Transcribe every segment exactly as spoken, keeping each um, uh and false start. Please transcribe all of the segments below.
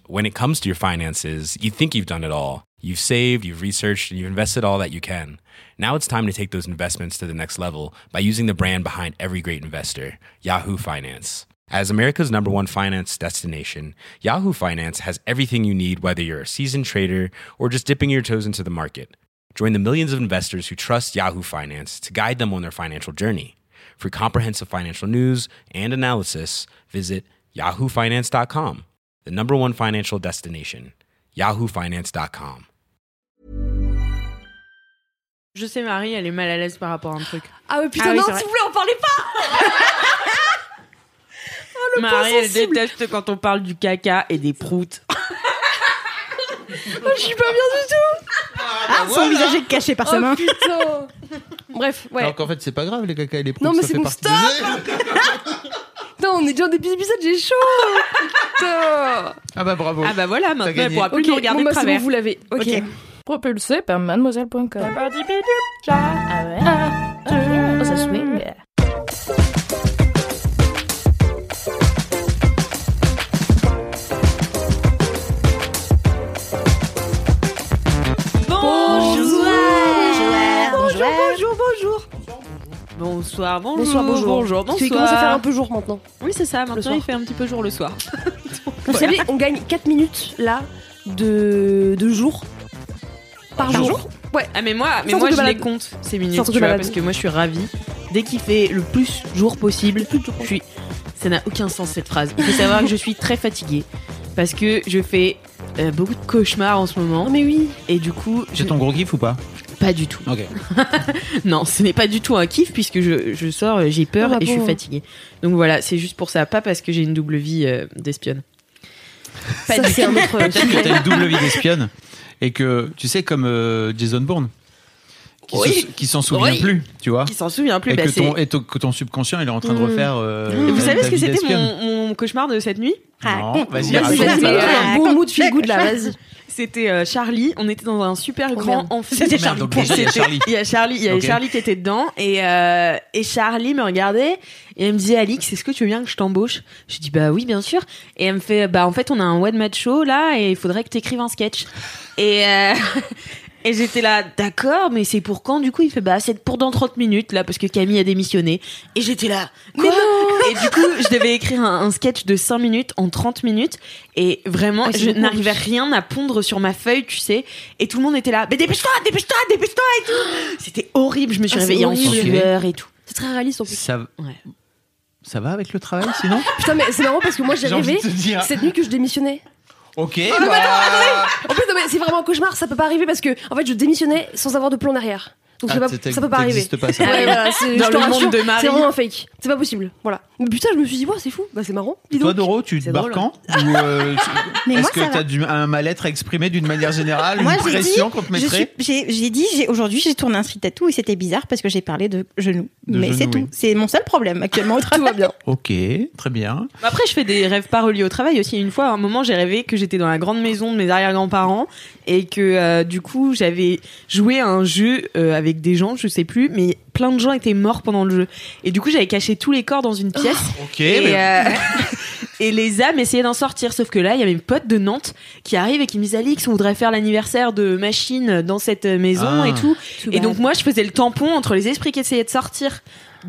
when it comes to your finances, you think you've done it all. You've saved, you've researched, and you've invested all that you can. Now it's time to take those investments to the next level by using the brand behind every great investor, Yahoo Finance. As America's number one finance destination, Yahoo Finance has everything you need, whether you're a seasoned trader or just dipping your toes into the market. Join the millions of investors who trust Yahoo Finance to guide them on their financial journey. For comprehensive financial news and analysis, visit yahoo finance dot com, the number one financial destination, yahoo finance dot com. Je sais, Marie, elle est mal à l'aise par rapport à un truc. Ah ouais, putain, Ah oui, non, c'est s'il vrai. vous plaît, on parlait pas. Oh, le point Marie, elle sensible. déteste quand on parle du caca et des proutes. Oh, je suis pas bien du tout. Ah, son visage est caché par sa Oh main. putain. Bref, ouais. Alors qu'en fait, c'est pas grave, les caca et les proutes, Non, mais ça c'est fait bon, partie stop. des jeux. Putain, on est déjà en début d'épisode, j'ai chaud. Putain. Ah bah bravo. Ah bah voilà, maintenant gagné. elle pourra plus Ok, nous regarder bon, de bah, c'est travers. bon, vous l'avez. Ok. Ok. Propulsé par mademoiselle point com. Ah ouais. Ah, ça swing. Bonjour. Bonjour, bonjour, bonjour. Bonsoir, bonjour. Bonsoir, bonjour. Bonjour, Parce qu'il bonsoir. commence à faire un peu jour maintenant. Oui, c'est ça, maintenant soir. il fait un petit peu jour le soir. Vous savez, on gagne quatre minutes là de, de jour par, Par jour. jour Ouais. Ah mais moi, mais Sans moi truc je de les malade. compte ces minutes, Sans tu truc de vois, malade. parce que moi je suis ravie. Dès qu'il fait le plus jour possible, je suis... ça n'a aucun sens cette phrase. Il faut savoir que je suis très fatiguée parce que je fais euh, beaucoup de cauchemars en ce moment. Non mais oui. Et du coup, je... C'est ton gros kiff ou pas? pas du tout. Ok. Non, ce n'est pas du tout un kiff puisque je, je sors, euh, j'ai peur Ah bah et je suis bon. fatiguée. Donc voilà, c'est juste pour ça, pas parce que j'ai une double vie euh, d'espionne. Pas Ça du c'est un autre Peut-être que sujet. t'as une double vie d'espionne et que, tu sais, comme euh, Jason Bourne, qui, Oui. se- qui s'en souvient Oui. plus, tu vois. Qui s'en souvient plus. Et bah, que, c'est- ton, et ton- que ton subconscient, il est en train de Mmh. refaire. euh, Et vous ta- savez ta ce que vie c'était d'espionne. mon, mon cauchemar de cette nuit? Non, vas-y, Vas-y, raconte. vas-y, c'est- mets-toi un bon raconte. mood feel good là, vas-y. C'était euh, Charlie, on était dans un super Oh, grand merde. amphi. C'était Merde, Charlie. donc déjà, il y a C'était- Charlie. Il y a Charlie, il y avait Ok. Charlie qui était dedans et euh, et Charlie me regardait et elle me disait Alix, est-ce que tu veux bien que je t'embauche? Je dis bah oui bien sûr et elle me fait bah en fait on a un one match show là et il faudrait que t'écrives un sketch et euh, et j'étais là d'accord mais c'est pour quand du coup? Il fait bah c'est pour dans trente minutes là parce que Camille a démissionné et j'étais là quoi? Et du coup je devais écrire un, un sketch de cinq minutes en trente minutes et vraiment Ah, c'est je beaucoup. n'arrivais rien à pondre sur ma feuille tu sais et tout le monde était là mais dépêche-toi dépêche-toi dépêche-toi et tout c'était horrible je me suis Ah, c'est réveillée en horrible. sueur et tout C'est très réaliste en plus. Ça, ouais. ça va avec le travail sinon? Putain mais c'est marrant parce que moi j'ai J'ai envie rêvé de te dire. cette nuit que je démissionnais. Ok. Ah, non, mais bah, attends, En plus non mais c'est vraiment un cauchemar, ça peut pas arriver parce que en fait je démissionnais sans avoir de plan derrière. Donc Ah, c'est pas- t'es- ça peut pas ça arriver. existe pas, ça. Ouais, voilà, c'est- Dans je te le monde rassure, de Marie. c'est vraiment un fake. C'est pas possible. Voilà. Mais putain, je me suis dit, ouais, c'est fou. Bah, c'est marrant. Dis Toi, donc. Doro, tu te C'est barres drôle. quand? Ou, euh, tu- Mais Est-ce moi, que ça tu as va. du, un mal-être à exprimer d'une manière générale? Moi, Une j'ai pression dit, qu'on te je mettrait? suis- j'ai j'ai dit, j'ai- aujourd'hui, j'ai tourné un street tattoo et c'était bizarre parce que j'ai parlé de genoux. De Mais genoux, c'est tout. oui. C'est mon seul problème actuellement au Tout travail. va bien. Ok, très bien. Après, je fais des rêves pas reliés au travail aussi. Une fois, à un moment, j'ai rêvé que j'étais dans la grande maison de mes arrière-grands-parents et que euh, du coup, j'avais joué à un jeu euh, avec des gens, je sais plus, mais plein de gens étaient morts pendant le jeu. Et du coup, j'avais caché tous les corps dans une pièce Ok, et, mais- euh, et les âmes essayaient d'en sortir. Sauf que là, il y avait mes potes de Nantes qui arrivent et qui me disent Alix, on voudrait faire l'anniversaire de Machine dans cette maison Ah. et tout. Too Et bad. donc moi, je faisais le tampon entre les esprits qui essayaient de sortir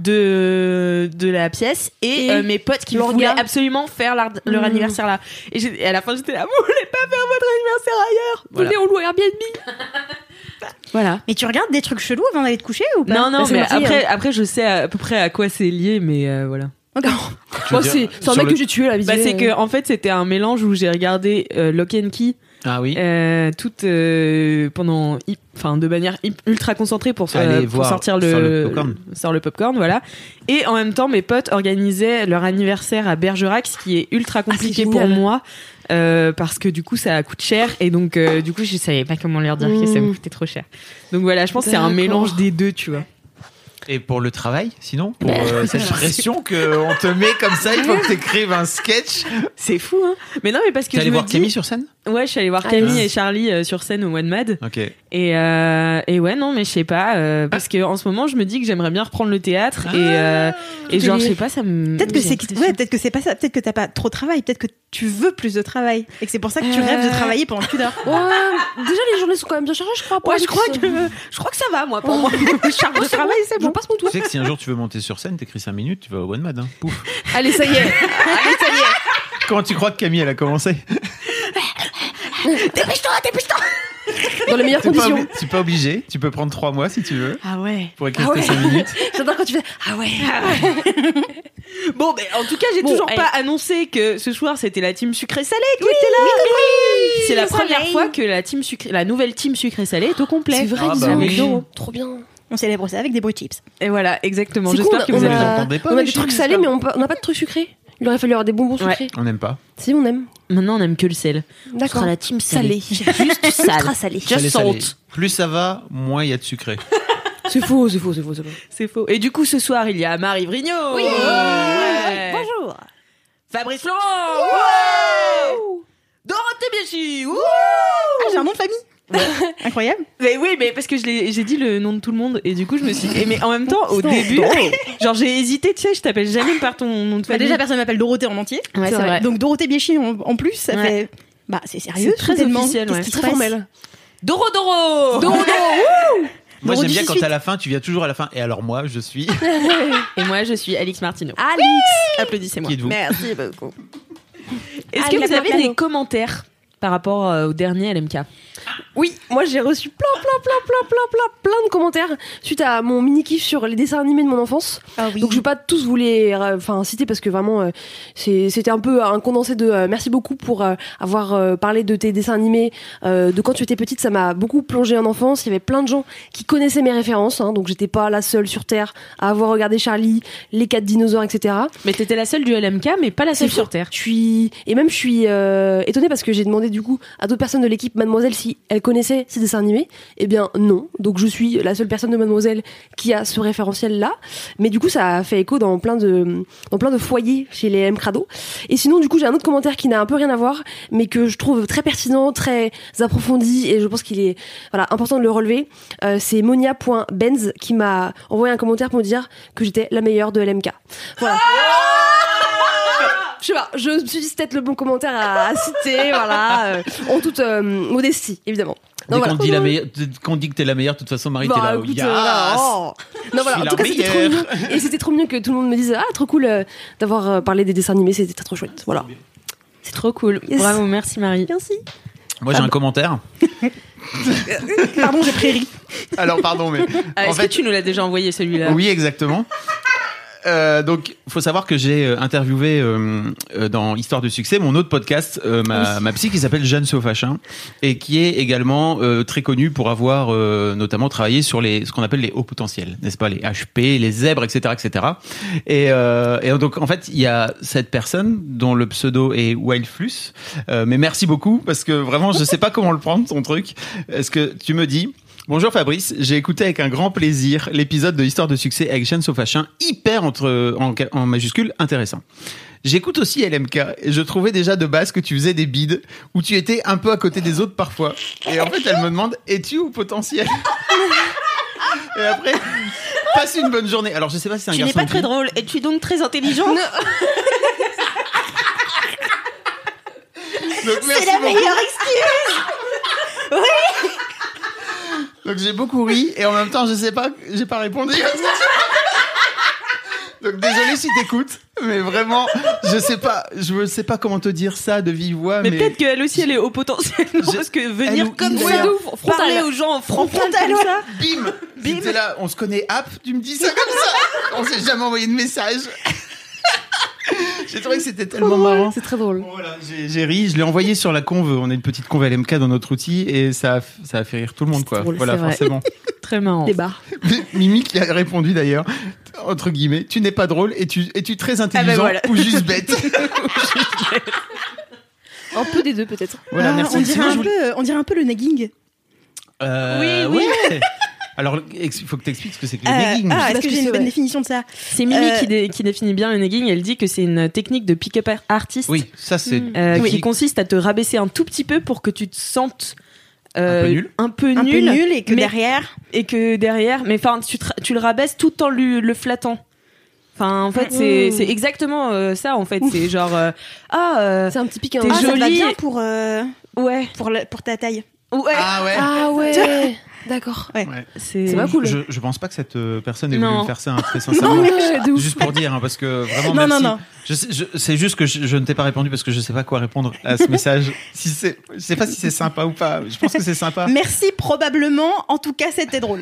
de de la pièce et, Et euh, mes potes qui l'orga. voulaient absolument faire leur, leur Mmh. anniversaire là. Et, j'ai- et à la fin, j'étais là, vous voulez pas faire votre anniversaire ailleurs? Voilà. Venez, on loue Airbnb. Voilà. Mais tu regardes des trucs chelous avant d'aller te coucher ou pas? Non, non, Bah, c'est mais gentil, après, hein. après, je sais à peu près à quoi c'est lié, mais euh, voilà. Je veux Moi, dire, c'est c'est un sur mec le- que j'ai tué là, Bah, visuel. c'est que, en fait, c'était un mélange où j'ai regardé euh, Lock and Key Ah oui. euh, toute euh, pendant hy- enfin de manière hy- ultra concentrée pour, Aller euh, pour voir sortir le, sur le popcorn. sur le popcorn, voilà. Et en même temps mes potes organisaient leur anniversaire à Bergerac, ce qui est ultra compliqué pour génial. moi euh, parce que du coup ça coûte cher et donc euh, du coup je savais pas comment leur dire que ça me Mmh. coûtait trop cher. Donc voilà, je pense que c'est un D'accord. mélange des deux, tu vois. Et pour le travail, sinon, pour euh, cette pression qu'on te met comme ça, il faut que tu écrives un sketch. C'est fou, hein. Mais non, mais parce que T'es je allé me voir dis... Camille sur scène? Ouais, je suis allée voir Ah, Camille yes. et Charlie euh, sur scène au One Mad. Ok. Et, euh, et ouais, non, mais je sais pas. euh, parce que en ce moment, je me dis que j'aimerais bien reprendre le théâtre. et, euh, et genre, je sais pas, ça me. Peut-être que j'ai c'est l'impression- ouais, peut-être que c'est pas ça. Peut-être que t'as pas trop de travail. Peut-être que tu veux plus de travail et que c'est pour ça que tu Euh. rêves de travailler pendant que tu dors. Ouais, déjà les journées sont quand même bien chargées, je crois. pour Ouais, je Alix. crois que je crois que ça va, moi, pour moi. Charge de travail, c'est Je bon. passe mon Tu tour. sais que si un jour tu veux monter sur scène, t'écris cinq minutes, tu vas au One Mad. Hein. Pouf. Allez, ça y est. Allez, ça y est. Comment tu crois que Camille, elle a commencé? Dépêche-toi, dépêche-toi. Dans les meilleures T'es pas, conditions. obli- t'es pas obligé. Tu peux prendre trois mois si tu veux Ah ouais. pour écrire Ah tes ouais. cinq minutes. J'adore quand tu fais. Ah ouais. Bon, ben, en tout cas, j'ai Bon, toujours allez. pas annoncé que ce soir c'était la team sucré-salé qui était là. C'est la première fois que la team sucré, la nouvelle team sucré-salé est au complet. C'est vrai, Ah ils bah ont oui. mis Doro. Trop bien. On célèbre ça avec des bruits chips. Et voilà, exactement. C'est J'espère cool, que on vous a- avez. l'entendez pas, On a les des trucs chips, salés, j'espère. mais on pa- on n'a pas de trucs sucrés. Il aurait fallu avoir des bonbons Ouais. sucrés. On n'aime pas. Si, on aime. Maintenant, on aime que le sel. D'accord. la team salée. Salé. Juste sale. Ultra salé. Just Salé, salé. salt. Plus ça va, moins il y a de sucré. C'est faux, c'est faux, c'est faux, c'est faux. C'est faux. Et du coup, ce soir, il y a Marie Vrigno. Oui. Bonjour. Fabrice Florent. Ouais. Dorothée Bianchi. Wouh. Ah, j'ai un nom de famille. Incroyable. Mais oui, mais parce que je l'ai- j'ai dit le nom de tout le monde et du coup, je me suis. Et mais en même temps, au début, genre j'ai hésité. Tu sais, je t'appelle jamais par ton nom de Bah, famille. déjà, personne m'appelle Dorothée en entier. Ouais, c'est vrai. Donc Dorothée Biéchi en, en plus, ça Ouais. fait. Bah, c'est sérieux. C'est très soudainement. officiel, Qu'est-ce ouais. qui se Très passe formel. Doro Doro. Doro, Doro. Moi, Doro j'aime bien dix-huit. quand à la fin, tu viens toujours à la fin. Et alors, moi, je suis. Et moi, je suis Alix Martineau. Alix. Applaudissez-moi. Qui êtes-vous? Merci beaucoup. Est-ce Ah, que il a vous pas avez piano. des commentaires par rapport euh, au dernier L M K? Oui, moi j'ai reçu plein, plein, plein, plein, plein, plein, plein de commentaires suite à mon mini kiff sur les dessins animés de mon enfance. Ah oui. Donc je vais pas tous vous les, euh, enfin citer parce que vraiment euh, c'est- c'était un peu un condensé de euh, merci beaucoup pour euh, avoir euh, parlé de tes dessins animés, euh, de quand tu étais petite, ça m'a beaucoup plongé en enfance. Il y avait plein de gens qui connaissaient mes références, hein, donc j'étais pas la seule sur terre à avoir regardé Charlie, les quatre dinosaures, et cetera. Mais t'étais la seule du L M K, mais pas la seule C'est sur fou. Terre. Je suis et même je suis euh, étonnée parce que j'ai demandé du coup à d'autres personnes de l'équipe Mademoiselle si elles connaissaient ces dessins animés. Eh bien non, donc je suis la seule personne de Mademoiselle qui a ce référentiel là. Mais du coup ça a fait écho dans plein de dans plein de foyers chez les M Crado. Et sinon du coup j'ai un autre commentaire qui n'a un peu rien à voir, mais que je trouve très pertinent, très approfondi et je pense qu'il est voilà important de le relever. Euh, c'est monia.benz qui m'a envoyé un commentaire pour me dire que j'étais la meilleure de L M K. Voilà. Je sais pas, je me suis dit c'est peut-être le bon commentaire à, à citer, voilà, euh, en toute euh, modestie, évidemment. Dès Non, qu'on voilà. dit, la meilleure, dès qu'on dit que t'es la meilleure, de toute façon, Marie, Bah, t'es là. écoute, Yes. euh, voilà, oh. Non, voilà, Je en suis tout cas, la c'était trop meilleure. mignon. Et c'était trop mignon que tout le monde me dise ah, trop cool euh, d'avoir euh, parlé des dessins animés, c'était trop chouette. Voilà. C'est trop cool. Yes. Bravo, merci Marie. Merci. Moi, j'ai un commentaire. Pardon, j'ai prairie. Alors, pardon, mais. Ah, en Est-ce fait, que tu nous l'as déjà envoyé celui-là? oui, exactement. Euh, donc, faut savoir que j'ai euh, interviewé euh, euh, dans Histoire de succès mon autre podcast, euh, ma, ma psy qui s'appelle Jeanne Sofachin et qui est également euh, très connue pour avoir euh, notamment travaillé sur les ce qu'on appelle les hauts potentiels, n'est-ce pas, les H P, les zèbres, et cetera, et cetera. Et, euh, et donc en fait, il y a cette personne dont le pseudo est Wildflus. Euh, mais merci beaucoup parce que vraiment, je sais pas comment le prendre ton truc. Est-ce que tu me dis? Bonjour Fabrice, j'ai écouté avec un grand plaisir l'épisode de Histoire de succès avec Jeanne Sofachin, hyper entre, en, en majuscule intéressant. J'écoute aussi L M K et je trouvais déjà de base que tu faisais des bides où tu étais un peu à côté des autres parfois. Et en fait, elle me demande, es-tu au potentiel? Et après, passe une bonne journée. Alors je sais pas si c'est un Tu n'es garçon. pas ou très fille. drôle. Es-tu donc très intelligent? Donc, merci C'est la beaucoup. meilleure excuse. Donc j'ai beaucoup ri et en même temps je sais pas, j'ai pas répondu. Donc désolé si t'écoutes, mais vraiment je sais pas, je sais pas comment te dire ça de vive voix, Mais, mais, peut-être qu'elle aussi elle est au potentiel. Je- Parce que elle venir ou comme il, ça, d'ailleurs. parler aux gens en frontal Frontal, comme ouais. ça. bim, bim. Là, on se connaît, app, tu me dis ça comme ça. On s'est jamais envoyé de message. J'ai trouvé que c'était tellement marrant. C'est très drôle. Bon, voilà, j'ai, j'ai ri, je l'ai envoyé sur la conve. On a une petite conve L M K dans notre outil et ça a, ça a fait rire tout le monde, quoi. drôle, Voilà, c'est vrai. forcément. Très marrant. Des barres. Mimi qui a répondu d'ailleurs, entre guillemets, tu n'es pas drôle et tu es-tu très intelligent voilà. ou juste bête. Un peu des deux peut-être. Voilà, Ah, merci. on, dirait Sinon, je un voulais- peu, on dirait un peu le nagging. Euh, Oui, oui. ouais. Alors, il faut que tu expliques ce que c'est que le Euh, negging. ah, sais est-ce pas que ce j'ai que une c'est, bonne ouais. définition de ça? C'est Mimi Euh, qui, dé- qui définit bien le negging. Elle dit que c'est une technique de pick-up artist Oui, ça c'est. euh, Oui. qui consiste à te rabaisser un tout petit peu pour que tu te sentes euh, Un peu nul. un peu Un peu nul, nul et que mais- derrière. et que derrière, mais enfin, tu, te- tu le rabaisses tout en lui, le flattant. Enfin, en fait, c'est Mmh. c'est exactement euh, ça. En fait, c'est genre euh, ah euh, C'est un petit pic. hein. T'es Ah, ça te va jolie. bien pour, euh, ouais pour, le- pour ta taille. ouais. Ah ouais. Ah ouais. D'accord. Ouais. c'est C'est pas cool. Je, je pense pas que cette euh, personne ait Non. voulu me faire ça, hein, très sincèrement. Ouais, de ouf. Juste pour dire, hein, parce que vraiment, Non, merci. non, non. Je sais- je- c'est juste que je, je ne t'ai pas répondu parce que je sais pas quoi répondre à ce message. Si c'est, je sais pas si c'est sympa ou pas. Je pense que c'est sympa. Merci, probablement. En tout cas, c'était drôle.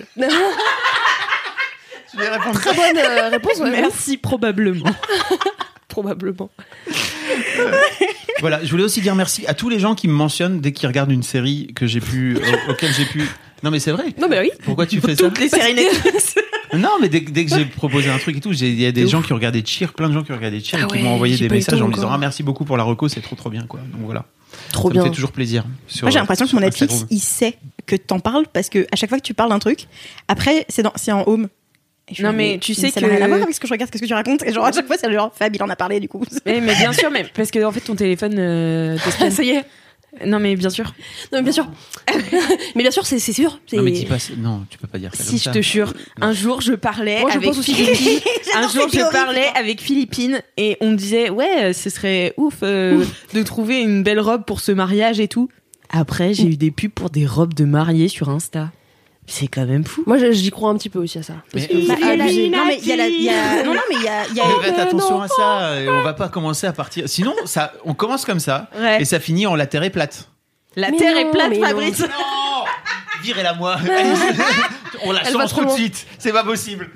Je vais répondre. Très bonne euh, réponse. Ouais. Merci probablement. Probablement. Voilà, je voulais aussi dire merci à tous les gens qui me mentionnent dès qu'ils regardent une série que j'ai pu, au- auquel j'ai pu. Non mais c'est vrai. Non mais oui. Pourquoi tu fais ça? Toutes les séries Netflix. Non, mais dès, dès que j'ai proposé un truc et tout, j'ai- il y a des De gens ouf. qui ont regardé Cheer, plein de gens qui ont regardé Cheer Ah et qui ouais, m'ont envoyé j'ai des pas eu le messages temps en me disant encore. ah merci beaucoup pour la reco, c'est trop trop bien quoi. Donc voilà, Trop ça bien. me fait toujours plaisir. Sur, Moi, j'ai l'impression que sur mon Netflix, Instagram. il sait que t'en parles parce que à chaque fois que tu parles d'un truc, après, c'est dans, c'est en home. Et je Non, fais, mais tu sais ça que- n'a rien à voir avec ce que je regarde, qu'est-ce que tu racontes. Et genre, à chaque fois, c'est genre, Fab, il en a parlé, du coup. mais, mais bien sûr, mais parce que en fait ton téléphone euh, t'espionne. Ça y est. Non mais bien sûr. Non mais bien sûr. mais bien sûr, c'est c'est sûr. C'est- Non mais dis pas, ça- non, tu peux pas dire ça. Si comme je ça. te jure, Non. un jour je parlais Moi, je avec pense aussi. Philippine. un J'adore jour cette je théorie, parlais putain. avec Philippine et on me disait ouais, ce serait ouf euh, de trouver une belle robe pour ce mariage et tout. Après, j'ai eu des pubs pour des robes de mariée sur Insta. C'est quand même fou. Moi, je- j'y crois un petit peu aussi à ça. Parce Mais- que Bah, c'est il y a la- abusé. non, mais il y a la, il y a, non, non, mais il y a, il y a- Mais faites attention à ça, et on va pas commencer à partir. Sinon, ça, on commence comme ça, Ouais. et ça finit en la terre est plate. La Mais terre non, est plate, mais non. Fabrice. Non, virez-la moi. On la Elle va change trop tout de loin. suite. C'est pas possible.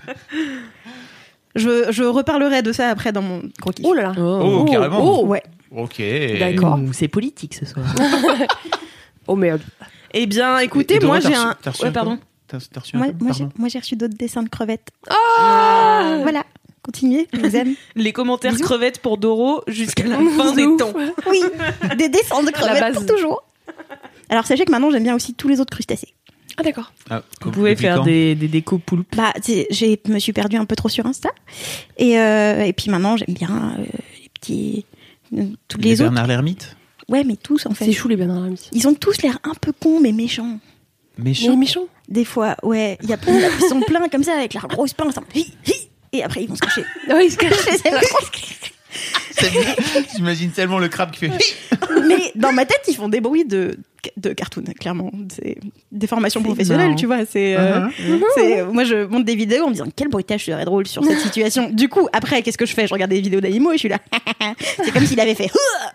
je, je reparlerai de ça après dans mon gros kiff. Oh là là. Oh, carrément. Oh, Ouais. Ok. D'accord. Ouh, c'est politique ce soir. Oh merde. Eh bien, écoutez, Et Doro, moi t'as j'ai reçu- un. t'as reçu Ouais, un pardon. quoi T'as t'as reçu un Moi, quoi moi, j'ai, Pardon. moi, j'ai reçu d'autres dessins de crevettes. Ah. Voilà. Continuez, je vous aime. Les commentaires Bisous. crevettes pour Doro jusqu'à la Bisous. fin des temps. Oui, des dessins de crevettes base. pour toujours. Alors, sachez que maintenant, j'aime bien aussi tous les autres crustacés. Ah d'accord. Ah, Vous pouvez depuis faire quand des, des décos poulpes. Bah, c'est- j'ai me suis perdue un peu trop sur Insta. Et, euh, et puis maintenant, j'aime bien euh, les petits. euh, tous les, Les autres. Bernard l'ermite. Ouais, mais tous, en fait. C'est chou les Bernard Lamity. Ils ont tous l'air un peu cons, mais méchants. Mais Méchant. méchant. Des fois, ouais. Il y a plein de- ils sont pleins comme ça, avec leur grosse pince. en- hi, hi, Et après, ils vont se cacher. Ah oui, c'est C'est vraiment- C'est bien. J'imagine tellement le crabe qui fait. Mais dans ma tête, ils font des bruits de, de cartoon, clairement. C'est des formations C'est professionnelles, marrant. tu vois. C'est, euh, c'est- moi, je monte des vidéos en me disant quel bruitage serait drôle sur cette situation. Du coup, après, qu'est-ce que je fais? Je regarde des vidéos d'animaux et je suis là. C'est comme s'il avait fait.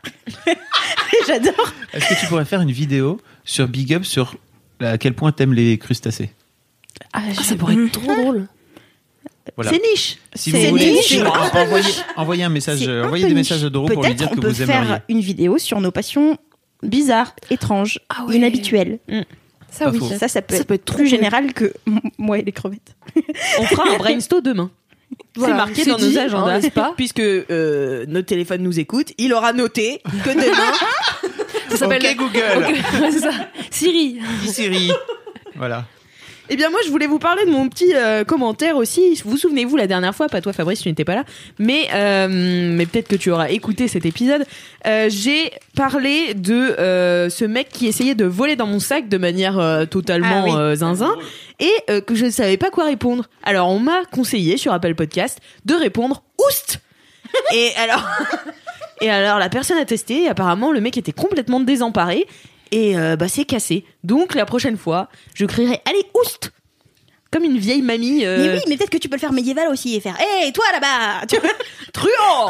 J'adore. Est-ce que tu pourrais faire une vidéo sur Big Up sur à quel point t'aimes les crustacés? Ah, ça pourrait être trop drôle. Voilà. C'est niche. Si c'est vous voulez, niche. en- en- envoyez, envoyez un message, C'est euh, un envoyez peu des niche. messages à Doro pour lui Peut-être dire on que peut vous aimeriez. faire une vidéo sur nos passions bizarres, étranges, Ah ouais. inhabituelles. Ça Pas oui. faux. Ça, ça peut Ça être peut être trop plus cool. général que moi et les crevettes. On fera un brainstorm demain. Voilà, c'est marqué c'est dans nos dit, agendas, hein, n'est-ce pas puisque euh, notre téléphone nous écoute. Il aura noté que demain, Ça s'appelle Ok Google, Ok, ouais, c'est ça. Siri. dis Siri. Voilà. eh bien moi je voulais vous parler de mon petit euh, commentaire aussi. Vous souvenez-vous la dernière fois, pas toi Fabrice, tu n'étais pas là, mais euh, mais peut-être que tu auras écouté cet épisode. Euh, j'ai parlé de euh, ce mec qui essayait de voler dans mon sac de manière euh, totalement Ah oui. euh, zinzin et euh, que je ne savais pas quoi répondre. Alors on m'a conseillé sur Apple Podcast de répondre oust. Et alors et alors la personne a testé. Et apparemment le mec était complètement désemparé. Et euh, bah c'est cassé. Donc la prochaine fois, je crierai allez oust comme une vieille mamie. euh, Mais oui, mais peut-être que tu peux le faire médiéval aussi et faire hé, toi là-bas tu vois. truand.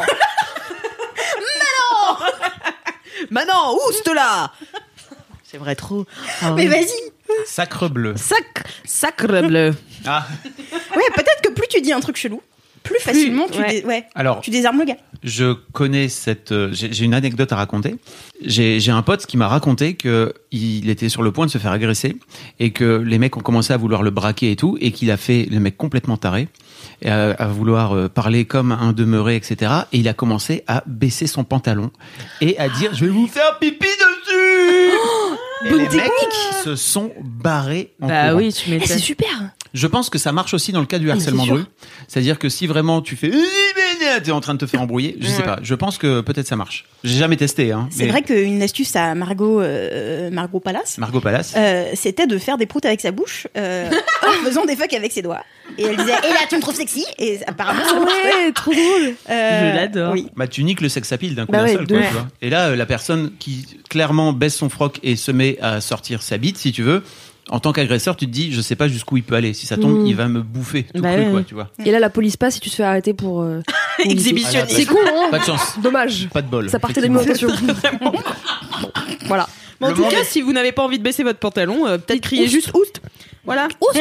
Manon, Manon, oust là. C'est vrai trop. Ah Mais ouais. vas-y. Sacre bleu. Sac, sacre bleu. Ah. Ouais, peut-être que plus tu dis un truc chelou, plus facilement tu, ouais. dé- ouais, Alors, tu désarmes le gars. je connais cette. euh, J'ai j'ai une anecdote à raconter. J'ai j'ai un pote qui m'a raconté que il était sur le point de se faire agresser et que les mecs ont commencé à vouloir le braquer et tout, et qu'il a fait le mec complètement taré, et à, à vouloir euh, parler comme un demeuré, et cetera. Et il a commencé à baisser son pantalon et à dire je vais vous faire pipi dessus. Et bonne les technique. mecs se sont barrés en Bah courant. oui, tu Eh, m'étonnes. c'est super. Je pense que ça marche aussi dans le cas du mais harcèlement c'est de sûr. rue. C'est-à-dire que si vraiment tu fais t'es en train de te faire embrouiller, je sais Ouais. pas. Je pense que peut-être ça marche. J'ai jamais testé, hein. C'est mais vrai qu'une astuce à Margot, euh, Margot Palace, Margot Palace. euh, c'était de faire des proutes avec sa bouche euh, en faisant des fucks avec ses doigts. Et elle disait, et là, tu me trouves sexy. Et apparemment, ça Ah marchait. ouais, trop drôle. Euh, Je l'adore. Oui. Bah, tu niques le sex appeal d'un coup Bah d'un ouais, seul, de quoi, ouf. tu vois. Et là, euh, la personne qui clairement baisse son froc et se met à sortir sa bite, si tu veux, en tant qu'agresseur, tu te dis, je sais pas jusqu'où il peut aller. Si ça tombe, Mm. il va me bouffer tout Bah cru, ouais. quoi, tu vois. Et là, la police passe si tu te fais arrêter pour. Euh, Exhibitionniste. C'est con, hein. Pas de chance. Dommage. Pas de bol. Ça partait de effectivement. l'alimentation. Voilà. Mais en Le tout monde cas, est- si vous n'avez pas envie de baisser votre pantalon, euh, peut-être crier Oust. juste oust. Voilà. Oust.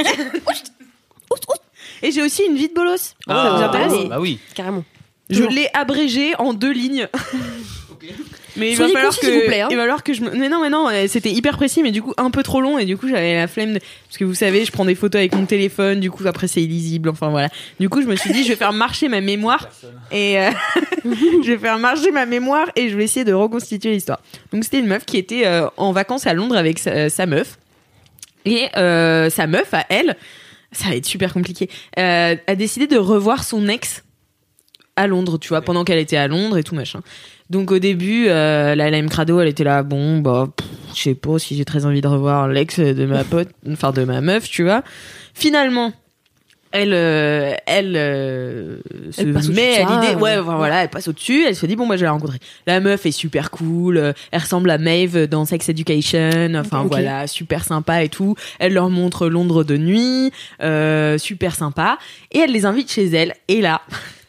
Et j'ai aussi une vie de bolos. Ah, Ça vous intéresse bah oui. Carrément. Je l'ai abrégé en deux lignes. Mais il va Soyez falloir concis, que, s'il vous plaît, hein. il va falloir que je me, mais non, mais non, euh, c'était hyper précis, mais du coup un peu trop long, et du coup j'avais la flemme de, parce que vous savez, je prends des photos avec mon téléphone, du coup après c'est illisible, enfin voilà. Du coup je me suis dit, je vais faire marcher ma mémoire, et euh, je vais faire marcher ma mémoire, et je vais essayer de reconstituer l'histoire. Donc c'était une meuf qui était euh, en vacances à Londres avec sa, sa meuf, et euh, sa meuf à elle, ça va être super compliqué, euh, a décidé de revoir son ex à Londres, tu vois, pendant qu'elle était à Londres et tout machin. Donc au début, euh, la Lime Crado, elle était là, bon, bah, pff, je sais pas si j'ai très envie de revoir l'ex de ma pote, enfin de ma meuf, tu vois. Finalement, elle, euh, elle, euh, se Elle passe met au-dessus de à ça, l'idée, ouais, euh, enfin, voilà, elle passe au-dessus, elle se dit, bon, moi je vais la rencontrer. La meuf est super cool, euh, elle ressemble à Maeve dans Sex Education, enfin Ok. voilà, super sympa et tout. Elle leur montre Londres de nuit, euh, super sympa, et elle les invite chez elle, et là...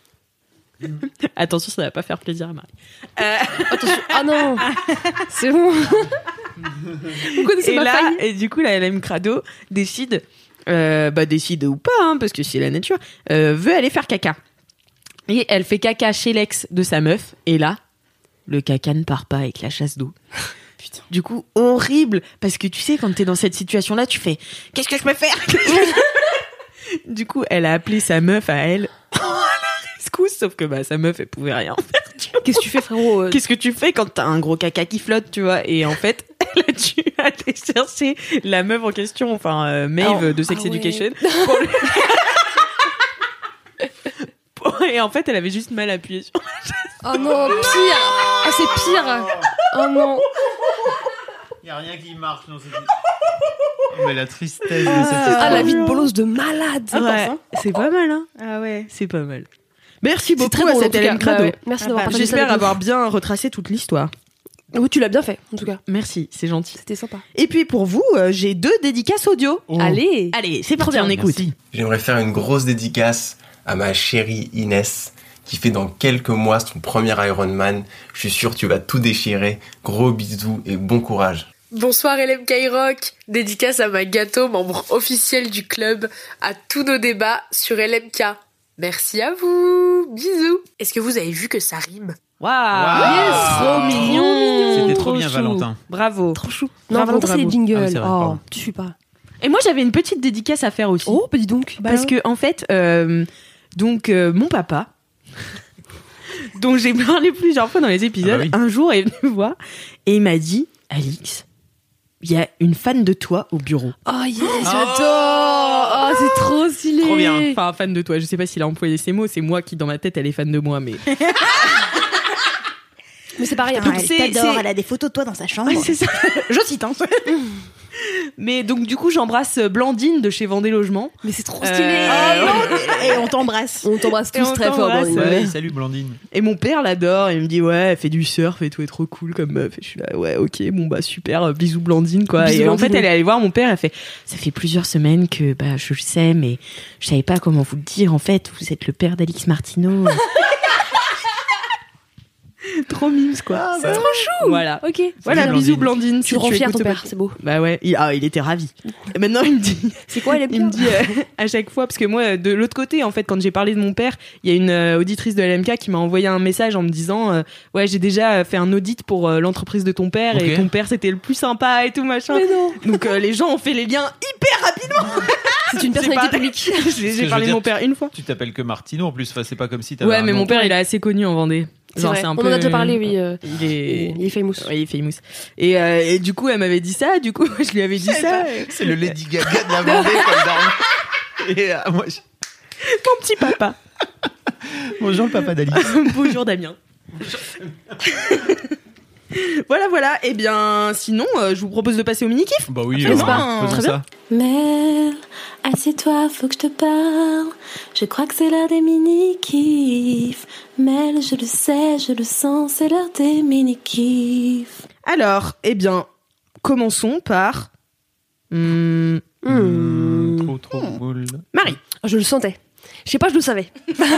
Attention, ça va pas faire plaisir à Marie. Euh, Attention. Ah non. C'est bon. Vous connaissez et ma là, faille. et du coup, la L M Crado décide, euh, bah décide ou pas, hein, parce que c'est la nature, euh, veut aller faire caca. Et elle fait caca chez l'ex de sa meuf, et là, le caca ne part pas avec la chasse d'eau. Putain. Du coup, horrible, parce que tu sais, quand t'es dans cette situation-là, tu fais, qu'est-ce que je peux faire? Du coup, elle a appelé sa meuf à elle. Sauf que bah sa meuf elle pouvait rien faire, tu vois. Qu'est-ce que tu fais, frérot euh, Qu'est-ce que tu fais quand t'as un gros caca qui flotte, tu vois? Et en fait, elle a dû aller chercher la meuf en question, enfin euh, Maeve Alors, de Sex ah ouais. Education. Pour lui- Pour- Et en fait, elle avait juste mal appuyé sur. Oh non, pire. Ah, c'est pire. Oh non. Il y a rien qui marche dans cette. Oh, mais la tristesse de cette histoire. Ah, la vie de bolos de malade. Ouais, c'est pas mal, hein? Ah ouais. C'est pas mal. Merci C'est beaucoup très à drôle, en cette tout cas. Hélène Crado. Bah ouais. Merci Ah d'avoir bah, partagé ça J'espère avec nous. avoir bien retracé toute l'histoire. Oui, tu l'as bien fait, en tout cas. Merci, c'est gentil. C'était sympa. Et puis pour vous, euh, j'ai deux dédicaces audio. Allez. Allez, c'est parti, on écoute. Merci. J'aimerais faire une grosse dédicace à ma chérie Inès qui fait dans quelques mois son premier Ironman. Je suis sûr que tu vas tout déchirer. Gros bisous et bon courage. Bonsoir L M K Rock, dédicace à ma gâteau, membre officiel du club, à tous nos débats sur L M K. Merci à vous, bisous. Est-ce que vous avez vu que ça rime? Waouh, Waouh. yes, trop mignon. C'était trop bien, chou. Valentin. Bravo. Trop chou. Non, Bravo, Valentin, c'est les bravo. jingles. Ah oui, c'est vrai, oh, pardon. tu suis pas. Et moi, j'avais une petite dédicace à faire aussi. Oh, bah dis donc. Parce que en fait, euh, donc euh, mon papa, dont j'ai parlé plusieurs fois dans les épisodes, Ah bah oui. un jour est venu me voir et il m'a dit, Alix, il y a une fan de toi au bureau. Oh yes, j'adore. Oh, c'est trop stylé. Trop bien. Enfin, fan de toi. Je sais pas s'il a employé ces mots. C'est moi qui, dans ma tête, elle est fan de moi, mais. Mais c'est pareil. Putain, après. c'est- elle t'adore, c'est- elle a des photos de toi dans sa chambre. Ouais, c'est ça. Je cite, hein. Mais donc, du coup, j'embrasse Blandine de chez Vendée Logement. Mais c'est trop Euh, stylé. oh, non. Et on t'embrasse. On t'embrasse Et tous on très fort. t'embrasse, Blandine. Ouais, salut Blandine. Et mon père l'adore, il me dit ouais, elle fait du surf et tout, elle est trop cool comme meuf. Et je suis là, ouais, ok, bon bah super, euh, bisous Blandine quoi. Bisous, et en Blandine. fait, elle est allée voir mon père, elle fait, ça fait plusieurs semaines que bah je le sais, mais je savais pas comment vous le dire. En fait, vous êtes le père d'Alix Martineau. Trop mimes quoi. C'est trop chou. Voilà. Ok. Voilà, Blandine. bisous Blandine. Tu le rends fier écoutes ton ce père, podcast. c'est beau. Bah ouais, il, ah, il était ravi. Et maintenant il me dit, C'est quoi les il me dit euh, à chaque fois, parce que moi, de l'autre côté, en fait, quand j'ai parlé de mon père, il y a une euh, auditrice de L M K qui m'a envoyé un message en me disant euh, ouais, j'ai déjà fait un audit pour euh, l'entreprise de ton père et Ok. ton père c'était le plus sympa et tout machin. Mais non. Donc euh, les gens ont fait les liens hyper rapidement. C'est une personnalité pas- publique. J'ai je j'ai veux parlé de dire, mon père une fois. Tu t'appelles que Martino en plus, enfin, c'est pas comme si t'avais Ouais, un mais nom. mon père il est assez connu en Vendée. C'est Genre vrai. c'est un On peu. en a déjà parlé, oui. euh, Il est. Il est famous. Ouais, il est famous. Et, euh, et du coup, elle m'avait dit ça. Du coup, je lui avais dit ça. C'est le Lady Gaga de la Vendée comme dans Et, euh, moi, je- Mon petit papa. Bonjour le papa d'Alice. Bonjour Damien. Voilà, voilà. Eh bien, sinon, euh, je vous propose de passer au mini-kiff. Bah oui, Faisons euh, pas. faisons Très ça. Mel, assieds-toi, faut que je te parle. Je crois que c'est l'heure des mini-kifs. Mel, je le sais, je le sens, c'est l'heure des mini-kifs. Alors, eh bien, commençons par... Hmm, Mmh, trop trop cool. Marie. Je le sentais. Je sais pas, je le savais.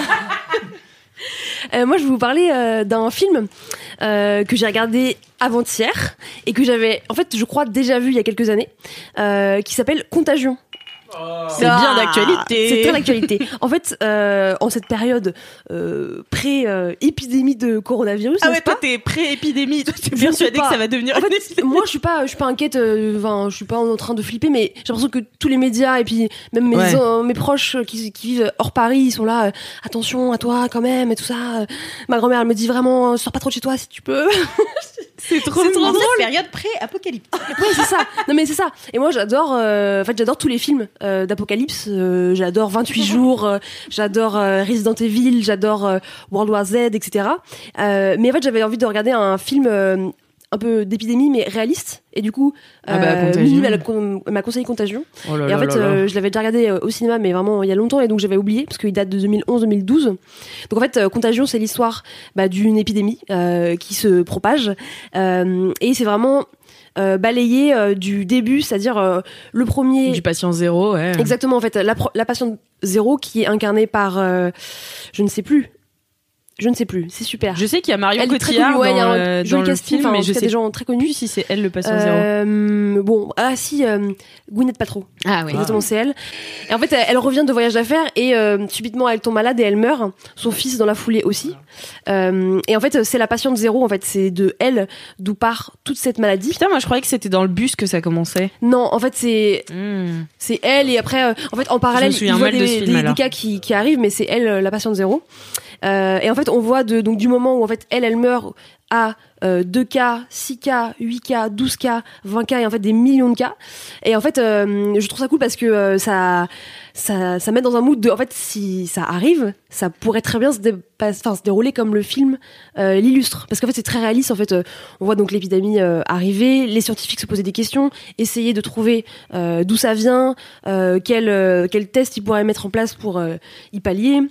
Euh, moi, je vais vous parler euh, d'un film euh, que j'ai regardé avant-hier et que j'avais, en fait, je crois déjà vu il y a quelques années, euh, qui s'appelle Contagion. C'est bien d'actualité. C'est très d'actualité. En fait, euh, en cette période euh, pré-épidémie de coronavirus, Ah n'est-ce ouais, toi pas t'es pré-épidémie, toi t'es Je persuadée sais pas. que ça va devenir En une fait, épidémie. moi, je suis pas, je suis pas inquiète. euh, Enfin, je suis pas en train de flipper, mais j'ai l'impression que tous les médias et puis même mes, Ouais. euh, mes proches qui, qui vivent hors Paris, ils sont là. euh, attention à toi, quand même, et tout ça. Ma grand-mère, elle me dit vraiment, sors pas trop de chez toi si tu peux. C'est trop C'est trop Dans drôle. cette période pré-apocalyptique. Ouais, c'est ça. Non, mais c'est ça. Et moi, j'adore. euh, en fait, j'adore tous les films euh, d'apocalypse. Euh, j'adore vingt-huit jours. euh, j'adore euh, Resident Evil. J'adore euh, World War Z, et cetera. Euh, mais en fait, j'avais envie de regarder un film euh, un peu d'épidémie, mais réaliste. Et du coup, Ah bah, Contagion. Mimi m'a, con- m'a conseillé Contagion. Oh là Et en là fait, là là. euh, je l'avais déjà regardé euh, au cinéma, mais vraiment il y a longtemps, et donc j'avais oublié parce qu'il date de deux mille onze deux mille douze. Donc en fait, euh, Contagion, c'est l'histoire bah, d'une épidémie euh, qui se propage, euh, et c'est vraiment euh, balayé euh, du début, c'est-à-dire euh, le premier. Du patient zéro, ouais. Exactement, en fait, la, pro- la patiente zéro qui est incarnée par, euh, je ne sais plus, je ne sais plus, c'est super. Je sais qu'il y a Marion Elle est très Cotillard connue, ouais, il y a dans, un le- joli dans le casting, film, enfin, en mais tout je cas, sais des gens très connus. plus si c'est elle le patient zéro. Euh, bon, ah si, euh, Gwyneth Paltrow. Ah oui. Exactement, c'est elle. Et en fait, elle, elle revient de voyage d'affaires et euh, subitement, elle tombe malade et elle meurt. Son fils dans la foulée aussi. Euh, et en fait, c'est la patiente zéro. En fait, c'est de elle d'où part toute cette maladie. Putain, moi je croyais que c'était dans le bus que ça commençait. Non, en fait, c'est Hmm. c'est elle et après, euh, en fait, en parallèle, Je me souviens il voit mal des, de ce film, des- des alors. cas qui, qui arrivent, mais c'est elle euh, la patiente zéro. Euh, et en fait, on voit de, donc du moment où en fait elle, elle meurt à euh, deux cas, six cas, huit cas, douze cas, vingt cas et en fait des millions de cas. Et en fait, euh, je trouve ça cool parce que euh, ça, ça, ça met dans un mood de, en fait, si ça arrive, ça pourrait très bien se, dé- pas- enfin, se dérouler comme le film euh, l'illustre. Parce qu'en fait, c'est très réaliste. En fait, euh, on voit donc l'épidémie euh, arriver, les scientifiques se poser des questions, essayer de trouver euh, d'où ça vient, euh, quel, euh, quel test ils pourraient mettre en place pour euh, y pallier.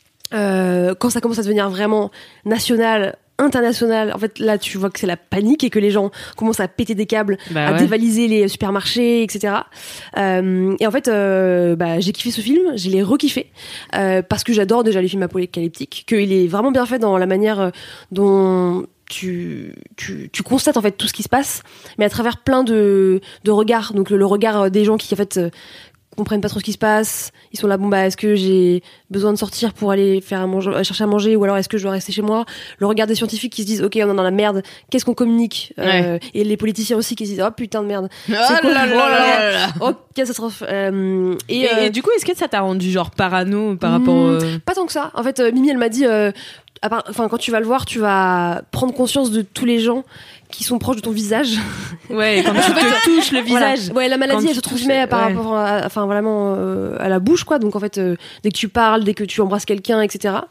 Euh, quand ça commence à devenir vraiment national, international, en fait là tu vois que c'est la panique et que les gens commencent à péter des câbles, Bah à ouais. dévaliser les supermarchés, et cetera. Euh, et en fait, euh, bah, j'ai kiffé ce film, je l'ai re-kiffé euh, parce que j'adore déjà les films apocalyptiques, qu'il est vraiment bien fait dans la manière euh, dont tu, tu, tu constates en fait tout ce qui se passe, mais à travers plein de, de regards. Donc le, le regard des gens qui en fait euh, comprennent pas trop ce qui se passe. Ils sont là, bon bah est-ce que j'ai besoin de sortir pour aller faire à manger, chercher à manger, ou alors est-ce que je dois rester chez moi. Le regard des scientifiques qui se disent ok on est dans la merde, qu'est-ce qu'on communique. Euh, et les politiciens aussi qui se disent oh putain de merde. Oh C'est quoi là là là là là. Oh catastrophe. Euh, et, Et, euh, et du coup, est-ce que ça t'a rendu genre parano par rapport hmm, au... pas tant que ça. En fait, euh, Mimi elle m'a dit euh, à part- enfin quand tu vas le voir, tu vas prendre conscience de tous les gens qui sont proches de ton visage. Ouais, quand tu te touches le Voilà. visage. Ouais, la maladie Quand elle se tu touches- transmet par ouais. rapport à, enfin vraiment euh, à la bouche quoi. Donc en fait, euh, dès que tu parles, dès que tu embrasses quelqu'un, et cetera.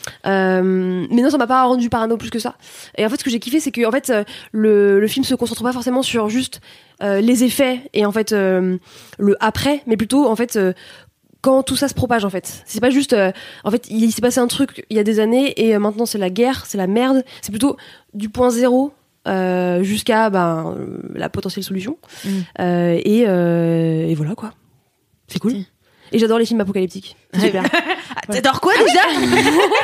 Euh, mais non, ça m'a pas rendu parano plus que ça. Et en fait, ce que j'ai kiffé, c'est que en fait, euh, le, le film se concentre pas forcément sur juste euh, les effets et en fait euh, le après, mais plutôt en fait. Euh, quand tout ça se propage en fait, c'est pas juste euh, en fait il s'est passé un truc il y a des années et euh, maintenant c'est la guerre, c'est la merde, c'est plutôt du point zéro euh, jusqu'à ben euh, la potentielle solution. Mm. Euh, et, euh, et voilà quoi, c'est cool. Et j'adore les films apocalyptiques, c'est super. T'adores quoi déjà?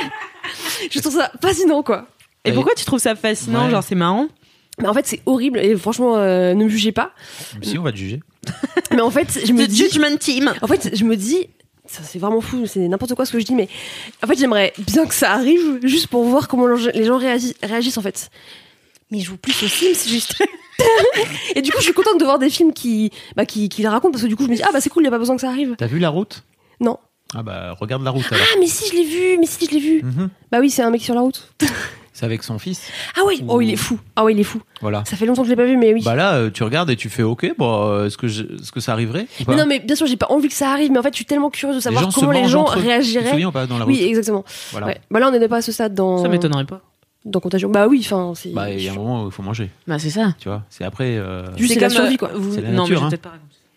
Je trouve ça fascinant quoi. Et pourquoi tu trouves ça fascinant? Ouais. Genre c'est marrant? Mais en fait c'est horrible et franchement euh, ne me jugez pas. Si on va te juger. Mais en fait je me The dis, Judgment Team. en fait je me dis. Ça, c'est vraiment fou, c'est n'importe quoi ce que je dis, mais en fait j'aimerais bien que ça arrive juste pour voir comment les gens réagissent, réagissent en fait. Mais je joue plus aux Sims, juste. Et du coup, je suis contente de voir des films qui, bah, qui, qui les racontent parce que du coup, je me dis, ah bah c'est cool, il n'y a pas besoin que ça arrive. T'as vu La Route? Non. Ah bah regarde La Route alors. Ah, mais si, je l'ai vu, mais si, je l'ai vu. Mhm. Bah oui, c'est un mec sur la route. C'est avec son fils. Ah oui, oh il est fou. Ah oui, il est fou. Voilà. Ça fait longtemps que je l'ai pas vu, mais oui. Bah là, euh, tu regardes et tu fais OK, bon, euh, est-ce que, je- est-ce que ça arriverait ou pas? Mais non, mais bien sûr, j'ai pas envie que ça arrive, mais en fait, je suis tellement curieuse de savoir gens se comment les mangent gens entre eux. Tu te réagiraient. souviens ou pas dans la route? Oui, exactement. Voilà. Ouais. Bah là, on n'était pas à ce stade dans. Ça m'étonnerait pas. Dans Contagion. Bah oui, enfin, c'est. Bah, il y a un moment où il faut manger, Bah c'est ça. tu vois. C'est après. euh, Juste, c'est la survie, quoi. Vous... C'est la non, nature, mais hein. j'ai peut-être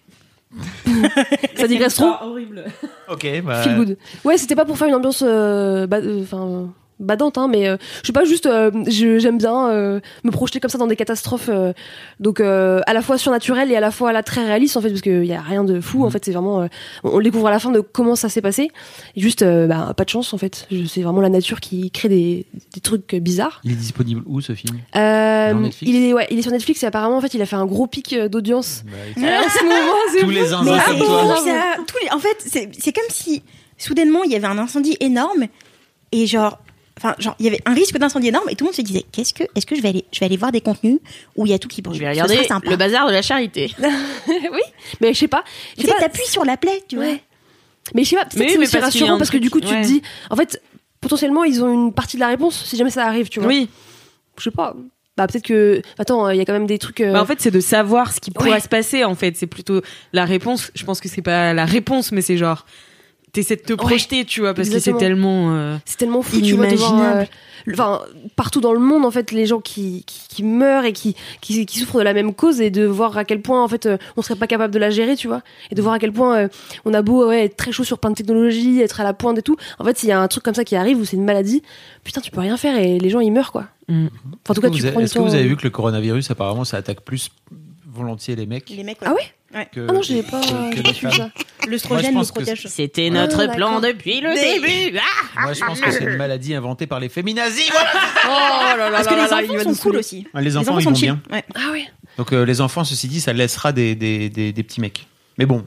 pas raconté. Ça digresse trop. horrible. OK, bah. Feel good. Ouais, c'était pas pour faire une ambiance, euh, ba- euh, enfin, badante, hein, mais euh, je sais pas, juste, euh, je- j'aime bien euh, me projeter comme ça dans des catastrophes, euh, donc euh, à la fois surnaturelles et à la fois là très réalistes en fait, parce qu'il y a rien de fou. En fait, c'est vraiment, euh, on le découvre à la fin de comment ça s'est passé. Et juste, euh, bah, pas de chance en fait. Je- C'est vraiment la nature qui crée des, des trucs bizarres. Il est disponible où ce film? Euh, Dans Netflix il est, ouais, il est sur Netflix et apparemment en fait, il a fait un gros pic euh, d'audience. Bah, En ce moment, c'est tous fou. les uns Mais comme c'est toi. fou, ça. Tous les... En fait, c'est c'est comme si soudainement il y avait un incendie énorme et genre, enfin, genre il y avait un risque d'incendie énorme et tout le monde se disait qu'est-ce que, est-ce que je vais aller, je vais aller voir des contenus où il y a tout qui brûle. Je vais Ce regarder sera sympa. le bazar de la charité. Oui, mais je sais pas. Je Tu sais sais, pas. t'appuies sur la plaie, tu vois. Ouais. Mais je sais pas, peut-être Mais que oui, c'est mais aussi parce qu'il y a rassurant un parce que truc- du coup tu ouais. te dis, en fait, potentiellement ils ont une partie de la réponse si jamais ça arrive, tu vois. Oui. Je sais pas. Bah peut-être que, attends, il y a quand même des trucs. euh, Bah, en fait, c'est de savoir ce qui pourrait Ouais. se passer. En fait, c'est plutôt la réponse. Je pense que c'est pas la réponse, mais c'est genre t'essaies de te projeter, tu vois, parce exactement. que c'est tellement. euh, c'est tellement fou, tu vois, de voir, euh, inimaginable. enfin, partout dans le monde, en fait, les gens qui, qui, qui meurent et qui, qui, qui souffrent de la même cause et de voir à quel point, en fait, euh, on serait pas capable de la gérer, tu vois. Et de voir à quel point euh, on a beau ouais, être très chaud sur plein de technologies, être à la pointe et tout. En fait, s'il y a un truc comme ça qui arrive ou c'est une maladie, putain, tu peux rien faire et les gens ils meurent, quoi. Mm. Enfin, en tout cas, Est-ce que tu vous avez- prends du Est-ce que temps. vous avez vu que le coronavirus, apparemment, ça attaque plus volontiers les mecs Les mecs, Ah ouais que, Ah non, j'ai pas, que- que j'ai pas les su femmes? ça. l'œstrogène Moi, je nous pense que protège. C'était Ah, notre d'accord. plan depuis le début. Ah Moi, je pense que c'est une maladie inventée par les féminazis. oh là là Parce là que là les là, il va enfants nous sont cool saouler. aussi. Les Les enfants, enfants ils sont vont chill. bien. Ouais. Ah ouais. Donc euh, les enfants, ceci dit, ça laissera des, des, des, des petits mecs. Mais bon.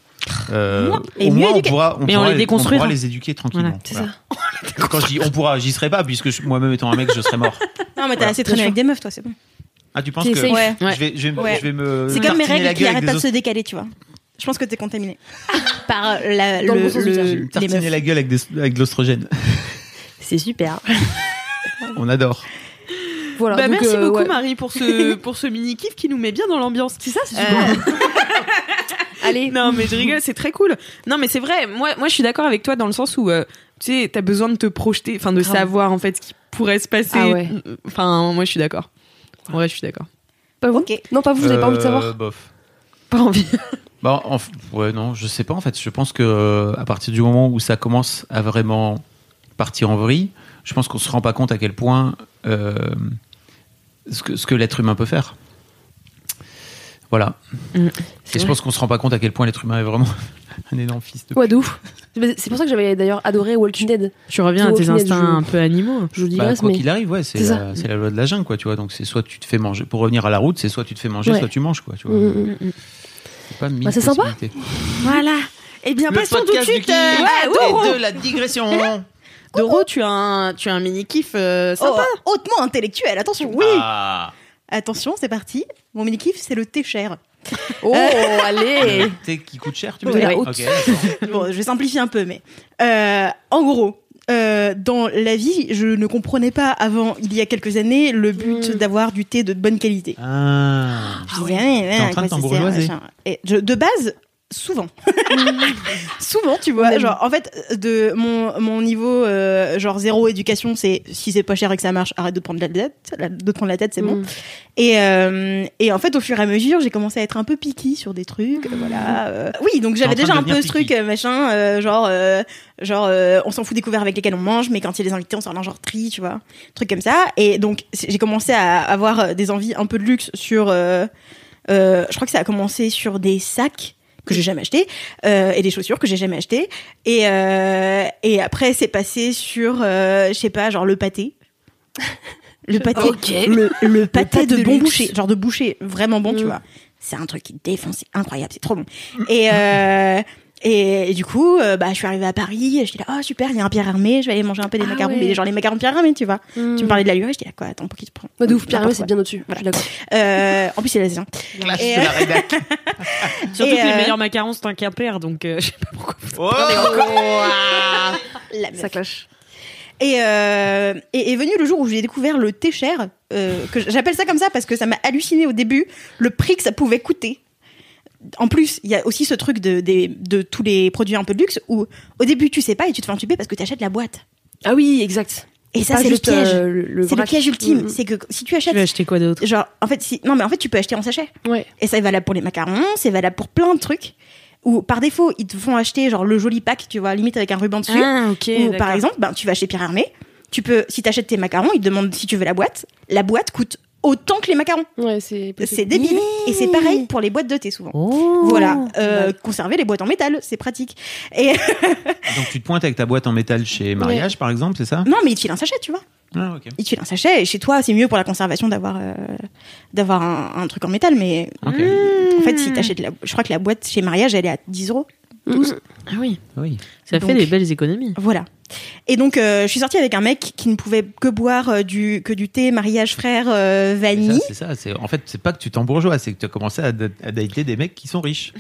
Euh, Et au mieux moins, on éduqués. pourra, on Mais on pourra les déconstruira. on pourra les éduquer tranquillement. C'est Voilà. ça. Quand je dis on pourra, j'y serai pas, puisque je- moi-même étant un mec, je serais mort. Non, mais t'as Voilà. assez traîné Bien avec des meufs, toi, c'est bon. Ah, tu penses C'est que safe. Ouais. Ouais. je, vais, je, vais, Ouais. je vais me. C'est comme mes tartiner la règles qui gueule arrêtent avec pas des de se os- décaler, tu vois. Je pense que t'es contaminé par euh, la, Dans le le, bon sens du le- terme. Je vais me les tartiner meufs. la gueule avec, des, avec de l'ostrogène. C'est super. On adore. Voilà. Bah, donc, merci euh, beaucoup ouais. Marie pour ce pour ce mini kiff qui nous met bien dans l'ambiance. C'est ça, c'est super. Euh, Allez. non mais je rigole, c'est très cool. Non mais c'est vrai, moi moi je suis d'accord avec toi dans le sens où euh, tu sais, t'as besoin de te projeter, enfin de Grave. savoir en fait ce qui pourrait se passer. Ah ouais. Enfin moi je suis d'accord. En vrai je suis d'accord. Pas vous Ok. Non, pas vous, vous avez pas envie de Euh, savoir Bof. Pas envie. Bah, en f- ouais, non, je sais pas en fait. Je pense que euh, à partir du moment où ça commence à vraiment partir en vrille, je pense qu'on se rend pas compte à quel point euh, ce que, ce que l'être humain peut faire. Voilà. Mm. C'est Et je vrai. pense qu'on se rend pas compte à quel point l'être humain est vraiment un énorme fils de. Ouais, de ouf. C'est pour ça que j'avais d'ailleurs adoré Walking Dead. Tu reviens à The tes Walking Dead, instincts je- un peu animaux. Je vous le Bah, digresse, quoi mais. qu'il arrive, ouais, c'est C'est la, c'est la loi de la jungle, quoi, tu vois. Donc c'est soit tu te fais manger, pour revenir à la route, c'est soit tu te fais manger, Ouais. soit tu manges, quoi, tu vois. Mm, mm, mm. C'est pas mille Bah, c'est sympa. possibilités. Voilà. Eh bien, Le passons tout de podcast du suite. kiff euh, ouais, et Doro. de la digression. Doro, tu as un tu as un mini kiff euh, Oh, sympa. hautement intellectuel, attention. Oui. Ah. Attention, c'est parti. Mon mini kiff, c'est le thé cher. Oh, allez. Le thé qui coûte cher, tu veux Ouais, dire la Ok, haute. d'accord. Bon, je vais simplifier un peu, mais euh, en gros, euh, dans la vie, je ne comprenais pas avant, il y a quelques années, le but Mm. d'avoir du thé de bonne qualité. Ah. Je disais, ah, T'es en train de quoi ça sert, t'embourgeoiser. machin. Et je- de base, souvent. souvent, tu vois. Genre, en fait, de mon, mon niveau, euh, genre zéro éducation, c'est si c'est pas cher et que ça marche, arrête de te prendre la tête. la- De te prendre la tête, c'est bon. Mm. Et, euh, et en fait, au fur et à mesure, j'ai commencé à être un peu picky sur des trucs. euh, Voilà. euh. Oui, donc T'es en j'avais train déjà de un peu devenir ce truc, picky. euh, machin, euh, genre, euh, genre, euh, on s'en fout des couverts avec lesquels on mange, mais quand il y a des invités, on sort un genre tri, tu vois, truc comme ça. Et donc, c'est- j'ai commencé à avoir euh, des envies un peu de luxe sur. Euh, euh, je crois que ça a commencé sur des sacs que j'ai jamais achetés euh, et des chaussures que j'ai jamais achetées. Et euh, et après, c'est passé sur, euh, je sais pas, genre le pâté. Le pâté, Ok. le, le pâté pâté de, de bon luxe. boucher, genre de boucher vraiment bon, tu Mm. vois. C'est un truc qui défonce, c'est incroyable, c'est trop bon. Et, euh, et, et du coup, euh, bah, je suis arrivée à Paris, je dis là, oh super, il y a un Pierre Hermé, je vais aller manger un peu des Ah macarons, ouais. mais genre les macarons Pierre Hermé, tu vois. Mm. Tu me parlais de la lurée, je dis là, quoi, attends, pour qui tu prends Ouais, de ouf, Pierre Hermé, N'importe c'est quoi. bien au-dessus. Voilà. Je suis d'accord. Euh, en plus, c'est laser. Clash Et, de la rédac. Surtout Et, que les euh, meilleurs macarons c'est un Quimper, donc euh, je sais pas pourquoi. Oh La meuf. Ça clash. Et, euh, et est venu le jour où j'ai découvert le thé cher, euh, que j'appelle ça comme ça parce que ça m'a halluciné au début, le prix que ça pouvait coûter. En plus, il y a aussi ce truc de, de, de tous les produits un peu de luxe où au début tu sais pas et tu te fais entuber parce que tu achètes la boîte. Ah oui, exact. Et ça, Pas c'est le juste, piège. euh, le- le c'est le vrac. piège ultime. Mm. C'est que si tu achètes. Tu veux acheter quoi d'autre? Genre, en fait, si, non, mais en fait, tu peux acheter en sachet. Ouais. Et ça est valable pour les macarons, c'est valable pour plein de trucs. Ou par défaut, ils te font acheter genre le joli pack, tu vois, limite avec un ruban dessus. Ah, ok. Ou par d'accord. exemple, ben, tu vas chez Pierre Hermé. Tu peux, si t'achètes tes macarons, ils te demandent si tu veux la boîte. La boîte coûte autant que les macarons. Ouais, c'est possible. C'est débile. Et c'est pareil pour les boîtes de thé souvent. Oh. Voilà, euh, conserver les boîtes en métal, c'est pratique. Et Donc tu te pointes avec ta boîte en métal chez Mariage, par exemple, c'est ça? non, mais ils te filent un sachet, tu vois. Ah, ok. Ils te filent un sachet. Et chez toi, c'est mieux pour la conservation d'avoir euh, d'avoir un, un truc en métal. Mais Ok. en fait, si t'achètes la, je crois que la boîte chez Mariage, elle est à dix euros. douze. Ah oui. Oui. Ça Donc- fait des belles économies. Voilà. Et donc, euh, je suis sortie avec un mec qui ne pouvait que boire euh, du que du thé Mariage Frère euh, Mais vanille. ça, c'est ça. C'est, en fait, c'est pas que tu t'embourgeois, c'est que tu as commencé à, da- à dater des mecs qui sont riches.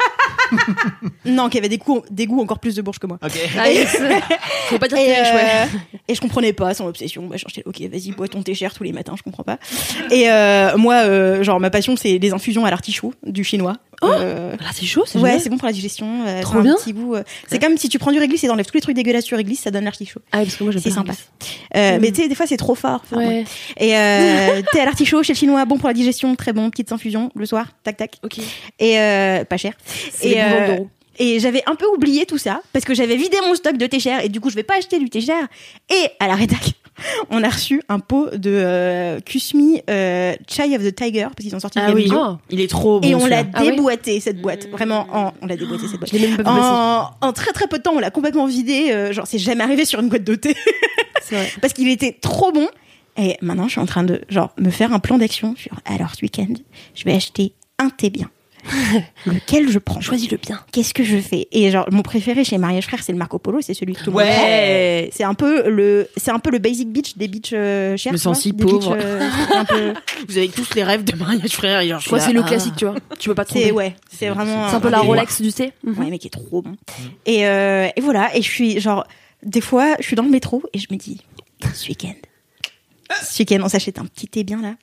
Non, qui avait des goûts, des goûts encore plus de bourge que moi. Ok. Ah, yes. Faut pas dire que Et, t'es riche, ouais. euh, et je comprenais pas son obsession. Bah, genre, j'étais, ok, vas-y, bois ton thé cher tous les matins, je comprends pas. Et euh, moi, euh, genre, ma passion, c'est les infusions à l'artichaut du chinois. Oh, Euh, Là, c'est chaud, c'est ouais, génial. c'est bon pour la digestion. euh, Trop ça a un bien. petit goût, euh, c'est comme si tu prends du réglisse et t'enlèves tous les trucs dégueulasses sur réglisse, ça donne l'artichaut. Ah, oui, parce que moi, j'aime C'est pas sympa. la Euh, Mm. Mais tu sais, des fois, c'est trop fort. Enfin, Ouais. ouais. Et euh, thé à l'artichaut chez le chinois, bon pour la digestion, très bon, petite infusion le soir, tac tac. Ok. Et euh, pas cher. C'est Et, les euh, bouillons d'euros. Et j'avais un peu oublié tout ça parce que j'avais vidé mon stock de thé cher et du coup je vais pas acheter du thé cher. Et à la rédac, on a reçu un pot de euh, Kusmi euh, Chai of the Tiger parce qu'ils ont sorti le Ah oui. Gamio. Oh. Il est trop bon. Et on l'a celui-là. Ah ouais déboîté cette boîte, vraiment en, on l'a déboîté cette boîte. Je l'ai même pas vu passer. En, en très très peu de temps, on l'a complètement vidé. euh, genre c'est jamais arrivé sur une boîte de thé C'est vrai. parce qu'il était trop bon. Et maintenant, je suis en train de genre me faire un plan d'action sur. Alors ce week-end, je vais acheter un thé bien. Lequel je prends? Choisis-le bien. Qu'est-ce que je fais? Et genre mon préféré chez Mariage Frère, c'est le Marco Polo, c'est celui que tout le monde prend. Ouais. C'est un peu le, c'est un peu le basic beach des beach euh, chers. Je me tu sens vois, si des pauvre. beach, euh, un peu. Vous avez tous les rêves de mariage frère. Et genre, je suis Moi, là, c'est le ah. classique, tu vois. Tu peux pas te C'est tromper. ouais, c'est vraiment. C'est un peu la des- Rolex du thé. Ouais, mais qui est trop bon. Et, euh, et voilà, et je suis genre, des fois, je suis dans le métro et je me dis, ce week-end, ce week-end, on s'achète un petit thé bien là.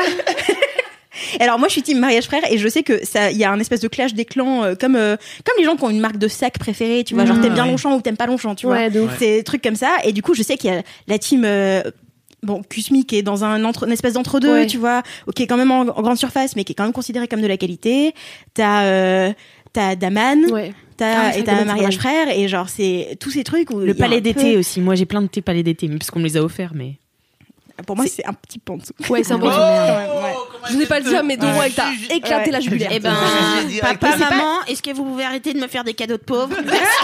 Et alors moi, je suis team Mariage Frère et je sais que ça, il y a un espèce de clash des clans, euh, comme euh, comme les gens qui ont une marque de sac préférée, tu vois, genre Mmh, t'aimes bien ouais. Longchamp ou t'aimes pas Longchamp, tu vois. Ouais, de ouf. C'est des trucs comme ça. Et du coup, je sais qu'il y a la team. Euh, Bon, Kusmi qui est dans un entre, une espèce d'entre-deux, Ouais. tu vois, qui est quand même en, en grande surface, mais qui est quand même considéré comme de la qualité. T'as euh, t'as Daman, Ouais. t'as Ah, c'est et vrai, t'as Daman, c'est Mariage pas Frère, et genre c'est tous ces trucs où il y Le a palais un d'été peu- aussi. Moi, j'ai plein de thés palais d'été, mais parce qu'on me les a offerts, mais. Pour moi, c'est un petit peu en dessous. Ouais, c'est un peu. Ouais, ouais. Je vous ai pas le dire, mais Doro, elle t'a éclaté Ouais. la jugulaire. Eh ben, J'ai dit direct. papa, Mais c'est pas- maman, est-ce que vous pouvez arrêter de me faire des cadeaux de pauvres?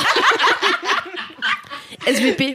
S V P.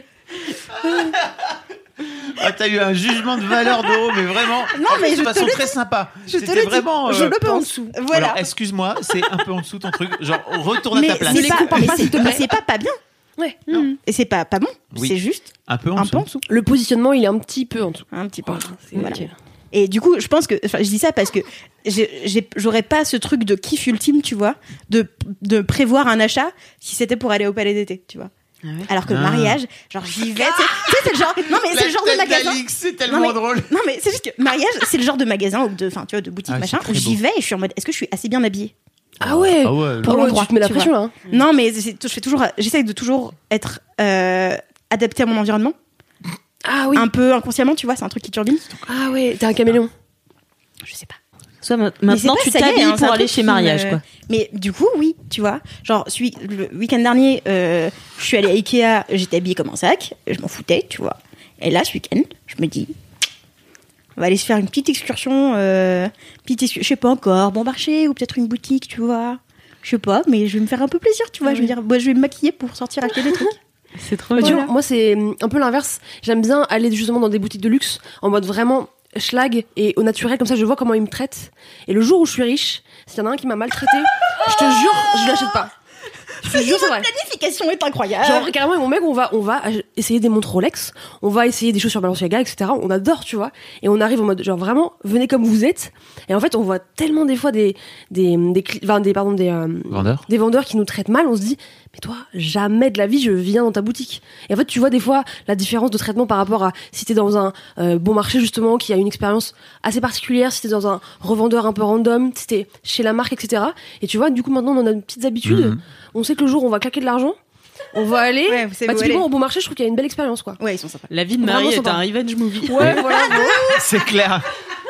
Ah, t'as eu un jugement de valeur d'eau, mais vraiment. Non, en mais plus, je de te façon le très dis. sympa. Je te C'était le dis, vraiment. je euh, le pense. Voilà. Alors, excuse-moi, c'est un peu en dessous ton truc. Genre, retourne mais à ta place. c'est pas, compare mais pas, c'est- s'il te mais plaît. c'est pas pas bien. Ouais. Et c'est pas pas bon. Oui. C'est juste Un peu en un dessous. peu en dessous. Le positionnement, il est un petit peu en dessous. Un petit peu. en dessous. C'est Voilà. ok. Et du coup, je pense que, enfin, je dis ça parce que j'ai- j'ai- j'aurais pas ce truc de kiff ultime, tu vois, de, de prévoir un achat si c'était pour aller au palais d'été, tu vois. Ah ouais. Alors que le Ah. mariage, genre j'y vais, tu sais, tu sais, c'est le genre, non mais c'est le genre de magasin. c'est Non, tellement mais- drôle. Non mais c'est juste que mariage, c'est le genre de magasin ou de, enfin tu vois, de boutique Ah, machin c'est où très j'y beau. vais et je suis en mode, est-ce que je suis assez bien habillée? Ah ouais. Ah ouais. Pour Ah ouais, l'endroit, tu te mets la tu pression là. hein. Non mais c'est- je fais toujours, j'essaie de toujours être euh, adaptée à mon environnement, Ah oui. un peu inconsciemment, tu vois, c'est un truc qui turbine. Ah ouais. T'es un caméléon. Je sais pas. Soit ma- Mais c'est maintenant, pas tu ça y est, t'habilles hein, c'est pour un aller truc chez qui mariage, me- quoi. Mais du coup, oui, tu vois. Genre, celui, le week-end dernier, euh, je suis allée à Ikea, j'étais habillée comme un sac, je m'en foutais, tu vois. Et là, ce week-end, je me dis, on va aller se faire une petite excursion, euh, petite excursion, je sais pas encore, bon marché ou peut-être une boutique, tu vois. Je sais pas, mais je vais me faire un peu plaisir, tu vois. Je veux dire, moi, je vais me maquiller pour sortir acheter des trucs. C'est trop Bah, tu bien. vois, moi, c'est hum, un peu l'inverse. J'aime bien aller justement dans des boutiques de luxe en mode vraiment schlag et au naturel, comme ça je vois comment ils me traitent. Et le jour où je suis riche, s'il y en a un qui m'a maltraité, je te jure, je l'achète pas. Je te jure, c'est vrai. l'implication est incroyable. Genre, carrément, avec mon mec, on va, on va essayer des montres Rolex, on va essayer des chaussures Balenciaga, et cetera. On adore, tu vois. Et on arrive en mode, genre, vraiment, venez comme vous êtes. Et en fait, on voit tellement des fois des, des, des, cli- enfin, des pardon, des, euh, Vendeurs. des vendeurs qui nous traitent mal. On se dit, mais toi, jamais de la vie, je viens dans ta boutique. Et en fait, tu vois des fois la différence de traitement par rapport à si t'es dans un euh, bon marché, justement, qui a une expérience assez particulière, si t'es dans un revendeur un peu random, si t'es chez la marque, et cetera. Et tu vois, du coup, maintenant, on a des petites habitudes. Mhm. On sait que le jour où on va claquer de l'argent, on va aller. Ouais, vous savez Bah, où typiquement, aller. au bon marché, je trouve qu'il y a une belle expérience, quoi. Ouais, ils sont sympas. La vie de Vraiment Marie est sympa. un revenge movie. Ouais, voilà. bon. C'est clair.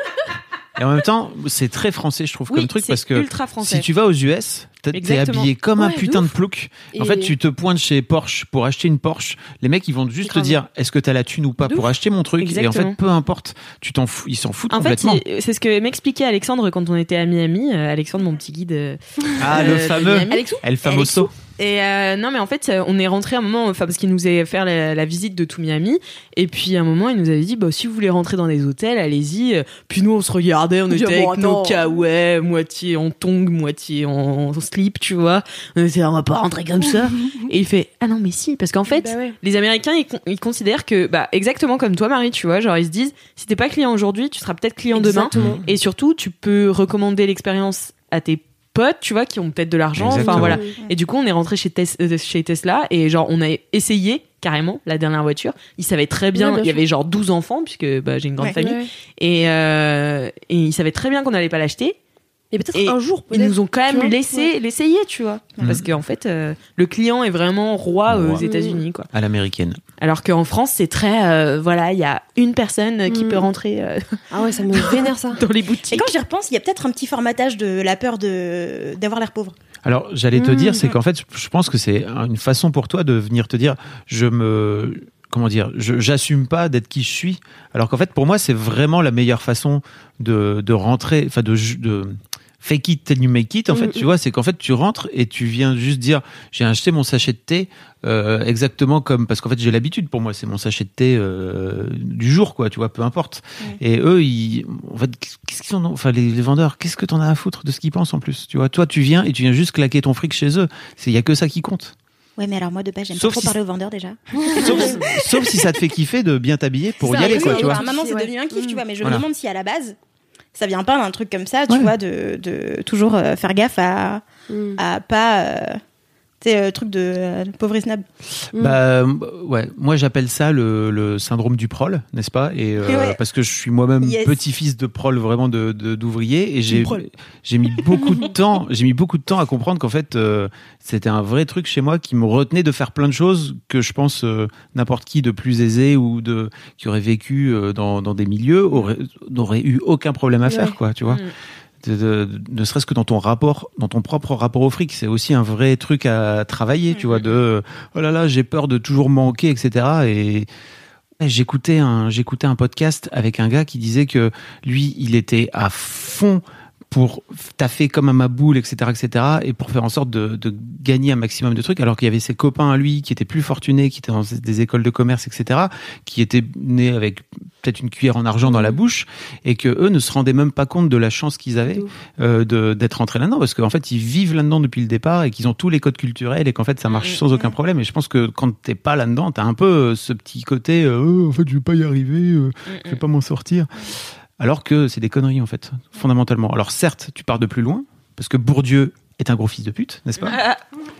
Et en même temps, c'est très français, je trouve, Oui, comme truc, c'est parce que ultra français. si tu vas aux U S, t'es t'es Exactement. habillé comme un Ouais, putain de de plouc. En Et- fait, tu te pointes chez Porsche pour acheter une Porsche. Les mecs, ils vont juste te grave. dire, est-ce que t'as la thune ou pas De pour ouf. acheter mon truc. Et en Exactement. fait, peu importe, tu t'en fous, ils s'en foutent En fait, complètement. il- c'est ce que m'expliquait Alexandre quand on était à Miami. Euh, Alexandre, mon petit guide. euh, Ah, euh, le de fameux Miami. Alexou El Famoso. Et euh, non, mais en fait, euh, on est rentré un moment, enfin parce qu'il nous a fait la, la visite de tout Miami, et puis à un moment, il nous avait dit, bah si vous voulez rentrer dans des hôtels, allez-y. Euh, Puis nous, on se regardait, on Dis, était bon, avec nos attends. kawaii, moitié en tongs, moitié en, en slip, tu vois. On était, on va pas rentrer comme ça. Et il fait, ah non, mais si, parce qu'en fait, Bah ouais. les Américains, ils, con- ils considèrent que, bah exactement comme toi, Marie, tu vois, genre ils se disent, si t'es pas client aujourd'hui, tu seras peut-être client demain. Exactement. Et surtout, tu peux recommander l'expérience à tes potes, tu vois, qui ont peut-être de l'argent. Enfin Exactement. voilà. Et du coup, on est rentré chez, Tes- euh, chez Tesla et genre, on a essayé carrément la dernière voiture. Ils savaient très bien, Ouais, bien il y sûr. avait genre douze enfants, puisque bah, j'ai une grande Ouais. famille. Ouais. Et, euh, et ils savaient très bien qu'on n'allait pas l'acheter. Et peut-être Et un jour, Ils peut-être. nous ont quand tu même vois, laissé ouais. l'essayer, tu vois. Mhm. Parce qu'en fait, euh, le client est vraiment roi euh, aux Roi. États-Unis, quoi. À l'américaine. Alors qu'en France, c'est très, euh, voilà, il y a une personne qui Mhm. peut rentrer euh, Ah ouais, ça me vénère ça. dans les Et boutiques. quand j'y repense, il y a peut-être un petit formatage de la peur de d'avoir l'air pauvre. Alors, j'allais te Mmh. dire, c'est qu'en fait, je pense que c'est une façon pour toi de venir te dire, je me, comment dire, je, j'assume pas d'être qui je suis. Alors qu'en fait, pour moi, c'est vraiment la meilleure façon de, de rentrer, enfin, de, de fake it till you make it. En Mmh. fait, tu vois, c'est qu'en fait, tu rentres et tu viens juste dire, j'ai acheté mon sachet de thé, euh, exactement comme, parce qu'en fait, j'ai l'habitude, pour moi, c'est mon sachet de thé euh, du jour, quoi, tu vois, peu importe. Et eux, ils, en fait, qu'est-ce qu'ils en ont, enfin, les, les vendeurs, qu'est-ce que t'en as à foutre de ce qu'ils pensent en plus, tu vois. Toi, tu viens et tu viens juste claquer ton fric chez eux. C'est, il y a que ça qui compte. Ouais, mais alors moi de base, j'aime Sauf pas trop si- parler aux vendeurs déjà. Sauf, sauf si ça te fait kiffer de bien t'habiller pour C'est y ça, aller, oui, quoi, oui, tu vois. Enfin, maintenant, c'est Ouais. devenu un kiff, tu vois, mais je Voilà. me demande si à la base, ça vient pas d'un truc comme ça, tu Ouais. vois, de, de toujours euh, faire gaffe à, Mm. à pas. euh, tu sais, euh, truc de euh, pauvre et snob. Mm. Bah euh, ouais, moi j'appelle ça le, le syndrome du prol, n'est-ce pas? Et euh, Ouais. parce que je suis moi-même Yes. petit-fils de prol, vraiment de de- d'ouvrier, et j'ai prol. j'ai mis beaucoup de temps, j'ai mis beaucoup de temps à comprendre qu'en fait euh, c'était un vrai truc chez moi qui me retenait de faire plein de choses que je pense euh, n'importe qui de plus aisé ou de qui aurait vécu euh, dans dans des milieux aurait n'aurait eu aucun problème à faire, Ouais. quoi, tu vois. Mm. De, de- de- ne serait-ce que dans ton rapport, dans ton propre rapport au fric, c'est aussi un vrai truc à travailler, tu vois, de euh, oh là là, j'ai peur de toujours manquer, et cetera. Et ouais, j'écoutais un, j'écoutais un podcast avec un gars qui disait que lui, il était à fond pour taffer comme un maboule, et cetera, et cetera, et pour faire en sorte de, de gagner un maximum de trucs, alors qu'il y avait ses copains à lui qui étaient plus fortunés, qui étaient dans des écoles de commerce, et cetera, qui étaient nés avec peut-être une cuillère en argent dans la bouche, et que eux ne se rendaient même pas compte de la chance qu'ils avaient euh, de, d'être rentrés là-dedans, parce qu'en fait ils vivent là-dedans depuis le départ et qu'ils ont tous les codes culturels et qu'en fait ça marche sans aucun problème. Et je pense que quand t'es pas là-dedans, t'as un peu euh, ce petit côté euh, oh, en fait je vais pas y arriver, euh, je vais pas m'en sortir. Alors que c'est des conneries en fait, fondamentalement. Alors certes, tu pars de plus loin, parce que Bourdieu est un gros fils de pute, n'est-ce pas?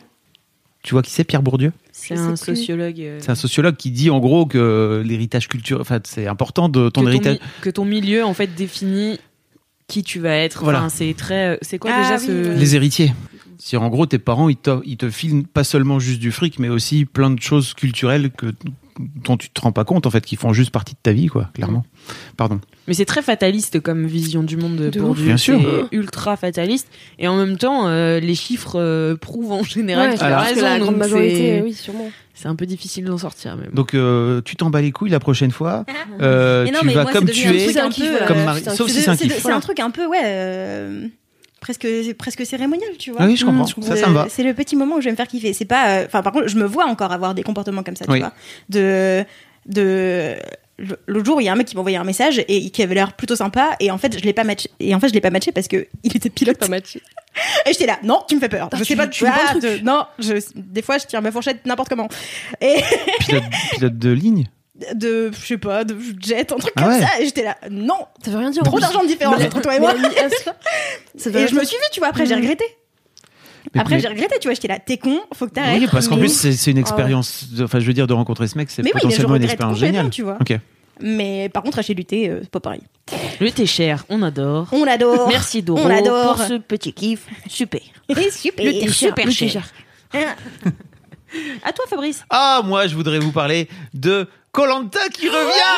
Tu vois qui c'est, Pierre Bourdieu? C'est Je un sais plus. sociologue. euh, C'est un sociologue qui dit en gros que l'héritage culturel, enfin c'est important de ton que, ton héritage. mi- que ton milieu en fait définit qui tu vas être. Voilà. Enfin, c'est très. C'est quoi Ah déjà oui, ce. ouais. Les héritiers. Si en gros tes parents ils te, ils te filent pas seulement juste du fric, mais aussi plein de choses culturelles que dont tu te rends pas compte en fait, qui font juste partie de ta vie, quoi, clairement. Pardon. Mais c'est très fataliste comme vision du monde de De Bourdieu. Bien sûr. C'est ultra fataliste. Et en même temps, euh, les chiffres euh, prouvent en général Ouais, qu'il a parce que raison. la grande donc majorité, c'est- oui, sûrement. c'est un peu difficile d'en sortir même. Donc euh, tu t'en bats les couilles la prochaine fois. Euh, Mais non, tu mais vas moi, comme c'est tu devenu un es, truc un peu, comme euh, Marie. c'est un- Sauf C'est si de- c'est un c'est de- kiff. c'est un truc un peu, ouais, euh, presque, presque cérémonial, tu vois. Ah oui, je comprends. Mm. Ça, ça me va. C'est le petit moment où je vais me faire kiffer. C'est pas, euh, enfin, par contre, je me vois encore avoir des comportements comme ça, tu Oui. vois. De, de, le- l'autre jour, il y a un mec qui m'a envoyé un message et qui avait l'air plutôt sympa. Et en fait, je l'ai pas matché. Et en fait, je l'ai pas matché parce que il était pilote. Pas matché. Et j'étais là, non, tu me fais peur. Attends, je sais tu- pas, tu me ah, vends le truc. de- non, je, des fois, je tire ma fourchette n'importe comment. Et Pilote, pilote de ligne. de, je sais pas, de jet, un truc Ah comme ouais. ça. Et j'étais là, non, Ça veut rien dire. en trop plus. d'argent de différence Mais- entre toi et moi. mais Ami S, ça veut Et rien je me dire. suis vue, tu vois. Après, j'ai regretté. Mais- Après, mais- j'ai regretté, tu vois. J'étais là, t'es con, faut que t'arrêtes. Oui, parce qu'en Mais- plus, c'est, c'est une Ah ouais. expérience. de- Enfin, je veux dire, de rencontrer ce mec, c'est Mais oui, mais je potentiellement une regrette expérience complètement, géniale. tu vois. Ok. Mais par contre, H L U T, euh, c'est pas pareil. Le thé cher, on adore. On adore. Merci Doro On adore. pour ce petit kiff. Super. Super. Le thé cher, Super le cher. thé cher. À toi Fabrice. Ah, moi, je voudrais vous parler de Koh-Lanta qui revient.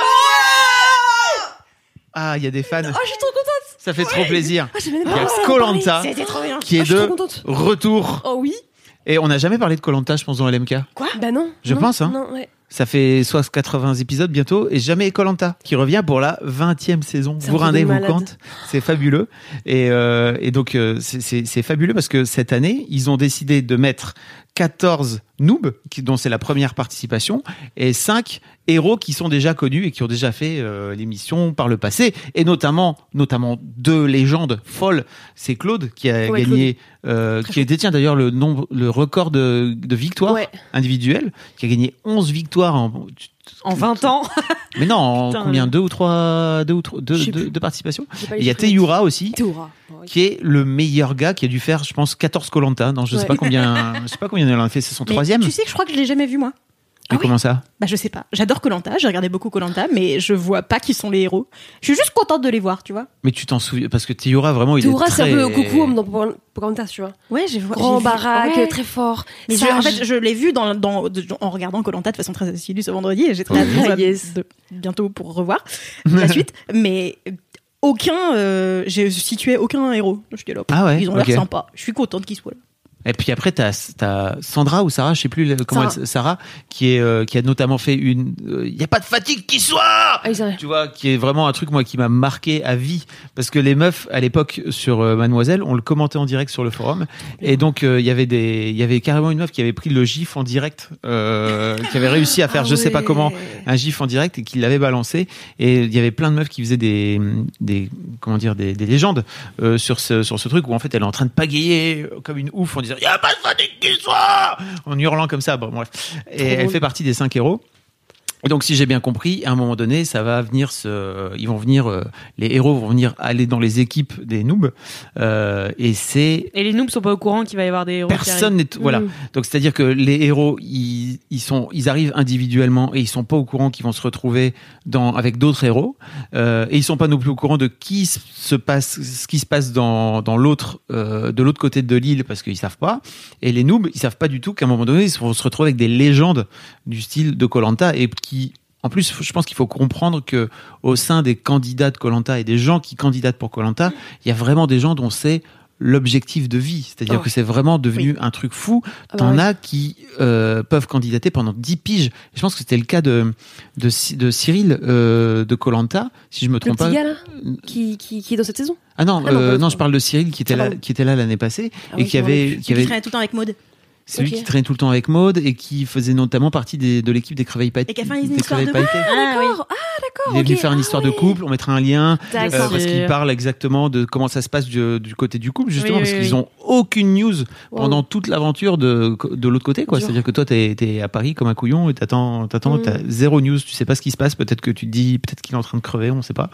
Ah, il y a des fans. Oh, je suis trop contente. Ça fait trop plaisir. Ah, j'ai même Il y a pas Koh-Lanta C'était trop bien. qui Ah, est je suis de trop contente. retour. Oh oui. Et on n'a jamais parlé de Koh-Lanta, je pense, dans L M K. Bah non. Je non, pense, hein. Non, ouais. Ça fait soit quatre-vingts épisodes bientôt et jamais Koh-Lanta qui revient pour la vingtième saison. C'est Vous un truc de rendez-vous malade. compte? C'est fabuleux. Et, euh, et donc, euh, c'est, c'est, c'est fabuleux parce que cette année, ils ont décidé de mettre quatorze noobs, qui, dont c'est la première participation, et cinq héros qui sont déjà connus et qui ont déjà fait euh, l'émission par le passé. Et notamment, notamment deux légendes folles. C'est Claude qui a Ouais, gagné, euh, qui détient d'ailleurs le nombre, le record de, de victoires Ouais. individuelles, qui a gagné onze victoires en, En vingt ans. mais non, en Putain, combien mais- deux ou trois, deux ou trois, deux, Je sais deux, plus. deux participations. J'ai pas Et les il y a chiffres. Teyura aussi, Théora. Ouais. qui est le meilleur gars, qui a dû faire, je pense, quatorze Koh-Lanta. Non, je sais Ouais. pas combien, je sais pas combien il en a fait. C'est son Mais troisième. Tu sais que je crois que je l'ai jamais vu, moi. Mais comment ça? Bah, je sais pas. J'adore Koh-Lanta. J'ai regardé beaucoup Koh-Lanta, mais je vois pas qui sont les héros. Je suis juste contente de les voir, tu vois. Mais tu t'en souviens parce que Teyura vraiment, il Théora, est c'est très. un peu Coucou Homme dans Pocahontas, tu vois. Ouais, j'ai vu. Grand j'ai vu- baraque, ouais. très fort. Mais je, en sage. fait, je l'ai vu dans, dans, de- en regardant Koh-Lanta de façon très assidue ce vendredi et j'ai très hâte Ah, de- yes. de- bientôt pour revoir la suite. Mais aucun, euh, j'ai situé aucun héros. Je suis là. Ah ouais, Ils ont l'air ok. sympas. Je suis contente qu'ils soient là. Et puis après, t'as, t'as Sandra ou Sarah, je sais plus le- comment Sarah. elle, Sarah, qui est, euh, qui a notamment fait une, il y a pas de fatigue qui soit! Ah, ils sont- Tu vois, qui est vraiment un truc, moi, qui m'a marqué à vie. Parce que les meufs, à l'époque, sur euh, Mademoiselle, on le commentait en direct sur le forum. Et donc, euh, il y avait des, il y avait carrément une meuf qui avait pris le gif en direct, euh, qui avait réussi à faire, Ah je sais pas ouais. comment, un gif en direct et qui l'avait balancé. Et il y avait plein de meufs qui faisaient des, des, comment dire, des, des légendes, euh, sur ce, sur ce truc où, en fait, elle est en train de pagayer comme une ouf en disant, il y a pas de fatigue qui soit! En hurlant comme ça. Bon, bref. Et elle drôle. fait partie des cinq héros. Et donc, si j'ai bien compris, à un moment donné, ça va venir se, ils vont venir, euh, les héros vont venir aller dans les équipes des noobs, euh, et c'est Et les noobs sont pas au courant qu'il va y avoir des héros. qui personne arrivent. n'est, voilà. Mm. Donc, c'est-à-dire que les héros, ils, ils sont, ils arrivent individuellement et ils sont pas au courant qu'ils vont se retrouver dans, avec d'autres héros, euh, et ils sont pas non plus au courant de qui se passe, ce qui se passe dans, dans l'autre, euh, de l'autre côté de l'île parce qu'ils savent pas. Et les noobs, ils savent pas du tout qu'à un moment donné, ils vont se retrouver avec des légendes du style de Koh-Lanta et qui, en plus, je pense qu'il faut comprendre que au sein des candidats de Koh-Lanta et des gens qui candidatent pour Koh-Lanta, il y a vraiment des gens dont c'est l'objectif de vie. C'est-à-dire Oh. que c'est vraiment devenu un truc fou. Ah bah T'en ouais. as qui euh, peuvent candidater pendant dix piges. Je pense que c'était le cas de, de, Cy- de Cyril euh, de Koh-Lanta, si je me Le trompe petit pas. gars, là, qui, qui, qui est dans cette saison. Ah non, Ah non, euh, pas- non, je parle de Cyril qui était Ah, là, pardon. qui était là l'année passée Ah et oui, qui je m'en rappelle avait, plus. qui Qui avait, traînait tout le temps avec Maud. c'est lui Ok. qui traînait tout le temps avec Maud et qui faisait notamment partie des, de l'équipe des Creveilles Pailletés. Et qui a fait une des histoire Creveilles de- Pailletés. Ah, oui. D'accord. Ah, d'accord. Il est venu ok. faire une Ah, histoire de ouais. couple, on mettra un lien. Euh, D'accord. parce qu'il parle exactement de comment ça se passe du, du côté du couple, justement, Oui, parce oui, qu'ils oui. ont aucune news Wow. pendant toute l'aventure de, de l'autre côté, quoi. Dur. C'est-à-dire que toi, t'es, t'es à Paris comme un couillon et t'attends, t'attends, Mm. t'as zéro news, tu sais pas ce qui se passe, peut-être que tu te dis, peut-être qu'il est en train de crever, on sait pas.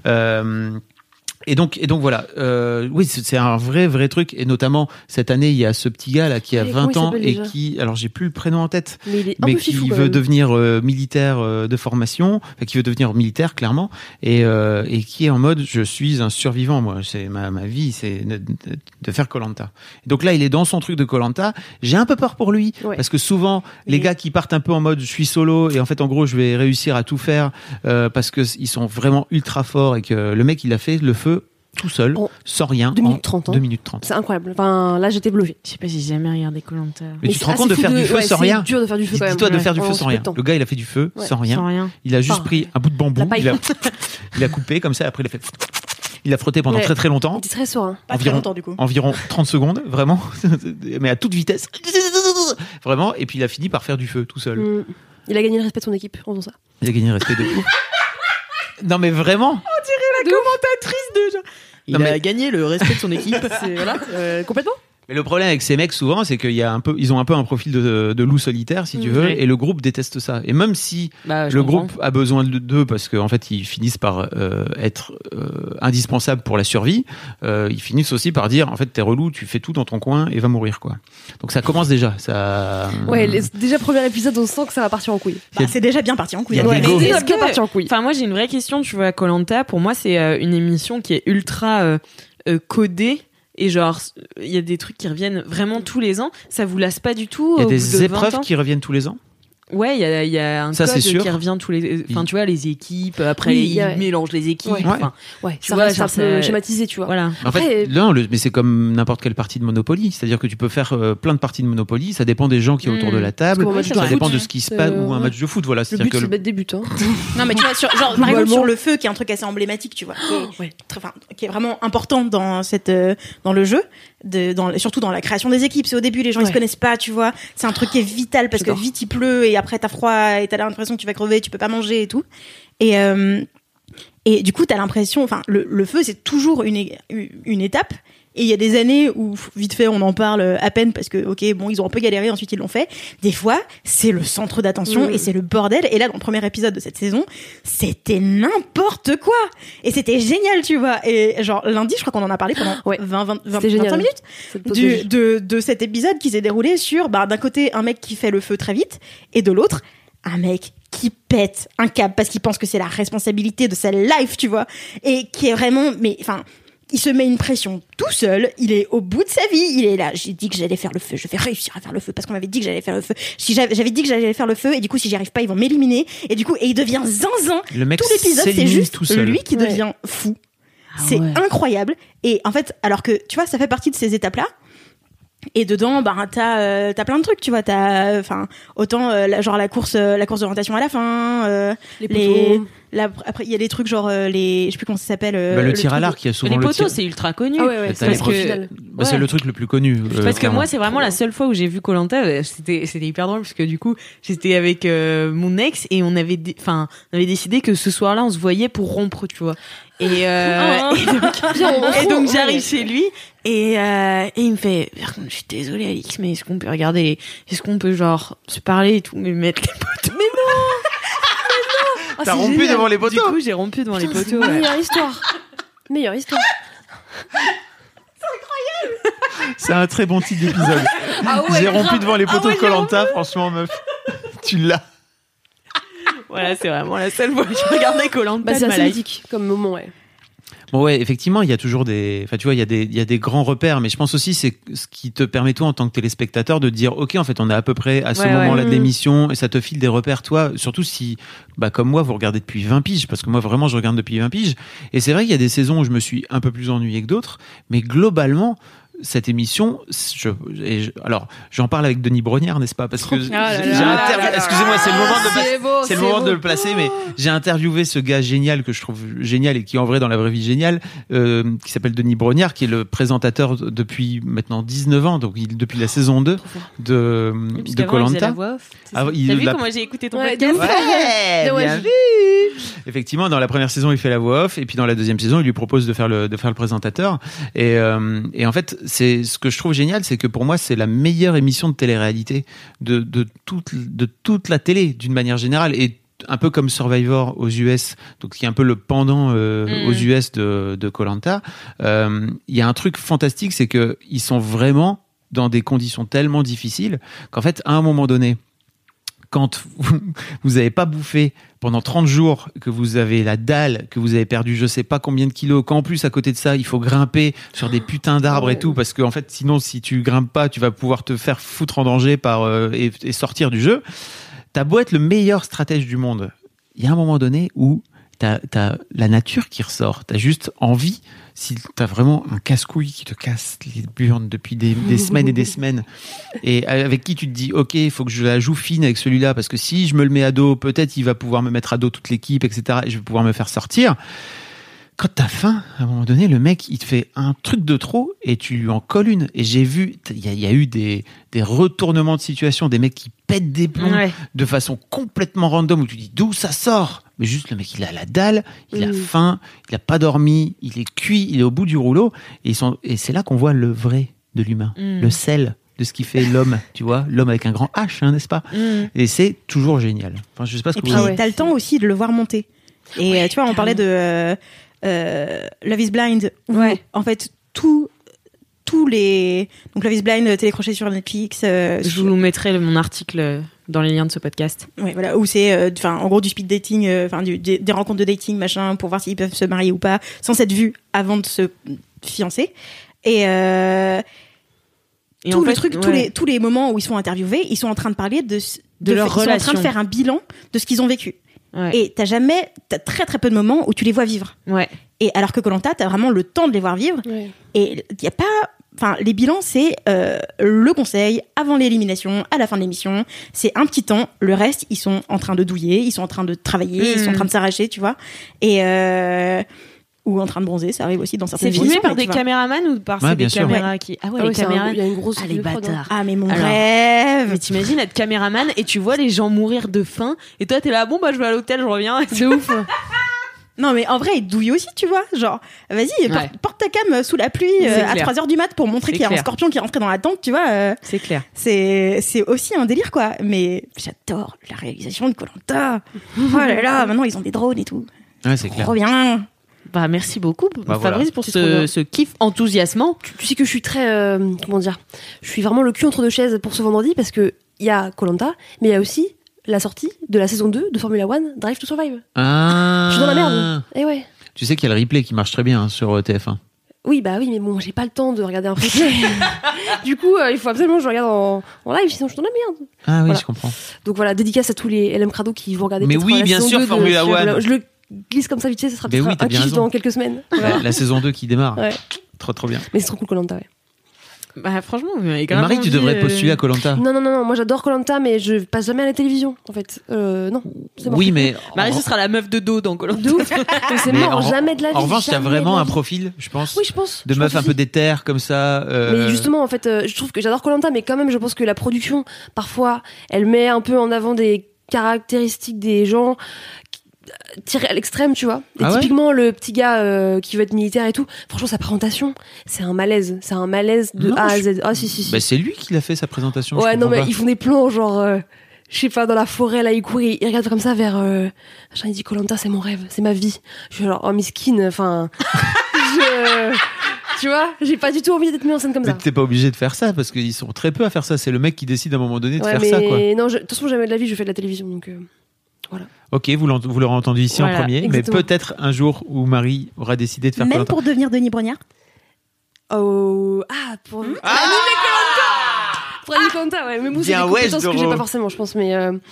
Euh, Et donc, et donc voilà. Euh, oui, c'est c'est un vrai, vrai truc. Et notamment cette année, il y a ce petit gars là qui a Mais comment vingt il ans s'appelle et déjà qui, alors j'ai plus le prénom en tête, Mais il est un mais peu qui fifou, quand veut même. devenir euh, militaire euh, de formation, enfin, qui veut devenir militaire clairement, et, euh, et qui est en mode je suis un survivant, moi, c'est ma, ma vie, c'est de, de, de faire Koh-Lanta. Donc là, il est dans son truc de Koh-Lanta. J'ai un peu peur pour lui Ouais. parce que souvent les Mais- gars qui partent un peu en mode je suis solo et en fait en gros je vais réussir à tout faire euh, parce que ils sont vraiment ultra forts et que le mec il a fait le feu tout seul, En sans rien, deux en minutes trente, hein. deux minutes trente. C'est incroyable. Enfin, là, j'étais bluffée. Je sais pas si j'ai jamais regardé Koh-Lanta. Mais, tu c'est te rends assez compte de fou faire du feu ouais, sans c'est rien. dur de faire du feu quand même. Dis-toi de Ouais. faire du feu Pendant sans si peu rien. de temps. Le gars, il a fait du feu Ouais. sans rien. Sans rien. Il a juste Enfin, pris un bout de bambou, la paille. il a, il a coupé comme ça, après il a fait, il a frotté pendant Ouais. très très longtemps, Il était très serein. Pas très environ, longtemps, du coup. environ trente secondes, vraiment, mais à toute vitesse, vraiment, et puis il a fini par faire du feu tout seul. Mm. Il a gagné le respect de son équipe en faisant ça. Il a gagné le respect de qui? Non mais vraiment. On dirait la commentatrice de genre. Il Non, a mais- gagné le respect de son équipe. C'est voilà. Euh, complètement. Mais le problème avec ces mecs souvent, c'est qu'il y a un peu, ils ont un peu un profil de, de loup solitaire, si tu veux, Ouais. et le groupe déteste ça. Et même si Bah, je le comprends. groupe a besoin de- d'eux parce qu'en fait ils finissent par euh, être euh, indispensables pour la survie, euh, ils finissent aussi par dire en fait t'es relou, tu fais tout dans ton coin et va mourir quoi. Donc ça commence déjà. Ça. Ouais, les, déjà premier épisode, on sent que ça va partir en couille. Bah, c'est déjà bien parti en couille. Il y a Ouais, des go. mais Est-ce c'est bien que- parti en couille. Enfin, moi, j'ai une vraie question. Tu vois, Koh-Lanta, pour moi, c'est euh, une émission qui est ultra euh, euh, codée. Et genre, il y a des trucs qui reviennent vraiment tous les ans. Ça vous lasse pas du tout? Il y a au bout des de épreuves vingt ans qui reviennent tous les ans. Ouais, il y a, il y a un Ça, code c'est sûr. qui revient tous les. Enfin, Il- tu vois, les équipes. Après, Oui, ils ouais. mélangent les équipes. Ouais. Enfin, Ouais, Tu ça vois, reste un genre, peu ça- schématisé, tu vois. voilà. En Après, fait, non, le- mais c'est comme n'importe quelle partie de Monopoly. C'est-à-dire que tu peux faire euh, plein de parties de Monopoly. Ça dépend des gens qui sont autour Mm. de la table. Comme un match Ça de dépend foot. de ce qui se passe Euh, ou un ouais. match de foot. Voilà. Le C'est-à-dire but, que c'est le- de mettre des buts. Hein. Non, mais tu vois, sur, genre, par exemple, Globalement. sur le feu, qui est un truc assez emblématique, tu vois, qui est, Ouais. très- enfin, qui est vraiment important dans cette, euh, dans le jeu, de, dans, surtout dans la création des équipes. C'est au début, les gens ils Ouais. se connaissent pas, tu vois. C'est un truc qui est vital parce que J'adore. vite il pleut et après t'as froid et t'as l'impression que tu vas crever, tu peux pas manger et tout. Et, euh, et du coup, t'as l'impression, enfin, le, le feu, c'est toujours une, é- une étape. Et il y a des années où, vite fait, on en parle à peine parce que, ok, bon, ils ont un peu galéré, ensuite ils l'ont fait. Des fois, c'est le centre d'attention Mmh. et c'est le bordel. Et là, dans le premier épisode de cette saison, c'était n'importe quoi. Et c'était génial, tu vois. Et genre, lundi, je crois qu'on en a parlé pendant Ouais. vingt, vingt, vingt, C'était génial. vingt-cinq minutes Cette du, pause de, de cet épisode qui s'est déroulé sur, bah, d'un côté, un mec qui fait le feu très vite et de l'autre, un mec qui pète un câble parce qu'il pense que c'est la responsabilité de sa life, tu vois. Et qui est vraiment, mais, enfin, il se met une pression tout seul, il est au bout de sa vie, il est là, j'ai dit que j'allais faire le feu, je vais réussir à faire le feu parce qu'on m'avait dit que j'allais faire le feu. Si j'avais, j'avais dit que j'allais faire le feu et du coup si j'y arrive pas, ils vont m'éliminer et du coup et il devient zinzin. Le mec Tout l'épisode c'est s'élimine juste tout seul. lui qui Ouais. devient fou. Ah C'est ouais. incroyable et en fait alors que tu vois ça fait partie de ces étapes là. Et dedans, bah, t'as, euh, t'as plein de trucs, tu vois. T'as, enfin, autant, euh, la- genre la course, euh, la course d'orientation à la fin. Euh, Les les, poteaux. la- après, il y a des trucs genre euh, les, je sais plus comment ça s'appelle. euh, Bah, le tir à truc- l'arc, il y a souvent Les le poteaux, tir. c'est ultra connu. Ah ouais, ouais, T'as c'est les parce pro- que final. Bah, c'est Ouais. le truc le plus connu. euh, Parce que clairement. moi, c'est vraiment la seule fois où j'ai vu Koh-Lanta. C'était, c'était hyper drôle parce que du coup, j'étais avec euh, mon ex et on avait, dé- enfin, on avait décidé que ce soir-là, on se voyait pour rompre, tu vois. Et, euh, Oh. et donc, Bien, on et donc, rompt, j'arrive ouais. chez lui et, euh, et il me fait, par contre, je suis désolée, Alix, mais est-ce qu'on peut regarder, les- est-ce qu'on peut genre se parler et tout, mais mettre les poteaux. Ah, T'as c'est rompu génial. devant les Du poteaux. coup, j'ai rompu devant les Putain, c'est poteaux. ouais. Meilleure histoire. Meilleure histoire. C'est un très bon titre d'épisode. Ah ouais, J'ai rompu grave. devant les Ah poteaux ouais, de Koh-Lanta, franchement, meuf. Tu l'as. Voilà, c'est vraiment la seule fois que je regardais Koh-Lanta Bah, de c'est ma assez life. mythique comme moment, ouais. Bon ouais, effectivement, il y a toujours des, enfin tu vois, il y a des, il y a des grands repères, mais je pense aussi c'est ce qui te permet toi en tant que téléspectateur de dire, ok, en fait, on est à peu près à ce Ouais, moment-là ouais. de l'émission et ça te file des repères toi, surtout si, bah comme moi, vous regardez depuis vingt piges, parce que moi vraiment je regarde depuis vingt piges, et c'est vrai qu'il y a des saisons où je me suis un peu plus ennuyé que d'autres, mais globalement. Cette émission, je, et je- alors j'en parle avec Denis Brognard, n'est-ce pas? Parce que j'ai là j'ai là. interviewé- excusez-moi, c'est le moment de C'est beau, c'est le c'est moment beau. de le placer, mais j'ai interviewé ce gars génial que je trouve génial et qui en vrai dans la vraie vie génial, euh, qui s'appelle Denis Brognard, qui est le présentateur depuis maintenant dix-neuf ans, donc il, depuis la saison deux de, Oui, parce de qu'avant, il faisait la Koh-Lanta. voix off. C'est Ah, ça. il- T'as vu la- comment j'ai écouté ton Ouais, podcast? de ouf. Ouais, De bien ouais. vu. Effectivement, dans la première saison, il fait la voix off, et puis dans la deuxième saison, il lui propose de faire le, de faire le présentateur. Et, euh, et en fait, c'est ce que je trouve génial, c'est que pour moi, c'est la meilleure émission de télé-réalité de, de toute, de toute la télé, d'une manière générale. Et un peu comme Survivor aux U S, donc qui est un peu le pendant euh, Mm. aux U S de de Koh-Lanta. Euh, Il y a un truc fantastique, c'est que ils sont vraiment dans des conditions tellement difficiles qu'en fait, à un moment donné, quand vous, vous avez pas bouffé pendant trente jours, que vous avez la dalle, que vous avez perdu je sais pas combien de kilos, qu'en plus à côté de ça, il faut grimper sur des putains d'arbres et tout, parce que en fait, sinon, si tu grimpes pas, tu vas pouvoir te faire foutre en danger par euh, et, et sortir du jeu. T'as beau être le meilleur stratège du monde, il y a un moment donné où t'as, t'as la nature qui ressort. T'as juste envie, si t'as vraiment un casse-couille qui te casse les burnes depuis des, des semaines et des semaines, et avec qui tu te dis, ok, il faut que je la joue fine avec celui-là, parce que si je me le mets à dos, peut-être il va pouvoir me mettre à dos toute l'équipe, et cetera, et je vais pouvoir me faire sortir. quand t'as faim, à un moment donné, le mec, il te fait un truc de trop et tu lui en colles une. Et j'ai vu, il y, y a eu des, des retournements de situation, des mecs qui pètent des plombs Ouais. de façon complètement random où tu dis d'où ça sort. Mais juste le mec, il a la dalle, il a Mm. faim, il a pas dormi, il est cuit, il est au bout du rouleau. Et, ils sont, et c'est là qu'on voit le vrai de l'humain, Mm. le sel de ce qui fait l'homme, tu vois, l'homme avec un grand H, hein, n'est-ce pas? Mm. Et c'est toujours génial. Enfin, je sais pas ce Et que puis, vous... Ah ouais. t'as le temps aussi de le voir monter. Et euh, tu vois, on parlait de euh, euh, Love is Blind. Où, Ouais. en fait, tout, tous les. Donc, Love is Blind, euh, télécrochet sur Netflix. euh, Je sur- vous mettrai le- mon article dans les liens de ce podcast. Ouais, voilà, où c'est, euh, enfin, en gros, du speed dating, euh, enfin, du- des, des rencontres de dating, machin, pour voir s'ils peuvent se marier ou pas, sans s'être vus avant de se fiancer. Et, euh, Et tout en le fait, truc, tous ouais. les tous les moments où ils sont interviewés, ils sont en train de parler de ce- De leur ils sont en train relation. de faire un bilan de ce qu'ils ont vécu. Ouais. Et t'as jamais, t'as très très peu de moments où tu les vois vivre. Ouais. Et alors que Koh-Lanta, t'as vraiment le temps de les voir vivre. Ouais. Et il y a pas, enfin, les bilans, c'est euh, le conseil avant l'élimination, à la fin de l'émission. C'est un petit temps. Le reste, ils sont en train de douiller, ils sont en train de travailler, ils sont en train de s'arracher, tu vois. Et euh, ou en train de bronzer, ça arrive aussi dans certaines C'est filmé émissions, par mais des tu vois. caméramans ou par Ouais, c'est bien des sûr. caméras qui ah ouais, Ah les ouais, c'est un- caméras il y a une grosse ah, les équipe de prod, hein. bâtards. Ah mais mon Alors, rêve. Mais t'imagines être caméraman et tu vois les gens mourir de faim et toi t'es là bon bah je vais à l'hôtel je reviens c'est ouf. Non mais en vrai, ils douillent aussi, tu vois. Genre, vas-y, Ouais. porte, porte ta cam sous la pluie C'est euh, à clair. trois heures du mat pour montrer C'est qu'il y a un clair. scorpion qui est rentré dans la tente, tu vois. euh, C'est clair. c'est c'est aussi un délire, quoi. Mais j'adore la réalisation de Koh-Lanta. Oh là là, maintenant ils ont des drones et tout. Ouais, c'est clair. Trop bien. Bah merci beaucoup Bah, Fabrice voilà. pour C'est trop ce, bien. ce kiff enthousiasmant. Tu, tu sais que je suis très, euh, comment dire, je suis vraiment le cul entre deux chaises pour ce vendredi parce que il y a Koh-Lanta, mais il y a aussi la sortie de la saison deux de Formula One, Drive to Survive. Ah. Je suis dans la merde. Et ouais. Tu sais qu'il y a le replay qui marche très bien hein, sur euh, T F un. Oui, bah oui, mais bon, j'ai pas le temps de regarder un replay. Du coup, euh, il faut absolument que je regarde en, en live, sinon je suis dans la merde. Ah oui, Voilà. je comprends. Donc voilà, dédicace à tous les L M Crado qui vont regarder. Mais peut-être oui, la bien saison sûr, deux de Formula One. Je le glisse comme ça vite fait, ça sera Mais peut-être oui, t'as un bien kiff raison. dans quelques semaines. La, Voilà. la saison deux qui démarre. Ouais. Trop trop bien. Mais c'est trop cool Koh-Lanta, ouais. Bah franchement Et Marie, tu devrais postuler à Koh-Lanta. Non, non, non, non, moi j'adore Koh-Lanta, mais je passe jamais à la télévision, en fait. Euh, non, c'est mort. Oui, mais Marie en, ce sera la meuf de dos dans Koh-Lanta. De ouf. Donc c'est mais mort, en- jamais de la vie. en revanche, t'as jamais vraiment de la un vie. profil, je pense, Oui, je pense. de je meuf pense un peu aussi. déterre comme ça. euh, Mais justement, en fait, euh, je trouve que j'adore Koh-Lanta, mais quand même, je pense que la production, parfois, elle met un peu en avant des caractéristiques des gens qui- euh, tirés à l'extrême, tu vois. Et Ah ouais typiquement, le petit gars euh, qui veut être militaire et tout, franchement, sa présentation, c'est un malaise. C'est un malaise de Non, A à je- Z. Ah, si, si, si. Bah, c'est lui qui l'a fait sa présentation. je ouais, non, comprends mais pas. ils font des plans, genre, euh, je sais pas, dans la forêt, là, ils courent, ils, ils regardent comme ça vers. Euh, machin, il dit Koh-Lanta, c'est mon rêve, c'est ma vie. Je suis genre, oh, miskin, enfin. je. Tu vois, j'ai pas du tout envie d'être mis en scène comme Mais ça. t'es pas obligé de faire ça parce qu'ils sont très peu à faire ça. C'est le mec qui décide à un moment donné de Ouais, faire mais ça, quoi. non, je- de toute façon, jamais de la vie, je fais de la télévision, donc. euh, Ok, vous, l'ent- vous l'aurez entendu ici Voilà, en premier, exactement. mais peut-être un jour où Marie aura décidé de faire Même Koh-Lanta. pour devenir Denis Brognard. Oh, ah, pour. Ah Pour animer Koh-Lanta, ouais. Mais moi, c'est Bien, des ouais, compétences que j'ai Doro. pas forcément, je pense, mais. euh,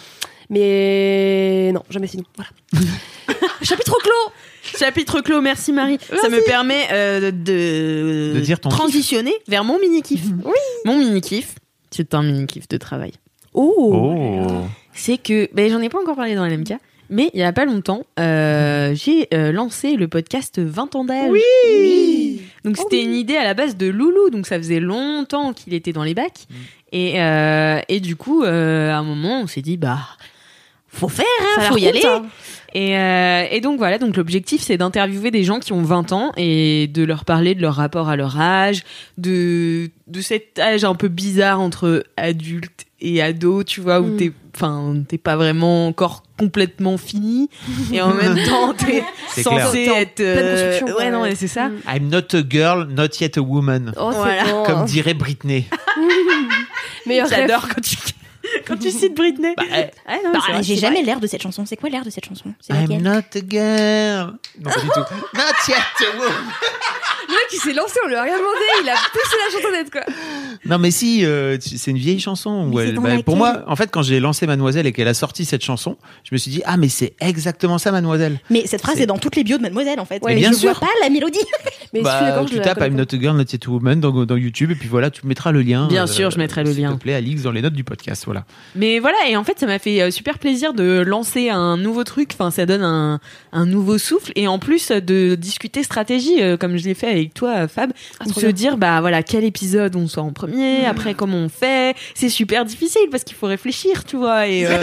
Mais. Non, jamais sinon. Voilà. Chapitre clos. Chapitre clos, merci Marie. Ça me permet euh, de, De dire ton transitionner vers mon mini kiff. Oui. Mon mini kiff, c'est un mini kiff de travail. Oh. Oh. C'est que, ben j'en ai pas encore parlé dans L M K, mais il y a pas longtemps, euh, j'ai euh, lancé le podcast vingt ans d'âge. Oui. Donc c'était une idée à la base de Loulou, donc ça faisait longtemps qu'il était dans les bacs. Et euh, et du coup, euh, à un moment, on s'est dit bah faut faire, hein, Ça a l'air faut y cool, aller. ça. Et, euh, et donc voilà, donc l'objectif c'est d'interviewer des gens qui ont vingt ans et de leur parler de leur rapport à leur âge, de de cet âge un peu bizarre entre adulte et ado, tu vois, où Mm. t'es, enfin, t'es pas vraiment encore complètement fini et en même temps t'es C'est censé clair. être. Pleine construction, ouais, quoi, non, ouais. mais c'est ça. Mm. I'm not a girl, not yet a woman. Oh, c'est Voilà. bon. Comme dirait Britney. Meilleur rêve. J'adore quand tu quand tu cites Britney. Bah, eh, Ah, non, Bah, c'est vrai, j'ai c'est jamais vrai. l'air de cette chanson. C'est quoi l'air de cette chanson? C'est I'm laquelle? not a girl. Non, pas du tout. Not yet a woman. Le mec, il s'est lancé, on lui a rien demandé, il a poussé la chansonnette, quoi. Non, mais si, euh, tu- c'est une vieille chanson. Où Mais c'est elle- dans bah, laquelle pour moi, en fait, quand j'ai lancé Mademoiselle et qu'elle a sorti cette chanson, je me suis dit, ah, mais c'est exactement ça, Mademoiselle. Mais cette phrase C'est- est dans toutes les bios de Mademoiselle en fait. Ouais, mais bien je sûr. vois pas la mélodie. Mais Bah, je suis d'accord, je tu la tapes connais I'm pas. not a girl, not yet a woman dans, dans YouTube, et puis voilà, tu mettras le lien. Bien sûr, je mettrai le S'il lien. te plaît, Alix, dans les notes du podcast, voilà. Mais voilà, et en fait, ça m'a fait euh, super plaisir de lancer un nouveau truc. Enfin, ça donne un, un nouveau souffle. Et en plus, euh, de discuter stratégie, euh, comme je l'ai fait avec toi, euh, Fab. Ah, Ou trop se bien. dire, bah voilà, quel épisode on sort en premier, après comment on fait. C'est super difficile parce qu'il faut réfléchir, tu vois. Et, euh,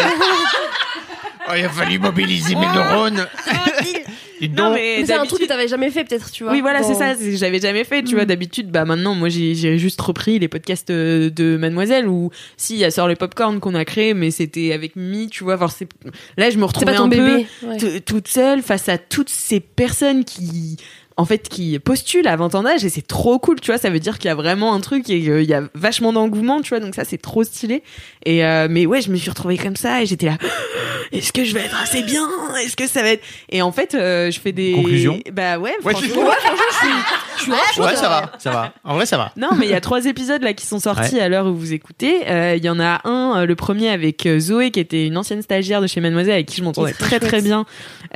Oh, il a fallu mobiliser mes neurones. non, mais Mais c'est un truc que d'habitude- t'avais jamais fait, peut-être, tu vois. Oui, voilà, dans- c'est ça. c'est- que J'avais jamais fait, tu Mm. vois. D'habitude, bah maintenant, moi, j'ai j'ai juste repris les podcasts euh, de Mademoiselle ou si il y a Sort le Popcorn qu'on a créé, mais c'était avec Mimi, tu vois. Enfin, c'est- là, je me C'est retrouvais pas ton un peu bébé. Ouais. t- toute seule face à toutes ces personnes qui en fait qui postulent à vingt ans d'âge et c'est trop cool, tu vois. Ça veut dire qu'il y a vraiment un truc et qu'il y a vachement d'engouement, tu vois. Donc ça, c'est trop stylé. Et euh, mais ouais, je me suis retrouvée comme ça et j'étais là. Est-ce que je vais être assez bien? Est-ce que ça va être? Et en fait, euh, je fais des Conclusion. Bah ouais. Ouais, je suis- franchement, Je suis Ouais, ça va, ça va. En vrai, ça va. non, mais il y a trois épisodes là qui sont sortis à l'heure où vous écoutez. Euh, Il y en a un, euh, le premier avec euh, Zoé, qui était une ancienne stagiaire de chez Mademoiselle, avec qui je m'entendais Qui est très très très chouette. bien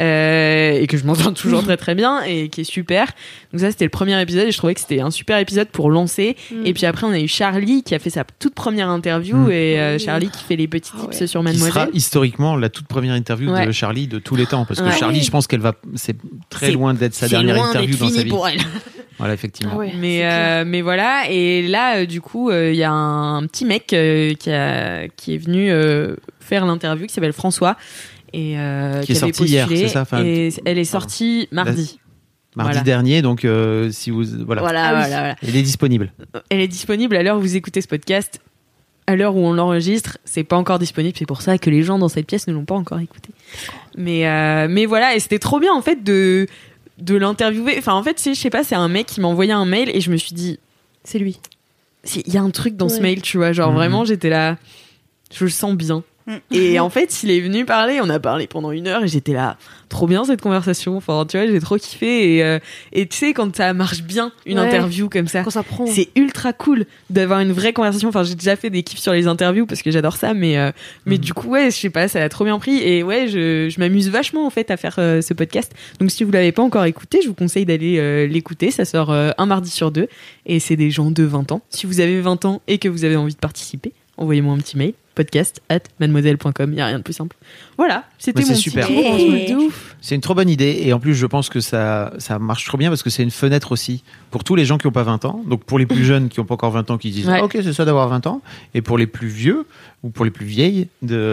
euh, et que je m'entends toujours très très bien et qui est super. Donc ça, c'était le premier épisode et je trouvais que c'était un super épisode pour lancer. Mm. Et puis après, on a eu Charlie qui a fait sa toute première interview Mm. et euh, Oui. Charlie qui fait les petits Ah tips ouais. sur Qui Mademoiselle. sera historiquement la toute première interview Ouais. de Charlie de tous les temps. Parce que Ouais. Charlie, je pense qu'elle va, c'est très C'est- loin d'être sa C'est dernière loin interview d'être dans sa fini vie. pour elle. Voilà, effectivement. Ah ouais, Mais c'est clair. euh, mais voilà, et là euh, du coup il y a un petit mec euh, qui a qui est venu euh, faire l'interview qui s'appelle François et euh, Qui est avait sorti hier, postulé, c'est ça, enfin, et elle est sortie mardi. Mardi Voilà. dernier, donc euh, si vous voilà, Voilà, Ah oui. voilà, voilà. elle est disponible. Elle est disponible à l'heure où vous écoutez ce podcast. À l'heure où on l'enregistre, c'est pas encore disponible. C'est pour ça que les gens dans cette pièce ne l'ont pas encore écouté. Mais euh, mais voilà, et c'était trop bien en fait de de l'interviewer. Enfin en fait, c'est- je sais pas, c'est un mec qui m'a envoyé un mail et je me suis dit, C'est lui. si, il y a un truc dans ce Ouais. mail, tu vois, genre Mhm. vraiment j'étais là, je le sens bien. Mm. Et en fait, il est venu parler, on a parlé pendant une heure et j'étais là, trop bien cette conversation. Enfin, tu vois, j'ai trop kiffé et euh, et tu sais quand ça marche bien une Ouais. interview comme ça. Quand ça prend. C'est ultra cool d'avoir une vraie conversation. Enfin, j'ai déjà fait des kiffs sur les interviews parce que j'adore ça, mais euh, mais Mhm. du coup, ouais, je sais pas, ça a trop bien pris et ouais, je, je m'amuse vachement en fait à faire euh, ce podcast. Donc, si vous l'avez pas encore écouté, je vous conseille d'aller euh, l'écouter. Ça sort euh, un mardi sur deux et c'est des gens de vingt ans. Si vous avez vingt ans et que vous avez envie de participer, envoyez-moi un petit mail podcast at mademoiselle point com. Il y a rien de plus simple. Voilà, c'était Bah, mon c'est petit super. tour en Hey. de ouf. C'est une trop bonne idée et en plus je pense que ça ça marche trop bien parce que c'est une fenêtre aussi pour tous les gens qui n'ont pas vingt ans. Donc pour les plus jeunes qui n'ont pas encore vingt ans qui disent Ouais. ah, OK, c'est ça d'avoir vingt ans et pour les plus vieux ou pour les plus vieilles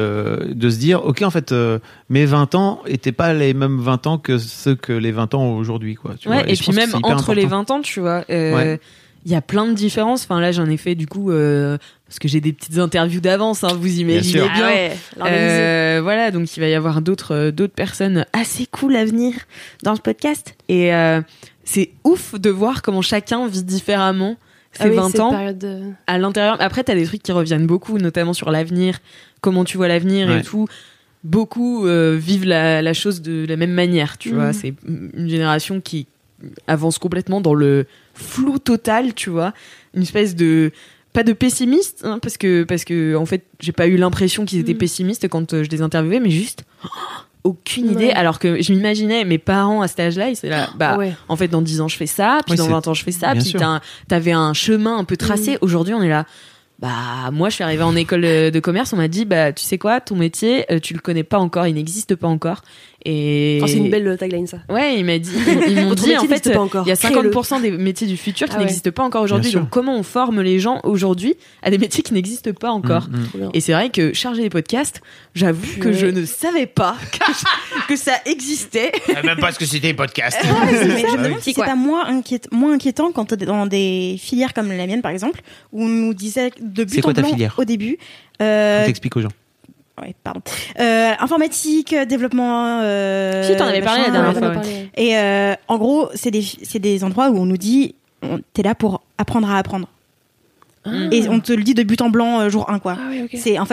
de de se dire OK, en fait euh, mes vingt ans étaient pas les mêmes vingt ans que ceux que les vingt ans aujourd'hui quoi, tu Ouais, vois. et, je puis pense que même c'est hyper entre les important. vingt ans, tu vois, euh, Ouais. il y a plein de différences. Enfin, là, j'en ai fait du coup, euh, parce que j'ai des petites interviews d'avance, hein, vous imaginez sûr. bien. Ah ouais, l'organiser. Euh, voilà, donc il va y avoir d'autres euh, d'autres personnes assez cool à venir dans ce podcast. Et euh, c'est ouf de voir comment chacun vit différemment ses Ah oui, vingt cette ans période de- à l'intérieur. Après, t'as des trucs qui reviennent beaucoup, notamment sur l'avenir, comment tu vois l'avenir Ouais. et tout. Beaucoup euh, vivent la, la chose de la même manière, tu Mhm. vois. C'est une génération qui avance complètement dans le flou total, tu vois. Une espèce de pas de pessimiste, hein, parce que parce que en fait, j'ai pas eu l'impression qu'ils étaient Mhm. pessimistes quand euh, je les interviewais, mais juste oh, aucune idée. Ouais. Alors que je m'imaginais mes parents à cet âge-là, ils étaient là, bah Ah ouais. en fait, dans dix ans, je fais ça, puis Oui, dans c'est- vingt ans, je fais ça, bien puis sûr. t'as un- t'avais un chemin un peu tracé. Mhm. Aujourd'hui, on est là. Bah, moi, je suis arrivée en école de de commerce, on m'a dit, bah, tu sais quoi, ton métier, euh, tu le connais pas encore, il n'existe pas encore. Et. Oh, c'est une belle tagline, ça. Ouais, il m'a dit, ils m'ont Votre dit, métier en fait, n'existe pas encore. il y a Créez-le. cinquante pour cent des métiers du futur qui Ah ouais. n'existent pas encore aujourd'hui. Bien sûr. Donc, comment on forme les gens aujourd'hui à des métiers qui n'existent pas encore? Mm, mm. Trop bien. Et c'est vrai que charger des podcasts, j'avoue que Ouais. je ne savais pas que, que ça existait. Même pas ce que c'était podcast. Mais je me demande C'est si c'est quoi pas moins, inquiét- moins inquiétant quand t'es dans des filières comme la mienne par exemple, où on nous disait de C'est but quoi en ta blanc filière au début. Euh, T'expliques aux gens. ouais, pardon. Euh, informatique, développement. Euh, Si, t'en avais parlé la machin. dernière on en fois, a ouais. parlé. Et euh, en gros, c'est des, c'est des endroits où on nous dit, on- t'es là pour apprendre à apprendre. Mm. Et on te le dit de but en blanc euh, jour un quoi. Ah ouais, ok. C'est en fait,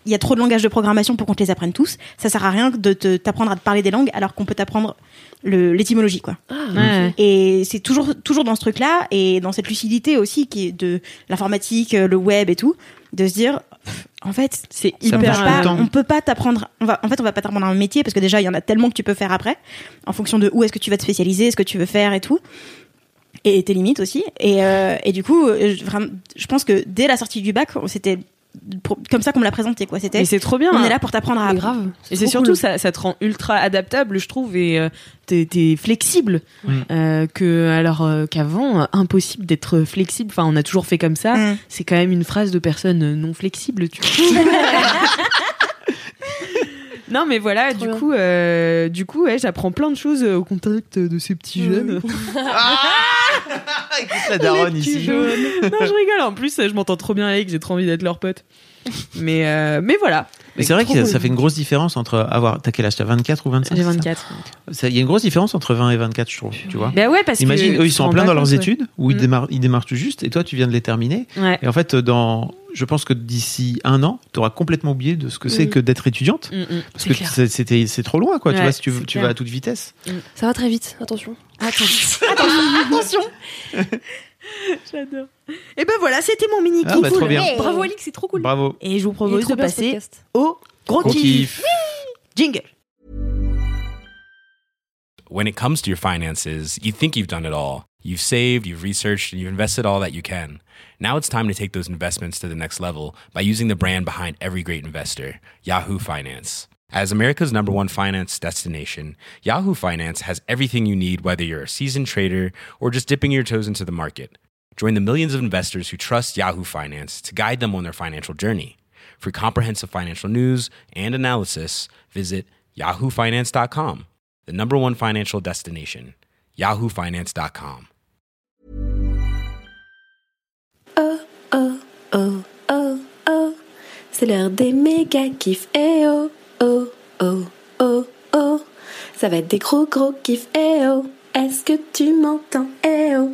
il y a trop de langages de programmation pour qu'on te les apprenne tous. Ça sert à rien de te, t'apprendre à te parler des langues alors qu'on peut t'apprendre le, l'étymologie, quoi. Ah, ouais. Et c'est toujours, toujours dans ce truc-là et dans cette lucidité aussi qui est de l'informatique, le web et tout, de se dire, en fait, c'est Ça hyper. bouge tout le pas, temps. on peut pas t'apprendre, on va, en fait, on va pas t'apprendre un métier parce que déjà, il y en a tellement que tu peux faire après, en fonction de où est-ce que tu vas te spécialiser, ce que tu veux faire et tout. Et tes limites aussi. Et, euh, et du coup, je, vraiment, je pense que dès la sortie du bac, c'était pour, comme ça qu'on me l'a présenté, quoi. C'était, Mais c'est trop bien. on hein. est là pour t'apprendre à Mais apprendre. grave. Et c'est trop surtout cool. ça, ça te rend ultra adaptable, je trouve, et euh, t'es, t'es flexible. Oui. Euh, que alors euh, qu'avant, euh, impossible d'être flexible. Enfin, on a toujours fait comme ça. Mm. C'est quand même une phrase de personne non flexible, tu vois. Non, mais voilà, Trop du bien. coup, euh, du coup, ouais, j'apprends plein de choses au contact de ces petits jeunes. Écoute la daronne Les petits ici. jeunes. Non, je rigole. En plus, je m'entends trop bien avec. J'ai trop envie d'être leur pote. Mais, euh, mais voilà. Mais c'est vrai Trop que cool. ça fait une grosse différence entre avoir. T'as quel âge? T'as vingt-quatre ou vingt-cinq? J'ai c'est ça vingt-quatre. Ça- Il y a une grosse différence entre vingt et vingt-quatre, je trouve. Tu vois. Bah ouais, parce Imagine, que eux, ils tu sont te en rends plein pas dans leurs compte, ouais. études, où ils, Mm. démarrent, ils démarrent tout juste, et toi, tu viens de les terminer. Ouais. Et en fait, dans, je pense que d'ici un an, tu auras complètement oublié de ce que c'est Mm. que d'être étudiante. Mm, mm. Parce C'est que clair. c'est, c'était, c'est trop loin, quoi. tu Ouais, vois, si tu, veux- c'est tu clair. vas à toute vitesse. Ça va très vite, attention. Attention. J'adore. Et ben voilà, c'était mon mini Ah, kiff. bah, trop bien. Hey. Bravo Alix, c'est trop cool. Bravo. Et je vous Il est propose trop de bien, ce passer podcast. au gros, Gros kiff. kiff. Jingle. When it comes to your finances, you think you've done it all. You've saved, you've researched, and you've invested all that you can. Now it's time to take those investments to the next level by using the brand behind every great investor, Yahoo Finance. As America's number one finance destination, Yahoo Finance has everything you need, whether you're a seasoned trader or just dipping your toes into the market. Join the millions of investors who trust Yahoo Finance to guide them on their financial journey. For comprehensive financial news and analysis, visit yahoo finance dot com, the number one financial destination, yahoo finance dot com. Oh, oh, oh, oh, oh. C'est l'heure des méga kiffs. Eh oh, oh, oh, oh, oh. Ça va être des gros, gros kiffs. Eh oh. Est-ce que tu m'entends? Eh oh.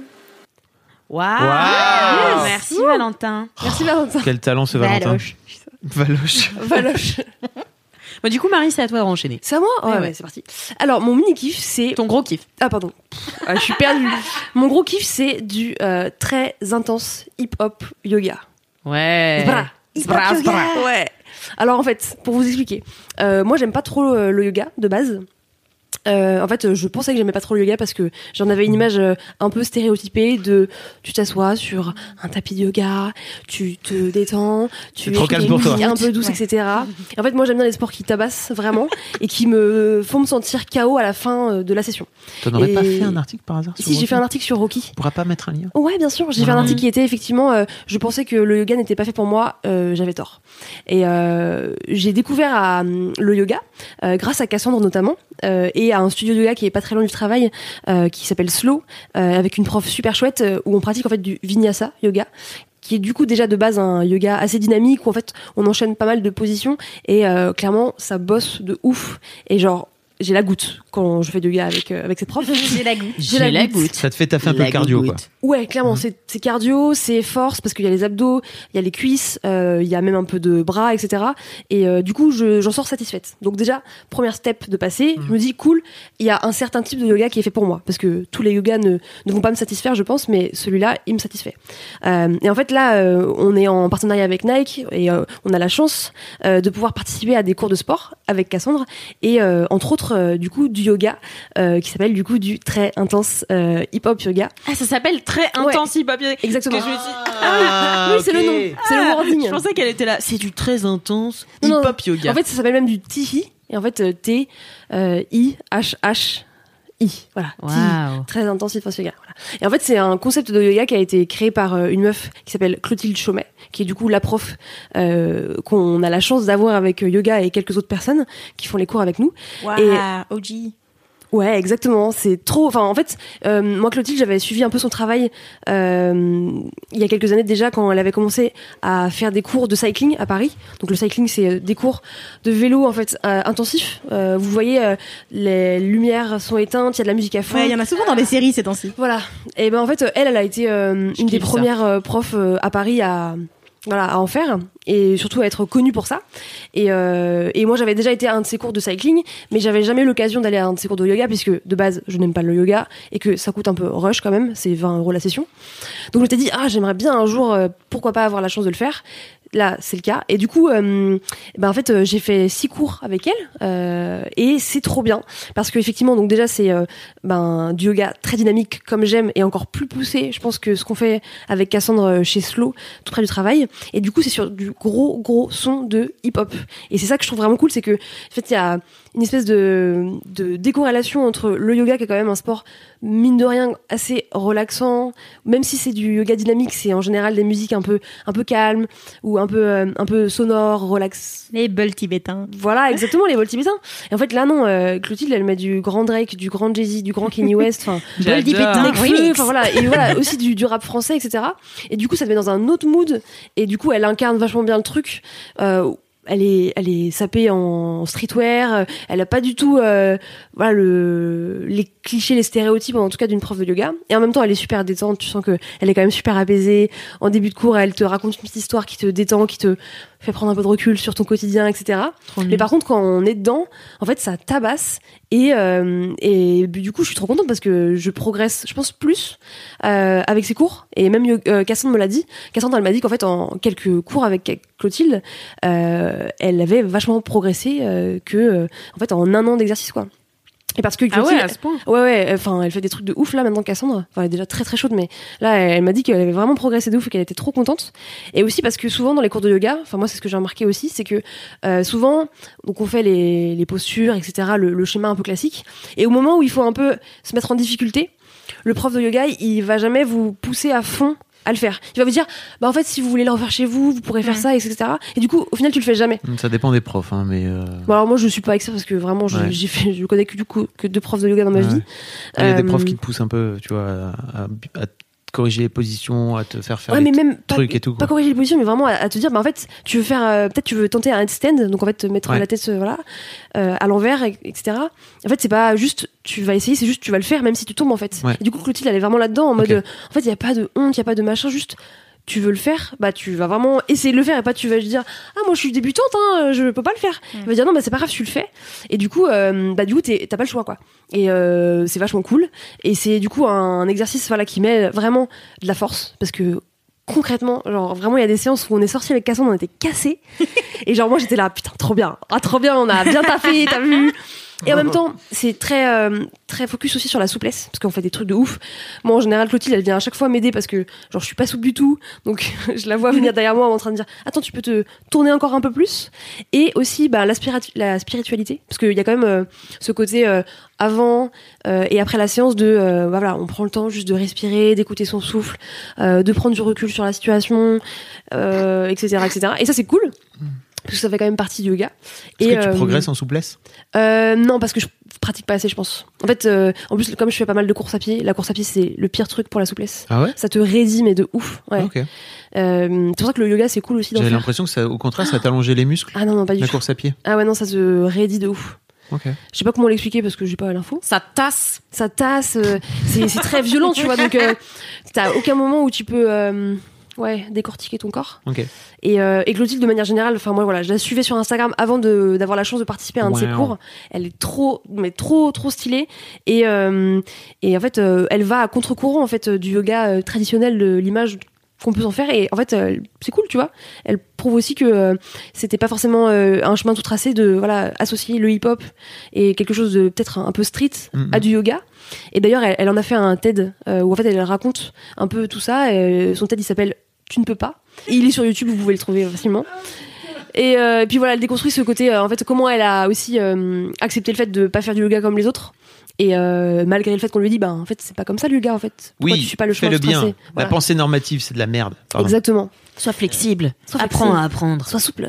Waouh. Waouh. Merci Valentin. Merci Valentin. Quel talent ce Valentin. Valoche. Valoche. Valoche. Bon, du coup, Marie, c'est à toi de renchaîner. C'est à moi? Ouais, Ouais, ouais, ouais. c'est parti. Alors, mon mini kiff, c'est. Ton gros kiff. Ah, pardon. Ah, je suis perdue. Mon gros kiff, c'est du euh, très intense hip-hop yoga. Ouais. Bra. Hip-hop Bra, yoga. bra. Ouais. Alors, en fait, pour vous expliquer, euh, moi, j'aime pas trop euh, le yoga de base. Euh, en fait, je pensais que j'aimais pas trop le yoga parce que j'en avais une image euh, un peu stéréotypée de tu t'assois sur un tapis de yoga, tu te détends, tu C'est trop écoutes calme des pour toi. musiques un peu douce, et cetera. Et en fait, moi, j'aime bien les sports qui tabassent vraiment et qui me font me sentir K O à la fin euh, de la session. T'en aurais Et- pas fait un article par hasard sur Si, j'ai Rocky fait un article sur Rocky. Tu pourras pas mettre un lien. Ouais, bien sûr. J'ai fait un article qui était effectivement, euh, je pensais que le yoga n'était pas fait pour moi, euh, j'avais tort. Et euh, j'ai découvert à, euh, le yoga euh, grâce à Cassandre notamment euh, et à un studio de yoga qui est pas très loin du travail, euh, qui s'appelle Slow, euh, avec une prof super chouette euh, où on pratique en fait du vinyasa yoga, qui est du coup déjà de base un yoga assez dynamique où en fait on enchaîne pas mal de positions et euh, clairement ça bosse de ouf et genre j'ai la goutte quand je fais du yoga avec euh, avec cette prof. J'ai la goutte. J'ai la goutte. Ça te fait taffer un peu La le cardio, gougoute. quoi. Ouais, clairement, c'est c'est cardio, c'est force parce qu'il y a les abdos, il y a les cuisses, euh, il y a même un peu de bras, et cetera. Et euh, du coup, je- j'en sors satisfaite. Donc déjà, première step de passer, je me dis cool, il y a un certain type de yoga qui est fait pour moi parce que tous les yogas ne, ne vont pas me satisfaire, je pense, mais celui-là, il me satisfait. Euh, et en fait, là, euh, on est en partenariat avec Nike et euh, on a la chance euh, de pouvoir participer à des cours de sport avec Cassandre et euh, entre autres, euh, du coup, du yoga euh, qui s'appelle du coup du très intense euh, hip-hop yoga. Ah, ça s'appelle très intense hip-hop. Exactement. Parce que je me suis dit, Ah, oui, c'est le nom, c'est le ah, wording. Je pensais qu'elle était là. C'est du très intense Non, non. hip-hop yoga. En fait, ça s'appelle même du Tihi. Et en fait, euh, T, euh, I, H, H, I. Voilà. Tihi. Waouh. Très intense hip-hop yoga. Voilà. Et en fait, c'est un concept de yoga qui a été créé par euh, une meuf qui s'appelle Clotilde Chaumet, qui est du coup la prof euh, qu'on a la chance d'avoir avec euh, yoga et quelques autres personnes qui font les cours avec nous. Waouh, Et- O G. Ouais, exactement. C'est trop. Enfin, en fait, euh, moi, Clotilde, j'avais suivi un peu son travail euh, il y a quelques années déjà quand elle avait commencé à faire des cours de cycling à Paris. Donc le cycling, c'est euh, des cours de vélo en fait euh, intensifs. Euh, vous voyez, euh, les lumières sont éteintes, il y a de la musique à fond. Ouais, il y en a souvent dans les séries ces temps-ci. Voilà. Et ben en fait, elle, elle a été euh, une des kiffe ça. premières euh, profs euh, à Paris à voilà, à en faire et surtout à être connu pour ça. Et, euh, et moi, j'avais déjà été à un de ces cours de cycling, mais j'avais jamais eu l'occasion d'aller à un de ces cours de yoga puisque de base, je n'aime pas le yoga et que ça coûte un peu rush quand même, c'est vingt euros la session. Donc je m'étais dit, ah, j'aimerais bien un jour, euh, pourquoi pas avoir la chance de le faire. Là, c'est le cas. Et du coup, euh, ben en fait, euh, j'ai fait six cours avec elle euh, et c'est trop bien parce que effectivement, donc déjà, c'est euh, ben du yoga très dynamique comme j'aime et encore plus poussé. Je pense que ce qu'on fait avec Cassandre chez Slow, tout près du travail. Et du coup, c'est sur du gros gros son de hip-hop. Et c'est ça que je trouve vraiment cool, c'est que en fait, il y a une espèce de, de décorrélation entre le yoga qui est quand même un sport mine de rien assez relaxant, même si c'est du yoga dynamique, c'est en général des musiques un peu un peu calmes ou un peu euh, un peu sonores, relax. Les bols tibétains. Voilà, exactement, les bols tibétains. Et en fait là non, euh, Clotilde elle met du grand Drake, du grand Jay-Z, du grand Kanye West, enfin bols tibétains, enfin voilà, et voilà aussi du, du rap français, et cetera. Et du coup ça te met dans un autre mood. Et du coup elle incarne vachement bien le truc. Euh, elle est elle est sapée en streetwear, elle a pas du tout euh, voilà le les clichés, les stéréotypes en tout cas d'une prof de yoga, et en même temps elle est super détente, tu sens que elle est quand même super apaisée. En début de cours elle te raconte une petite histoire qui te détend, qui te fait prendre un peu de recul sur ton quotidien, et cetera. Mais par contre quand on est dedans, en fait ça tabasse et euh, et du coup je suis trop contente parce que je progresse, je pense plus euh, avec ces cours. Et même euh, Cassandre me l'a dit, Cassandre elle m'a dit qu'en fait en quelques cours avec Clotilde euh, elle avait vachement progressé euh, que euh, en fait en un an d'exercice quoi. Et parce que Clotilde, ah ouais, à ce point. ouais ouais, enfin elle fait des trucs de ouf là maintenant, Cassandre. Enfin elle est déjà très très chaude, mais là elle, elle m'a dit qu'elle avait vraiment progressé de ouf et qu'elle était trop contente. Et aussi parce que souvent dans les cours de yoga, enfin moi c'est ce que j'ai remarqué aussi, c'est que euh, souvent donc on fait les, les postures, et cetera. Le, le schéma un peu classique. Et au moment où il faut un peu se mettre en difficulté, le prof de yoga il va jamais vous pousser à fond à le faire. Il va vous dire, bah en fait, si vous voulez le refaire chez vous, vous pourrez faire mmh. ça, et cetera. Et du coup, au final, tu le fais jamais. Ça dépend des profs, hein, mais. Euh... Bon, alors moi, je suis pas avec ça parce que vraiment, je, ouais. j'ai fait, je connais que du coup que deux profs de yoga dans ma ouais. vie. Il y a euh... des profs qui te poussent un peu, tu vois, à, à, à corriger les positions, à te faire faire ouais, des mais même trucs pas, et tout. Quoi. Pas corriger les positions, mais vraiment à, à te dire, bah en fait, tu veux faire, euh, peut-être tu veux tenter un headstand, donc en fait, te mettre ouais. la tête, euh, voilà, euh, à l'envers, et cetera. En fait, c'est pas juste, tu vas essayer, c'est juste, tu vas le faire, même si tu tombes, en fait. Ouais. Et du coup, Clotilde, elle est vraiment là-dedans, en mode, okay. euh, en fait, il y a pas de honte, il y a pas de machin, juste. Tu veux le faire, bah tu vas vraiment essayer de le faire et pas tu vas juste dire ah moi je suis débutante hein, je peux pas le faire. Mmh. Il va dire non bah c'est pas grave tu le fais et du coup euh, bah du coup t'es, t'as pas le choix quoi et euh, c'est vachement cool et c'est du coup un, un exercice voilà qui met vraiment de la force parce que concrètement genre vraiment il y a des séances où on est sorti avec Cassandre on était cassés et genre moi j'étais là putain trop bien ah trop bien on a bien taffé t'as vu. Et en même temps, c'est très euh, très focus aussi sur la souplesse parce qu'on fait des trucs de ouf. Moi en général Clotilde elle vient à chaque fois m'aider parce que genre je suis pas souple du tout. Donc je la vois venir derrière moi en train de dire "Attends, tu peux te tourner encore un peu plus." Et aussi bah la, spiritu- la spiritualité parce qu'il y a quand même euh, ce côté euh, avant euh, et après la séance de euh, bah, voilà, on prend le temps juste de respirer, d'écouter son souffle, euh, de prendre du recul sur la situation euh, et cetera et cetera. Et ça c'est cool. Parce que ça fait quand même partie du yoga. Est-ce et que tu euh, progresses en souplesse euh, Non, parce que je pratique pas assez, je pense. En fait, euh, en plus, comme je fais pas mal de course à pied, la course à pied, c'est le pire truc pour la souplesse. Ah ouais ça te raidit, mais de ouf. Ouais. Okay. Euh, c'est pour ça que le yoga, c'est cool aussi d'en J'avais faire. l'impression que ça, au contraire, ça t'allongeait les muscles. Ah non, non, pas du la tout. La course à pied. Ah ouais, non, ça se raidit de ouf. Okay. Je sais pas comment l'expliquer parce que j'ai pas l'info. Ça tasse. Ça tasse. Euh, c'est, c'est très violent, tu vois. Donc, euh, t'as aucun moment où tu peux... Euh, ouais, décortiquer ton corps. Okay. Et, euh, et Clotilde, de manière générale, enfin moi voilà, je la suivais sur Instagram avant de, d'avoir la chance de participer à un wow. de ses cours. Elle est trop, mais trop, trop stylée. Et, euh, et en fait, euh, elle va à contre-courant en fait du yoga euh, traditionnel, de l'image qu'on peut en faire. Et en fait, euh, c'est cool, tu vois. Elle prouve aussi que euh, c'était pas forcément euh, un chemin tout tracé de voilà associer le hip-hop et quelque chose de peut-être un peu street mm-hmm. à du yoga. Et d'ailleurs, elle, elle en a fait un TED euh, où en fait elle raconte un peu tout ça. Et son TED il s'appelle Tu ne peux pas. Et il est sur YouTube, vous pouvez le trouver facilement. Et, euh, et puis voilà, elle déconstruit ce côté, euh, en fait, comment elle a aussi euh, accepté le fait de pas faire du yoga comme les autres. Et euh, malgré le fait qu'on lui dit, bah en fait, c'est pas comme ça le yoga, en fait. Pourquoi oui, tu suis pas le chemin fais le bien. Voilà. La pensée normative, c'est de la merde. Pardon. Exactement. Sois flexible. Sois Apprends flexible. à apprendre. Sois souple.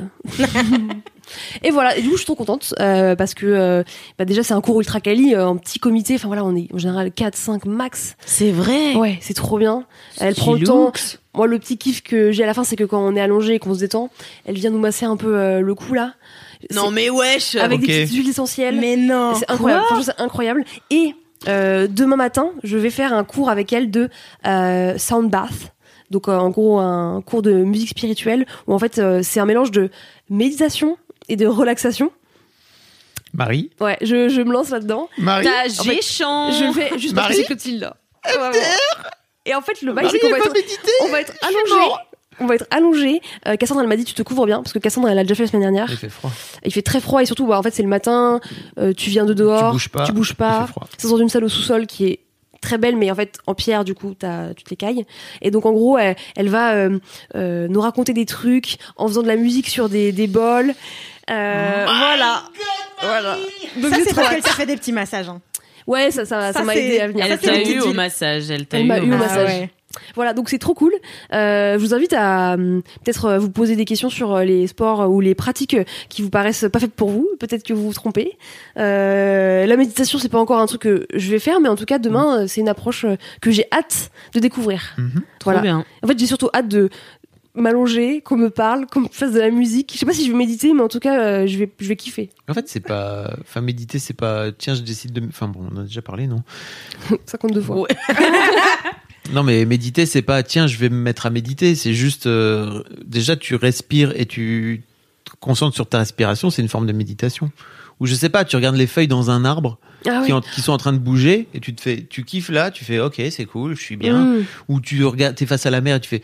Et voilà, et du coup je suis trop contente euh, parce que euh, bah déjà c'est un cours ultra quali euh, en petit comité, enfin voilà on est en général quatre cinq max. C'est vrai. Ouais, c'est trop bien. Elle Qui prend le looks. temps. Moi le petit kiff que j'ai à la fin c'est que quand on est allongé et qu'on se détend, elle vient nous masser un peu euh, le cou là. Non c'est... mais wesh. Avec okay. des petites huiles essentielles. Mais non. C'est incroyable, franchement c'est incroyable. Et euh, demain matin, je vais faire un cours avec elle de euh, sound bath. Donc euh, en gros un cours de musique spirituelle où en fait euh, c'est un mélange de méditation et de relaxation. Marie. Ouais, je, je me lance là-dedans. Marie. T'as En fait, géchant. Je le fais juste parce que Marie. c'est Clotilde là. Vraiment. Et en fait le bail Marie, c'est qu'on va elle va être, méditer. on va être allongé. On va être allongé. Euh, Cassandre elle m'a dit tu te couvres bien parce que Cassandre elle a déjà fait la semaine dernière. Il fait froid. Il fait très froid et surtout bah, en fait c'est le matin. Euh, tu viens de dehors. Tu bouges pas. Tu bouges Il pas. fait froid. C'est dans une salle au sous-sol qui est très belle mais en fait en pierre du coup t'as, tu t'écailles et donc en gros elle, elle va euh, euh, nous raconter des trucs en faisant de la musique sur des, des bols euh, voilà voilà donc Ça, j'ai c'est trop parce hâte. qu'elle t'a fait des petits massages. Hein. Ouais ça, ça, ça, Ça, m'a c'est- aidé à venir. Elle Ça, c'est t'a le eu petit au deal. massage. Elle t'a Elle eu m'a eu au massage. massage. ouais. Voilà, donc c'est trop cool. Euh, je vous invite à euh, peut-être euh, vous poser des questions sur euh, les sports euh, ou les pratiques euh, qui vous paraissent pas faites pour vous. Peut-être que vous vous trompez. Euh, la méditation, c'est pas encore un truc que je vais faire, mais en tout cas demain, euh, c'est une approche euh, que j'ai hâte de découvrir. Mhm. Trop Voilà. bien. En fait, j'ai surtout hâte de m'allonger, qu'on me parle, qu'on me fasse de la musique. Je sais pas si je vais méditer, mais en tout cas, euh, je vais, je vais kiffer. En fait, c'est pas. Enfin, méditer, c'est pas. Tiens, je décide de. Enfin, bon, on en a déjà parlé, non? cinquante-deux fois. Ouais. Non, mais méditer, c'est pas. Tiens, je vais me mettre à méditer. C'est juste. euh, Déjà, tu respires et tu te concentres sur ta respiration. C'est une forme de méditation. Ou je sais pas, tu regardes les feuilles dans un arbre Ah qui, oui. en- qui sont en train de bouger et tu te fais. Tu kiffes là, tu fais OK, c'est cool, je suis bien. Mmh. Ou tu regardes, t'es face à la mer et tu fais.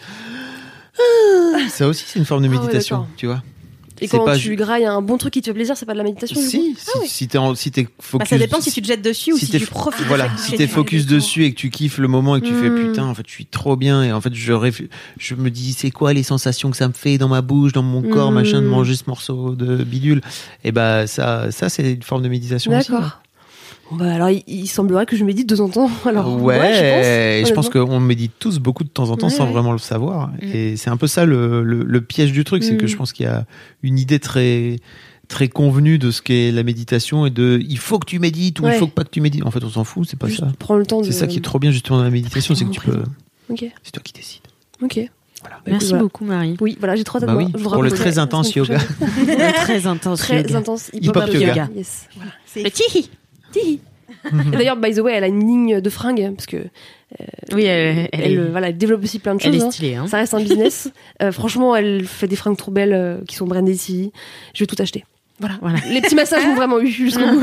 Ça aussi, c'est une forme de Ah ouais, méditation, d'accord. tu vois. Et C'est quand pas tu ju- grailles un bon truc qui te fait plaisir, c'est pas de la méditation du coup Si, si, si t'es en- si t'es Bah, focus. ça dépend si tu te jettes dessus ou si, t'es tu f- profites. de Voilà, chaque si toucher t'es du focus truc. dessus et que tu kiffes le moment et que tu fais Mm. putain, en fait, je suis trop bien et en fait, je réfl- je me dis c'est quoi les sensations que ça me fait dans ma bouche, dans mon corps, Mm. machin, de manger ce morceau de bidule. Et bah ça, ça c'est une forme de méditation aussi. D'accord. Bon, bah, alors, il, il semblerait que je médite de temps en temps. Alors, ouais, ouais, et je pense honnêtement. qu'on médite tous beaucoup de temps en temps Ouais, sans ouais. vraiment le savoir. Mm. Et c'est un peu ça le, le, le piège du truc, c'est Mm. que je pense qu'il y a une idée très très convenue de ce qu'est la méditation et de il faut que tu médites ou Ouais. il faut que pas que tu médites. En fait, on s'en fout, c'est pas Juste ça. prends le temps de. C'est ça qui est trop bien justement dans la méditation, c'est que tu peux. Ok, C'est toi qui décides. ok. Voilà. Bah, Merci voilà. beaucoup, Marie. Oui, voilà, j'ai trop hâte Bah de oui, voir. Je vous pour le raconterai très la intense semaine yoga. prochaine. Très intense. Très yoga. intense Hip-hop yoga. yoga. Yes. Voilà. C'est Le tihi. Tihi. Et d'ailleurs, by the way, elle a une ligne de fringues parce que Oui, elle, elle, elle, est, euh, voilà, elle développe aussi plein de elle choses. est hein. stylée. Hein. Ça reste un business. Euh, franchement, elle fait des fringues trop belles euh, qui sont brandées ici. Je vais tout acheter. Voilà. Voilà. Les petits massages m'ont vraiment eu jusqu'au bout.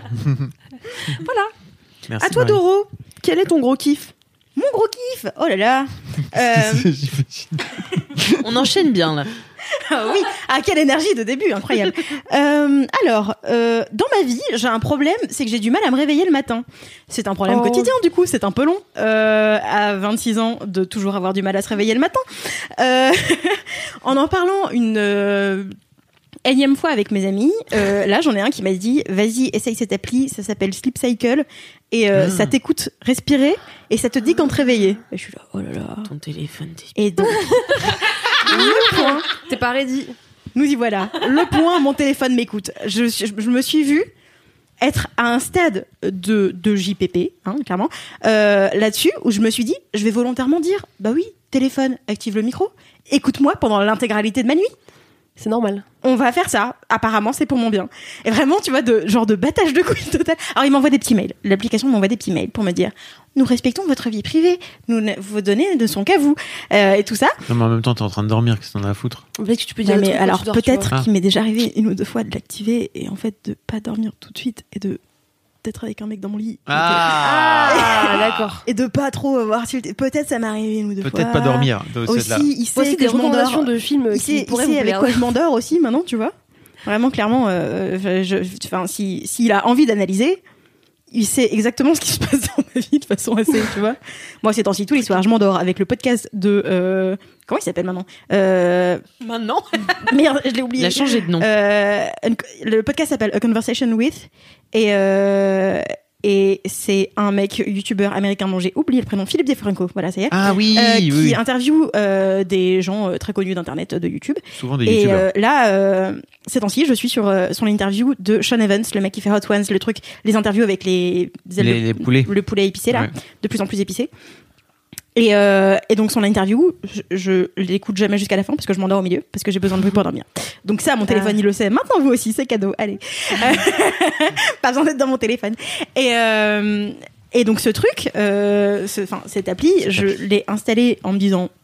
Voilà. Merci. À toi, Marie. Doro. Quel est ton gros kiff? Mon gros kiff. Oh là là. Euh, J'imagine. On enchaîne bien là. Ah oui, ah quelle énergie de début, incroyable. Euh, alors, euh, dans ma vie, j'ai un problème, c'est que j'ai du mal à me réveiller le matin. C'est un problème Oh. quotidien, du coup, c'est un peu long. Euh, à vingt-six ans, de toujours avoir du mal à se réveiller le matin. Euh, en en parlant une euh, énième fois avec mes amis, euh, là, j'en ai un qui m'a dit, vas-y, essaye cette appli, ça s'appelle Sleep Cycle, et euh, Ah. ça t'écoute respirer, et ça te dit quand te réveiller. Et je suis là, oh là là. Ton téléphone. Et donc, le point. T'es pas ready. Nous y voilà. Le point, mon téléphone m'écoute. Je, je, je me suis vue être à un stade de, de J P P, hein, clairement, euh, là-dessus, où je me suis dit, je vais volontairement dire, bah oui, téléphone, active le micro, écoute-moi pendant l'intégralité de ma nuit. C'est normal. On va faire ça. Apparemment, c'est pour mon bien. Et vraiment, tu vois, de genre de battage de couilles total. Alors, il m'envoie des petits mails. L'application m'envoie des petits mails pour me dire, nous respectons votre vie privée. Nous, ne- vos données ne sont qu'à vous. Euh, et tout ça. Non, mais en même temps, t'es en train de dormir, qu'est-ce que t'en as à foutre? Peut-être que tu peux dire Ouais, le mais truc quand alors tu dors, tu peut-être vois. Ah. qu'il m'est déjà arrivé une ou deux fois de l'activer et en fait de pas dormir tout de suite et de d'être avec un mec dans mon lit Ah, d'accord. et de pas trop voir si peut-être ça m'est arrivé une ou deux fois. Peut-être pas dormir. de cette Aussi, là. il sait Voici que des je m'endors. recommandations de films Il qui sait, il pourraient sait vous avec plaire. quoi je m'endors aussi maintenant, tu vois. Vraiment clairement, euh, je, je- enfin si s'il a envie d'analyser, il sait exactement ce qui se passe dans ma vie de façon assez, tu vois. Moi ces temps-ci tous les soirs, je m'endors avec le podcast de euh, comment il s'appelle maintenant euh, Maintenant. Merde, je l'ai oublié. Il a changé de nom. Euh, un- le podcast s'appelle A Conversation With et euh, et c'est un mec youtubeur américain dont j'ai oublié le prénom, Philippe DeFranco, voilà ça y est, Ah oui, euh, oui, qui oui. interviewe euh, des gens euh, très connus d'internet, de YouTube. Souvent des Et youtubeurs. euh, là, euh, ces temps-ci, je suis sur euh, son interview de Sean Evans, le mec qui fait Hot Ones, le truc, les interviews avec les ailes Les- de- les poulets. le poulet épicé là, Ouais. de plus en plus épicé. Et, euh, et donc son interview, je, je l'écoute jamais jusqu'à la fin parce que je m'endors au milieu, parce que j'ai besoin de bruit pour dormir. Donc ça, mon téléphone, il le sait. Maintenant, vous aussi, c'est cadeau. Allez, Euh, pas besoin d'être dans mon téléphone. Et euh, et donc ce truc, euh, ce- enfin cette appli, je l'ai installée en me disant, pff,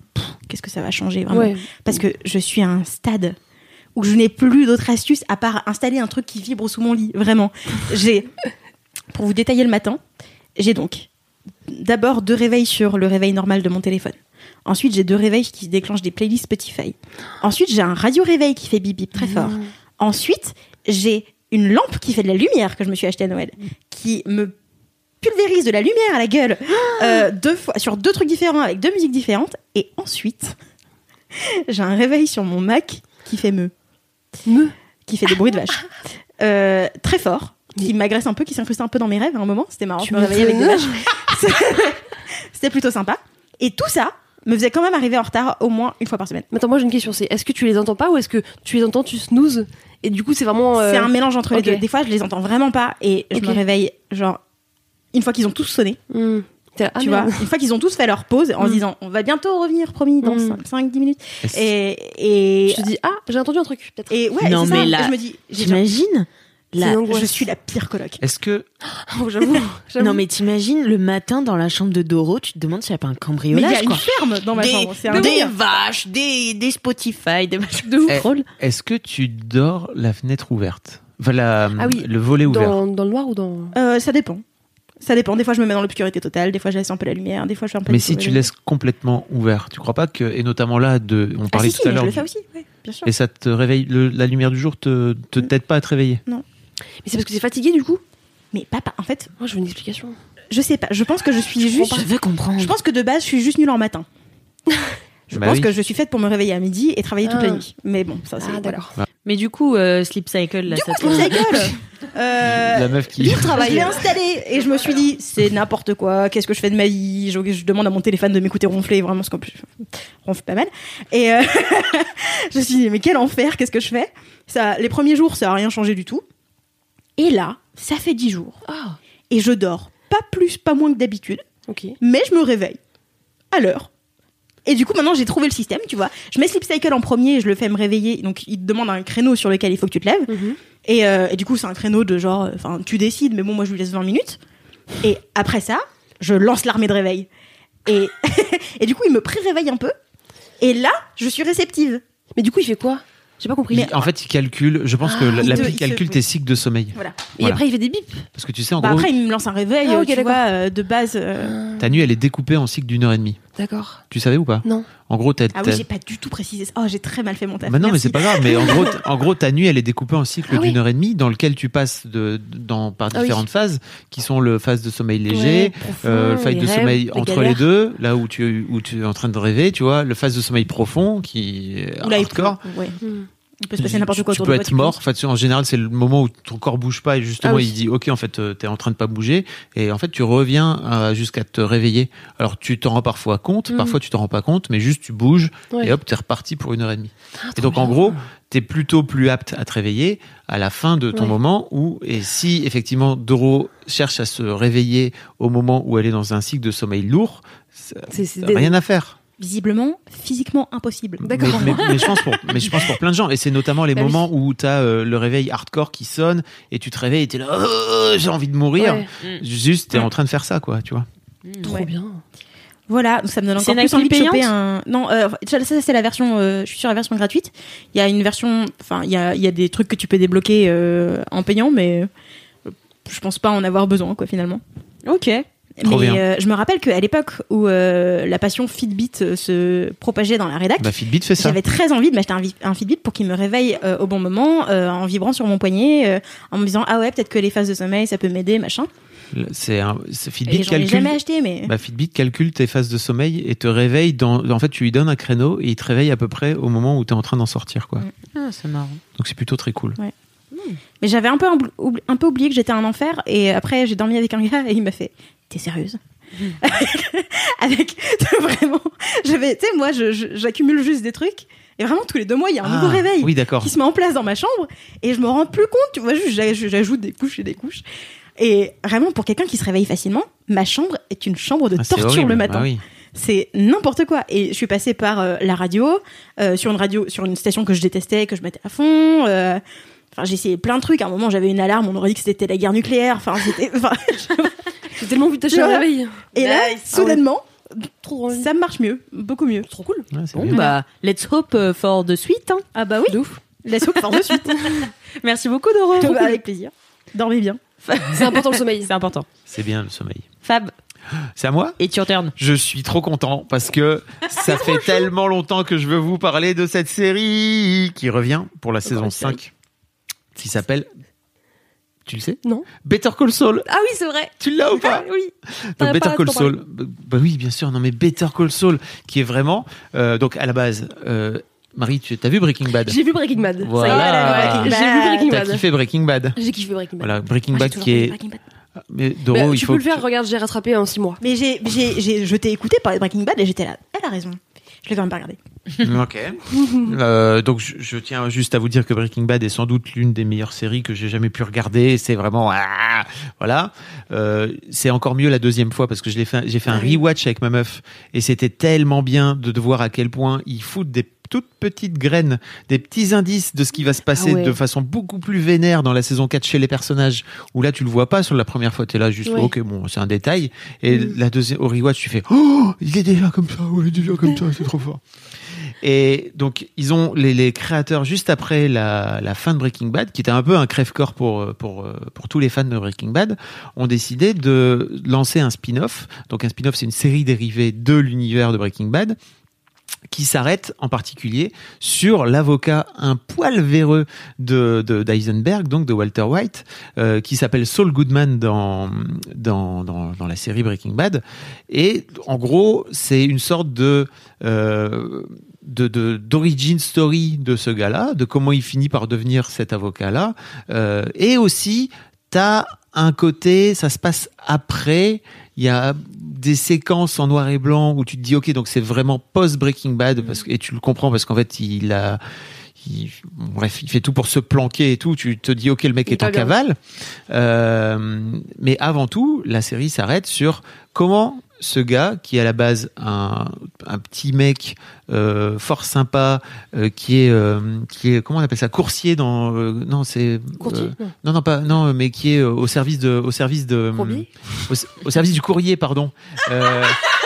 qu'est-ce que ça va changer vraiment. Ouais. Parce que je suis à un stade où je n'ai plus d'autres astuces à part installer un truc qui vibre sous mon lit. Vraiment. J'ai, pour vous détailler le matin, j'ai donc d'abord deux réveils sur le réveil normal de mon téléphone. Ensuite, j'ai deux réveils qui déclenchent des playlists Spotify. Ensuite, j'ai un radio-réveil qui fait bip bip très fort. Mmh. Ensuite, j'ai une lampe qui fait de la lumière que je me suis achetée à Noël, qui me pulvérise de la lumière à la gueule euh, deux fois, sur deux trucs différents avec deux musiques différentes. Et ensuite, j'ai un réveil sur mon Mac qui fait me. Me. Qui fait des bruits de vache. Euh, très fort, qui m'agresse un peu, qui s'incruste un peu dans mes rêves à un moment. C'était marrant, Tu je me me réveillais avec des fais- vaches. C'était plutôt sympa. Et tout ça me faisait quand même arriver en retard au moins une fois par semaine. Mais attends, moi j'ai une question, c'est est-ce que tu les entends pas ou est-ce que tu les entends, tu snoozes et du coup c'est vraiment. euh, C'est un mélange entre ok. les deux. Des fois, je les entends vraiment pas et je Ok. me réveille, genre, une fois qu'ils ont tous sonné. hmm. T'es là, ah, Tu merde. vois, une fois qu'ils ont tous fait leur pause en se Mm. disant on va bientôt revenir, promis, dans Mm. cinq dix minutes. Est-ce- Et, et, Je te dis, ah, j'ai entendu un truc, peut-être. et ouais, Non, c'est mais ça. là, Et je me dis, j'ai- T'imagines C'est la- une angoisse. je suis la pire coloc. Est-ce que Oh, j'avoue. j'avoue. Non, mais t'imagines le matin dans la chambre de Doro, tu te demandes s'il n'y a pas un Mais il y cambriolage, a une quoi. ferme dans ma Des, chambre. C'est un des délire. vaches, des, des Spotify, des machins de ouf. Eh, drôle. est-ce que tu dors la fenêtre ouverte, enfin la, Ah oui, le volet ouvert? Dans, dans le noir ou dans. Euh, ça dépend. Ça dépend. Des fois, je me mets dans l'obscurité totale. Des fois, je laisse un peu la lumière. Des fois, je fais un peu. Mais de si bruit. tu laisses complètement ouvert, tu crois pas que, et notamment là, de, on Ah, parlait si, tout si, à mais l'heure, je le du- fais aussi. Oui, bien sûr. et ça te réveille, le- la lumière du jour te, te Mm. t'aide pas à te réveiller? Mais c'est parce que c'est fatigué du coup. Mais papa, en fait, Moi je veux une explication. je sais pas. Je pense que je suis juste. Je veux comprendre. Je pense que de base, je suis juste nulle en matin. Je Bah pense oui. que je suis faite pour me réveiller à midi et travailler toute Ah. la nuit. Mais bon, ça c'est. Ah voilà. d'accord. Mais du coup, euh, Sleep Cycle, là, Du ça coup, te- Sleep Cycle. euh, La meuf qui. Du travail. Je l'ai installé et je me suis dit, c'est n'importe quoi. Qu'est-ce que je fais de ma vie? je, je demande à mon téléphone de m'écouter ronfler, vraiment, ce qu'on peut. Ronfle pas mal. Et euh, je me suis dit, mais quel enfer, qu'est-ce que je fais? Ça, les premiers jours, ça a rien changé du tout. Et là, ça fait dix jours. Ah, Et je dors pas plus, pas moins que d'habitude. ok. Mais je me réveille à l'heure. Et du coup, maintenant, j'ai trouvé le système, tu vois. Je mets Sleep Cycle en premier et je le fais me réveiller. Donc, il te demande un créneau sur lequel il faut que tu te lèves. Mhm. Et, euh, et du coup, c'est un créneau de genre, enfin, tu décides, mais bon, moi, je lui laisse vingt minutes. Et après ça, je lance l'armée de réveil. Et, et du coup, il me pré-réveille un peu. Et là, je suis réceptive. Mais du coup il fait quoi? J'ai pas compris. Il- en fait, il calcule. Je pense que Ah, il l'appli te- il te- calcule oui. tes cycles de sommeil. Voilà. Et Voilà. après il fait des bips. Parce que tu sais, en Bah, gros, après, il me lance un réveil, Ah, euh, ok, tu d'accord. vois, euh, de base. euh, ta nuit, elle est découpée en cycles d'une heure et demie. D'accord. Tu savais ou pas? Non. En gros, t'as. Ah t'as- oui, j'ai pas du tout précisé ça. Oh, j'ai très mal fait mon taf. Bah non, mais Merci. c'est pas grave. Mais en gros, t- en gros, ta nuit, elle est découpée en cycles Ah oui. d'une heure et demie, dans lequel tu passes de, dans, par Ah oui. différentes phases, qui sont le phase de sommeil léger, Ouais, profond, euh, le phase les de rêves, sommeil les entre galères. les deux, là où tu, où tu es en train de rêver, tu vois, le phase de sommeil profond, qui est Ou là, il hardcore. peut- ouais. Hmm. Il peut se passer n'importe quoi Tu autour peux de toi. être tu mort. penses. En fait, en général, c'est le moment où ton corps bouge pas et justement, Ah oui. il dit, OK, en fait, euh, t'es en train de pas bouger. Et en fait, tu reviens euh, jusqu'à te réveiller. Alors, tu t'en rends parfois compte, Mhm. parfois tu t'en rends pas compte, mais juste tu bouges Ouais. et hop, t'es reparti pour une heure et demie. Ah, Et trop donc, en bien. gros, t'es plutôt plus apte à te réveiller à la fin de ton Ouais. moment où, et si effectivement Doro cherche à se réveiller au moment où elle est dans un cycle de sommeil lourd, ça- C'est- c'est ça- des- rien à faire. Visiblement, physiquement impossible. D'accord. Mais, mais- mais je pense pour, mais je pense pour plein de gens. Et c'est notamment les Bah oui. moments où t'as euh, le réveil hardcore qui sonne et tu te réveilles et t'es là, oh, j'ai envie de mourir. Ouais. Juste, t'es Ouais. en train de faire ça, quoi, tu vois. Trop Ouais. bien. Voilà, donc ça me donne C'est encore une plus envie de appli choper payante un. Non, euh, ça, ça, c'est la version. euh, je suis sur la version gratuite. Il y a une version. Enfin, il y a, il y a des trucs que tu peux débloquer euh, en payant, mais euh, je pense pas en avoir besoin, quoi, finalement. Ok. Trop mais bien. euh, je me rappelle qu'à l'époque où euh, la passion Fitbit euh, se propageait dans la rédac, Bah, Fitbit fait ça. j'avais très envie de m'acheter un, vi- un Fitbit pour qu'il me réveille euh, au bon moment, euh, en vibrant sur mon poignet, euh, en me disant ah ouais, peut-être que les phases de sommeil, ça peut m'aider, machin. C'est un, c'est Et Fitbit j'en ai calcule. jamais acheté, mais. Bah, Fitbit calcule tes phases de sommeil et te réveille dans. En fait, tu lui donnes un créneau et il te réveille à peu près au moment où t'es en train d'en sortir, quoi. Mm. Ah, c'est marrant. Donc c'est plutôt très cool. Mais j'avais un peu, oubli- un peu oublié que j'étais un enfer et après j'ai dormi avec un gars et il m'a fait t'es sérieuse avec vraiment j'avais tu sais moi je- je- j'accumule juste des trucs et vraiment tous les deux mois il y a un nouveau Ah, réveil Oui, d'accord. qui se met en place dans ma chambre et je me rends plus compte tu vois juste j'aj- j'ajoute des couches et des couches et vraiment pour quelqu'un qui se réveille facilement ma chambre est une chambre de Ah, c'est torture horrible. le matin. Ah oui. C'est n'importe quoi. Et je suis passée par euh, la radio, euh, sur une radio, sur une station que je détestais, que je mettais à fond. euh, Enfin, j'ai essayé plein de trucs. À un moment, j'avais une alarme, on aurait dit que c'était la guerre nucléaire. Enfin, c'était. Enfin, J'ai tellement envie de t'acheter Tu un vois. réveil. et là, Nice. soudainement, trop envie. Ça marche mieux, beaucoup mieux. Trop cool. Ouais, c'est Bon, bien. bah, let's hope uh, for the suite. Hein. Ah bah oui. De ouf. Laisse hope for the suite. Merci beaucoup, Doro. Bah, avec plaisir. Dormez bien. C'est important le sommeil. C'est important. C'est bien le sommeil. Fab, C'est à moi? it's your turn. Je suis trop content parce que ça fait tellement longtemps que je veux vous parler de cette série qui revient pour la saison la série. cinq qui s'appelle, tu le sais? Non. Better Call Saul. Ah oui, c'est vrai. Tu l'as ou pas? Oui. Donc T'en as Better pas Call t'en parler. Saul. Bah, bah oui, bien sûr. Non mais Better Call Saul qui est vraiment euh, donc à la base. Euh, Marie, tu as vu Breaking Bad? J'ai vu Breaking Bad. Voilà. Ça y est, Ah. J'ai vu Breaking T'as Bad. kiffé Breaking Bad? J'ai kiffé Breaking Bad. Voilà, Breaking Moi, j'ai Bad toujours qui pas vu est. Breaking Bad. Mais Doro, Bah, il tu faut peux le que faire, tu- regarde, j'ai rattrapé en six mois. Mais j'ai, j'ai, j'ai, je t'ai écouté parler de Breaking Bad et j'étais là. Elle a raison. Je l'ai quand même pas regardé. Ok. Euh, donc je, je tiens juste à vous dire que Breaking Bad est sans doute l'une des meilleures séries que j'ai jamais pu regarder. C'est vraiment ah, voilà. Euh, c'est encore mieux la deuxième fois parce que je l'ai fait. J'ai fait un rewatch avec ma meuf et c'était tellement bien de, de voir à quel point ils foutent des toutes petites graines, des petits indices de ce qui va se passer Ah ouais. de façon beaucoup plus vénère dans la saison quatre chez les personnages, où là tu le vois pas sur la première fois, t'es là juste Ouais. ok bon c'est un détail, et Mm. la deuxième au rewatch tu fais oh il est déjà comme ça, ouais déjà comme ça, c'est trop fort. Et donc ils ont les, les créateurs juste après la, la fin de Breaking Bad, qui était un peu un crève-corps pour pour pour tous les fans de Breaking Bad, ont décidé de lancer un spin-off. Donc un spin-off, c'est une série dérivée de l'univers de Breaking Bad, qui s'arrête en particulier sur l'avocat un poil véreux de, de d'Eisenberg, donc de Walter White, euh, qui s'appelle Saul Goodman dans, dans dans dans la série Breaking Bad. Et en gros, c'est une sorte de euh, de, de d'origin story de ce gars-là, de comment il finit par devenir cet avocat-là, euh, et aussi t'as un côté, ça se passe après. Il y a des séquences en noir et blanc où tu te dis ok, donc c'est vraiment post Breaking Bad, parce que, et tu le comprends parce qu'en fait il a il, bref il fait tout pour se planquer et tout, tu te dis ok, le mec Il est en est pas bien. cavale, euh, mais avant tout la série s'arrête sur comment ce gars qui est à la base un, un petit mec euh, fort sympa, euh, qui est euh, qui est comment on appelle ça, coursier dans euh, non c'est Courtier euh, Non. non non pas non mais qui est euh, au service de au service de Courbier au, au service du courrier, pardon. Euh,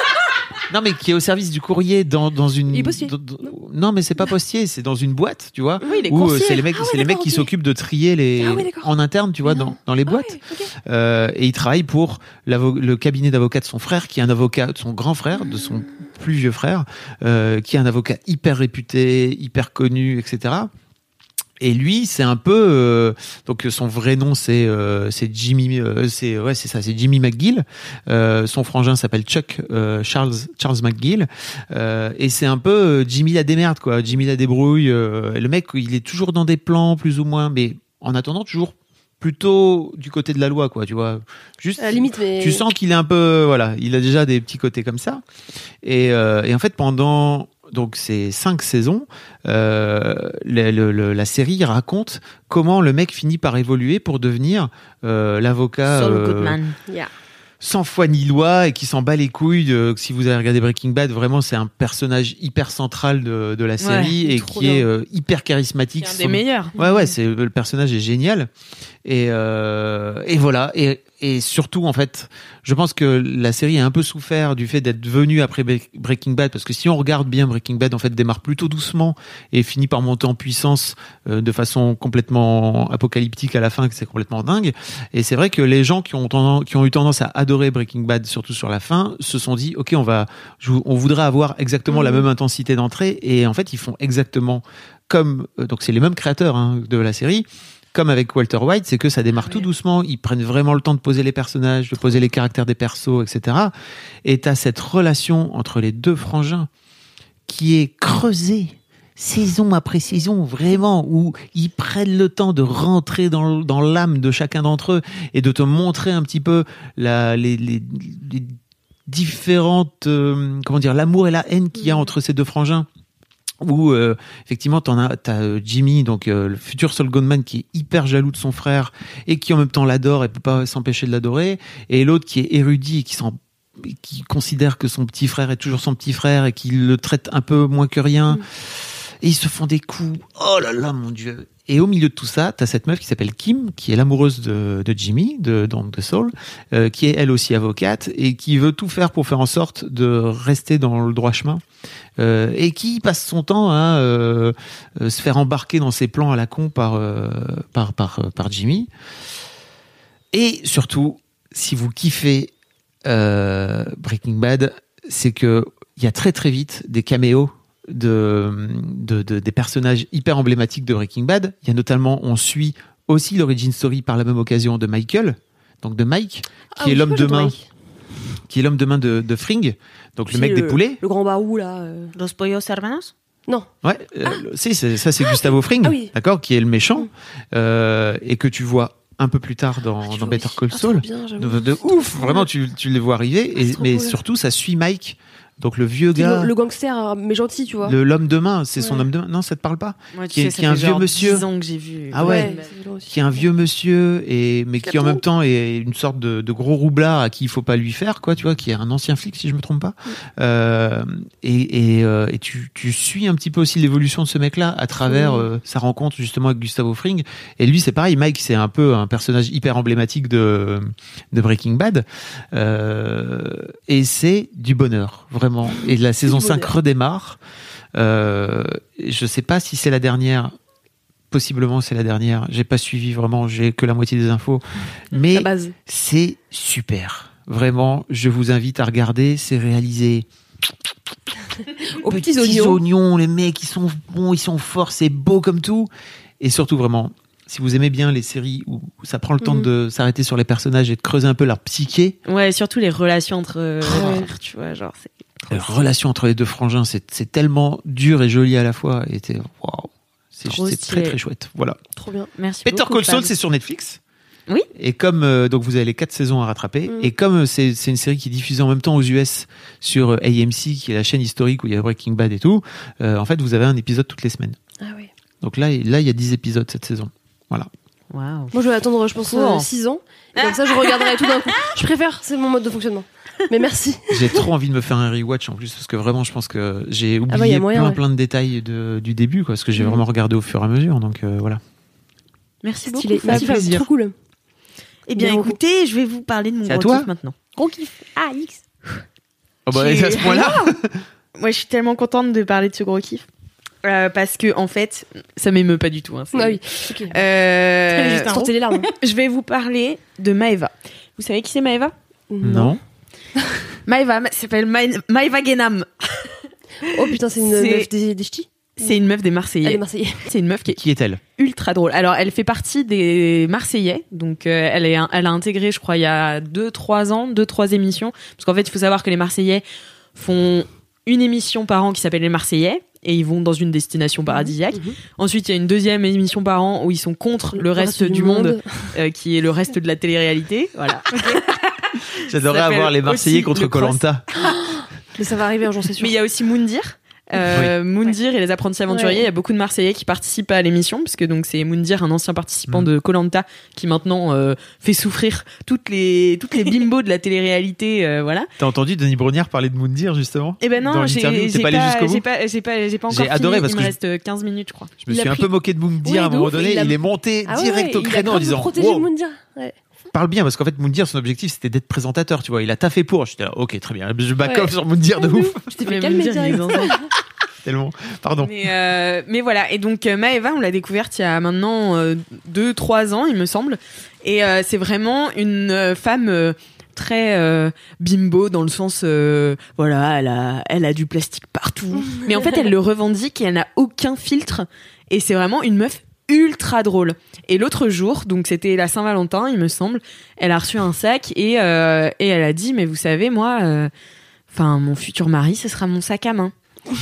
non, mais qui est au service du courrier dans, dans une. Il est postier. dans- dans- non, mais c'est pas postier, c'est dans une boîte, tu vois. Oui, il est Où euh, coursier. c'est les mecs, Ah ouais, c'est les mecs d'accord, qui ok. s'occupent de trier les Ah ouais, d'accord. en interne, tu vois, Mais dans, non. dans les Ah boîtes. ouais, ok. Euh, et il travaille pour l'avo- le cabinet d'avocat de son frère, qui est un avocat, de son grand frère, de son plus vieux frère, euh, qui est un avocat hyper réputé, hyper connu, et cetera. Et lui, c'est un peu euh, donc son vrai nom c'est euh, c'est Jimmy euh, c'est ouais c'est ça c'est Jimmy McGill. Euh, son frangin s'appelle Chuck euh, Charles Charles McGill euh, et c'est un peu euh, Jimmy la démerde quoi, Jimmy la débrouille. Euh, le mec il est toujours dans des plans plus ou moins, mais en attendant toujours plutôt du côté de la loi quoi, tu vois. Juste À la limite, mais. tu sens qu'il est un peu voilà, il a déjà des petits côtés comme ça. Et, euh, et en fait pendant donc ces cinq saisons, euh, le- le- le- la série raconte comment le mec finit par évoluer pour devenir euh, l'avocat Saul euh, Goodman. Yeah. sans foi ni loi et qui s'en bat les couilles. De, si vous avez regardé Breaking Bad, vraiment c'est un personnage hyper central de, de la série il est et trop qui est bien. euh, hyper charismatique. C'est un des Son- meilleurs. Ouais, ouais, c'est le personnage est génial. Et euh, et voilà. Et et surtout en fait, je pense que la série a un peu souffert du fait d'être venue après Bre- Breaking Bad, parce que si on regarde bien, Breaking Bad en fait démarre plutôt doucement et finit par monter en puissance euh, de façon complètement apocalyptique à la fin, que c'est complètement dingue. Et c'est vrai que les gens qui ont tendance, qui ont eu tendance à adorer Breaking Bad, surtout sur la fin, se sont dit ok, on va, je- on voudrait avoir exactement la même intensité d'entrée. Et en fait, ils font exactement comme euh, donc c'est les mêmes créateurs hein, de la série. Comme avec Walter White, c'est que ça démarre tout doucement. Ils prennent vraiment le temps de poser les personnages, de poser les caractères des persos, et cetera. Et t'as cette relation entre les deux frangins qui est creusée saison après saison, vraiment, où ils prennent le temps de rentrer dans, dans l'âme de chacun d'entre eux et de te montrer un petit peu la, les, les, les différentes, euh, comment dire, l'amour et la haine qu'il y a entre ces deux frangins. Où euh, effectivement t'en as t'as euh, Jimmy, donc euh, le futur Saul Goodman, qui est hyper jaloux de son frère et qui en même temps l'adore et peut pas s'empêcher de l'adorer, et l'autre qui est érudit et qui s'en qui considère que son petit frère est toujours son petit frère et qui le traite un peu moins que rien. Mm. Et ils se font des coups, oh là là mon dieu. Et au milieu de tout ça, t'as cette meuf qui s'appelle Kim, qui est l'amoureuse de, de Jimmy, de, donc de Saul, euh, qui est elle aussi avocate et qui veut tout faire pour faire en sorte de rester dans le droit chemin. Euh, et qui passe son temps à euh, euh, se faire embarquer dans ses plans à la con par, euh, par, par, euh, par Jimmy. Et surtout, si vous kiffez euh, Breaking Bad, c'est que il y a très très vite des caméos de, de, de, des personnages hyper emblématiques de Breaking Bad. Il y a notamment, on suit aussi l'origin story par la même occasion de Michael, donc de Mike, qui Ah est oui, l'homme moi, de j'adore main, Mike. qui est l'homme de main de, de Fring, donc Puis le mec le, des poulets. Le grand barou, là. euh. Los Pollos Hermanos? Non. Ouais, euh, le- si, c'est- ça c'est Gustavo Fring, Ah oui. d'accord, qui est le méchant, euh, et que tu vois un peu plus tard dans, Ah, tu dans vois, Better oui. Call Ah, Saul. trop bien, j'avoue. de, de ouf, vraiment, tu, tu les vois arriver, et, c'est trop mais cool. surtout, ça suit Mike, donc le vieux C'est gars, le, le gangster, euh, mais gentil, tu vois. le- l'homme de main, c'est son Ouais. homme de main. Non, ça te parle pas? Moi, tu Qui est- sais, ça qui est un fait vieux genre monsieur. dix ans que j'ai vu. Ah ouais. c'est violent aussi. Qui est un vieux monsieur, et, mais qui en même temps est une sorte de, de gros roublard à qui il faut pas lui faire, quoi, tu vois, qui est un ancien flic, si je me trompe pas. Euh, et et, euh, et tu, tu suis un petit peu aussi l'évolution de ce mec-là à travers Mmh. euh, sa rencontre justement avec Gustavo Fring. Et lui, c'est pareil, Mike, c'est un peu un personnage hyper emblématique de, de Breaking Bad. Euh, et c'est du bonheur, vraiment. Et la saison du cinq bonheur. redémarre. Euh, je sais pas si c'est la dernière. Possiblement, c'est la dernière. J'ai pas suivi vraiment, j'ai que la moitié des infos. Mais La base. c'est super. Vraiment, je vous invite à regarder. C'est réalisé Aux petits oignons. les mecs, ils sont bons, ils sont forts, c'est beau comme tout. Et surtout, vraiment, si vous aimez bien les séries où ça prend le temps Mhm. de s'arrêter sur les personnages et de creuser un peu leur psyché, Ouais, surtout les relations entre euh, Oh. les frères, tu vois, genre, c'est trop la stylé. relation entre les deux frangins, c'est, c'est tellement dur et joli à la fois. Et t'es- waouh, c'est, Trop c'est stylé. très très chouette. Voilà. Trop bien. Merci Better beaucoup, Call Saul, Fab. c'est sur Netflix. Oui. Et comme euh, donc vous avez les quatre saisons à rattraper, Mm. et comme euh, c'est c'est une série qui est diffusée en même temps aux U S sur euh, A M C, qui est la chaîne historique où il y a Breaking Bad et tout, euh, en fait vous avez un épisode toutes les semaines. Ah oui. Donc là là il y a dix épisodes cette saison. Voilà. Waouh. Moi, je vais attendre, je pense, Cool. six ans. Et comme ça, je regarderai tout d'un coup. Je préfère, c'est mon mode de fonctionnement. Mais merci. J'ai trop envie de me faire un rewatch en plus parce que vraiment je pense que j'ai oublié bah, y a moyen, plein ouais. plein de détails de, du début quoi, parce que j'ai Mm. vraiment regardé au fur et à mesure. Donc euh, voilà. Merci Stylé. beaucoup. Merci, Fab. Fab. Trop cool. Eh bien, Bien, écoutez, je vais vous parler de mon C'est à gros toi kiff maintenant. Gros kiff. Ah, X. Oh bah, J'ai- à ce point-là. Moi, je suis tellement contente de parler de ce gros kiff. Euh, parce que, en fait, ça m'émeut pas du tout. Hein, c'est- Ah oui. Ok. Euh, Juste sortez les larmes. je vais vous parler de Maeva. Vous savez qui c'est Maeva? Non. Maeva, elle s'appelle Ma- Maeva Genam. Oh putain, c'est une C'est- meuf des, des ch'tis. C'est une meuf des Elle est Marseillais. Marseillais. C'est une meuf qui est Qui est-elle? ultra drôle. Alors, elle fait partie des Marseillais. Donc, euh, elle, est, elle a intégré, je crois, il y a deux trois ans, deux trois émissions. Parce qu'en fait, il faut savoir que les Marseillais font une émission par an qui s'appelle Les Marseillais. Et ils vont dans une destination paradisiaque. Mhm. Ensuite, il y a une deuxième émission par an où ils sont contre le, reste, du monde, euh, qui est le reste de la télé-réalité. Voilà. J'adorerais Ça s'appelle avoir les Marseillais aussi contre le cross. Koh-Lanta. Mais ça va arriver un jour, c'est sûr. Mais il y a aussi Moundir. Euh, Moundir et les apprentis aventuriers. Ouais. Il y a beaucoup de Marseillais qui participent à l'émission, parce que donc c'est Moundir, un ancien participant Mm. de Koh-Lanta, qui maintenant euh, fait souffrir toutes les toutes les bimbos de la télé-réalité. Euh, voilà. T'as entendu Denis Brogniart parler de Moundir justement? Et ben Dans non, j'ai l'interview, j'ai t'es pas allé pas, jusqu'au bout j'ai pas, j'ai pas, j'ai pas encore J'ai fini. adoré parce il que me je- reste quinze minutes, je crois. Je me Il a suis un pris- peu moqué de Moundir Oui, à un de moment ouf, donné. il a- Il est monté Ah ouais, direct au il a créneau en grave disant protégé wow, Moundir. Ouais. parle bien parce qu'en fait Moundir son objectif c'était d'être présentateur, tu vois. Il a taffé pour. J'étais là, ok, très bien. Je back Ouais. off sur Moundir de ouf. Je t'ai Mais fait calmer Moundir, il est direct. zinzin. Tellement. Pardon. Mais, euh, mais voilà, et donc euh, Maeva, on l'a découverte il y a maintenant euh, deux trois ans, il me semble. Et euh, c'est vraiment une euh, femme euh, très euh, bimbo, dans le sens, euh, voilà, elle a, elle a du plastique partout. Mais en fait, elle le revendique et elle n'a aucun filtre. Et c'est vraiment une meuf ultra drôle. Et l'autre jour, donc c'était la Saint-Valentin, il me semble, elle a reçu un sac et, euh, et elle a dit, mais vous savez, moi, euh, enfin, mon futur mari, ce sera mon sac à main.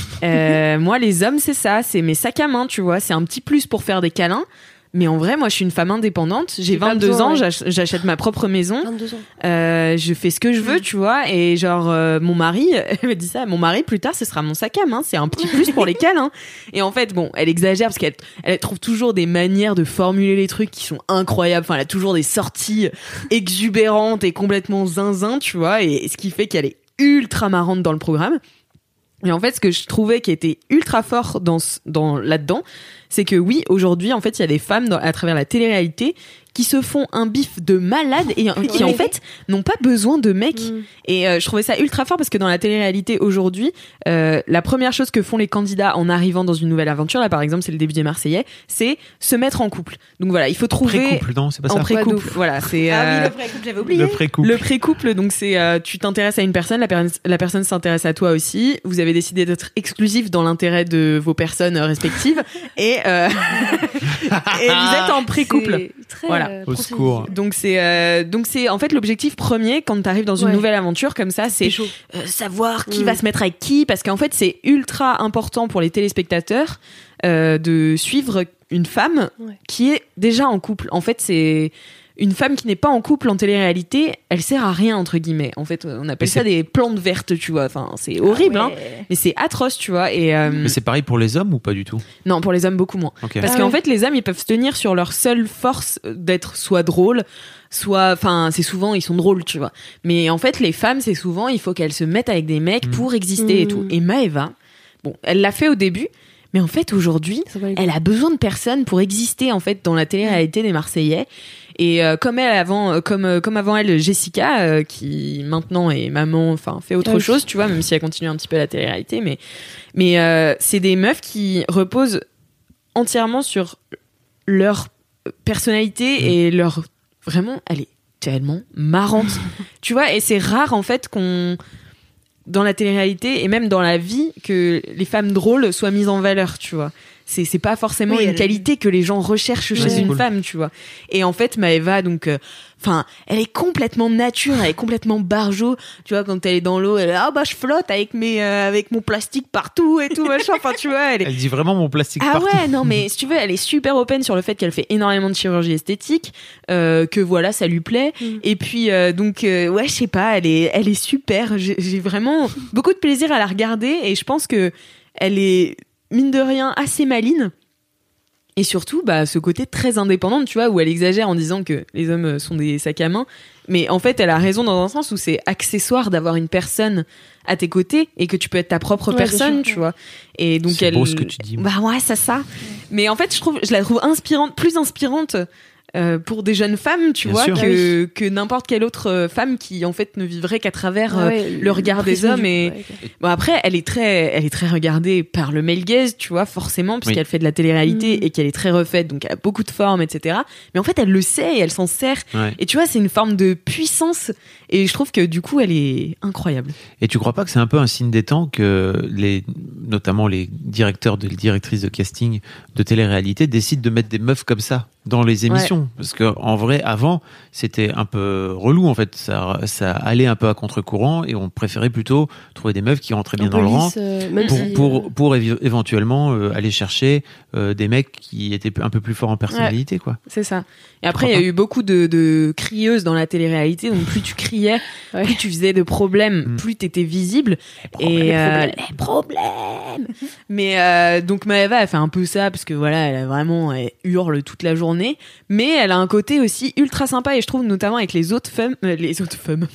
Euh, moi, les hommes, c'est ça, c'est mes sacs à main, tu vois. C'est un petit plus pour faire des câlins. Mais en vrai, moi, je suis une femme indépendante. J'ai J'ai pas vingt-deux besoin, ans, ouais. j'ach- j'achète ma propre maison. vingt-deux ans. Euh, je fais ce que je veux, Mm. tu vois. Et genre, euh, mon mari, elle me dit ça, mon mari, plus tard, ce sera mon sac à main. C'est un petit plus pour les câlins. Et en fait, bon, elle exagère parce qu'elle elle trouve toujours des manières de formuler les trucs qui sont incroyables. Enfin, elle a toujours des sorties exubérantes et complètement zinzin, tu vois. Et, et ce qui fait qu'elle est ultra marrante dans le programme. Et en fait, ce que je trouvais qui était ultra fort dans, ce- dans là-dedans, c'est que oui, aujourd'hui, en fait, il y a des femmes dans, à travers la télé-réalité qui se font un bif de malade et qui en fait n'ont pas besoin de mecs. Mm. Et euh, je trouvais ça ultra fort parce que dans la télé-réalité aujourd'hui, euh, la première chose que font les candidats en arrivant dans une nouvelle aventure, là par exemple c'est le début des Marseillais, c'est se mettre en couple. Donc voilà, il faut trouver pré-couple, non, c'est pas ça. En pré-couple, voilà, c'est Ah euh, oui, le pré-couple, j'avais oublié. Le pré-couple. Le pré-couple, donc c'est euh, tu t'intéresses à une personne, la, per- la personne s'intéresse à toi aussi. Vous avez décidé d'être exclusif dans l'intérêt de vos personnes respectives et euh, et vous êtes en pré-couple. Très, voilà. euh, Au secours. Donc c'est euh, donc c'est en fait l'objectif premier quand t'arrives dans une Ouais. nouvelle aventure comme ça, c'est euh, savoir qui mmh. va se mettre avec qui, parce qu'en fait c'est ultra important pour les téléspectateurs euh, de suivre une femme ouais. qui est déjà en couple. En fait c'est une femme qui n'est pas en couple en télé-réalité, elle sert à rien entre guillemets. En fait, on appelle mais ça c'est... des plantes vertes, tu vois. Enfin, c'est horrible, ah ouais. hein. Mais c'est atroce, tu vois. Et euh... mais c'est pareil pour les hommes ou pas du tout? Non, pour les hommes beaucoup moins. Okay. Parce ah qu'en ouais. fait, les hommes, ils peuvent se tenir sur leur seule force d'être soit drôles, soit, enfin, c'est souvent ils sont drôles, tu vois. Mais en fait, les femmes, c'est souvent il faut qu'elles se mettent avec des mecs mmh. pour exister mmh. et tout. Et Maëva, bon, elle l'a fait au début. Mais en fait, aujourd'hui, elle a besoin de personnes pour exister en fait dans la télé-réalité des Marseillais. Et euh, comme elle avant, euh, comme euh, comme avant elle, Jessica, euh, qui maintenant est maman, enfin fait autre oui. chose, tu vois, même si elle continue un petit peu la télé-réalité, mais mais euh, c'est des meufs qui reposent entièrement sur leur personnalité mmh. et leur vraiment, elle est tellement marrante, tu vois. Et c'est rare en fait qu'on dans la télé-réalité et même dans la vie que les femmes drôles soient mises en valeur, tu vois. C'est c'est pas forcément oui, une elle... qualité que les gens recherchent chez ouais. une cool. femme, tu vois. Et en fait, Maëva, donc, enfin, euh, elle est complètement nature, elle est complètement barjo, tu vois, quand elle est dans l'eau, elle est ah bah je flotte avec mes euh, avec mon plastique partout et tout machin. Enfin, tu vois, elle est... Elle dit vraiment mon plastique ah partout. ouais, non mais si tu veux, elle est super open sur le fait qu'elle fait énormément de chirurgie esthétique, euh, que voilà, ça lui plaît. Mm. Et puis euh, donc euh, ouais, je sais pas, elle est elle est super. J'ai, j'ai vraiment beaucoup de plaisir à la regarder et je pense que elle est mine de rien assez maline. Et surtout, bah, ce côté très indépendante, tu vois, où elle exagère en disant que les hommes sont des sacs à main. Mais en fait, elle a raison dans un sens où c'est accessoire d'avoir une personne à tes côtés et que tu peux être ta propre ouais, personne, tu vois. Et donc c'est elle. beau ce que tu dis. Bah ouais, c'est ça. Mais en fait, je trouve, je la trouve inspirante, plus inspirante. Euh, pour des jeunes femmes, tu Bien vois, sûr. que, que n'importe quelle autre femme qui en fait ne vivrait qu'à travers ah ouais, euh, le regard des hommes. Et ouais, okay. bon, après, elle est très, elle est très regardée par le male gaze, tu vois, forcément, puisqu'elle oui. fait de la télé-réalité mmh. et qu'elle est très refaite, donc elle a beaucoup de formes, et cetera. Mais en fait, elle le sait et elle s'en sert. Ouais. Et tu vois, c'est une forme de puissance. Et je trouve que du coup, elle est incroyable. Et tu crois pas que c'est un peu un signe des temps que les, notamment les directeurs, de, les directrices de casting de télé-réalité décident de mettre des meufs comme ça dans les émissions, ouais. Parce que en vrai, avant, c'était un peu relou en fait. Ça, ça allait un peu à contre-courant et on préférait plutôt trouver des meufs qui rentraient bien dans le rang euh, même pour, si, pour, euh... pour évi- éventuellement euh, aller chercher euh, des mecs qui étaient un peu plus forts en personnalité, ouais. Quoi. C'est ça. Et après, il y a eu beaucoup de, de crieuses dans la télé-réalité. Donc plus tu criais, ouais. plus tu faisais de problèmes, mm. plus t'étais visible. Les problèmes, et euh, les problèmes. Mais euh, donc Maëva, elle fait un peu ça parce que voilà, elle a vraiment, elle hurle toute la journée. Mais elle a un côté aussi ultra sympa et je trouve notamment avec les autres femmes, euh, les autres femmes.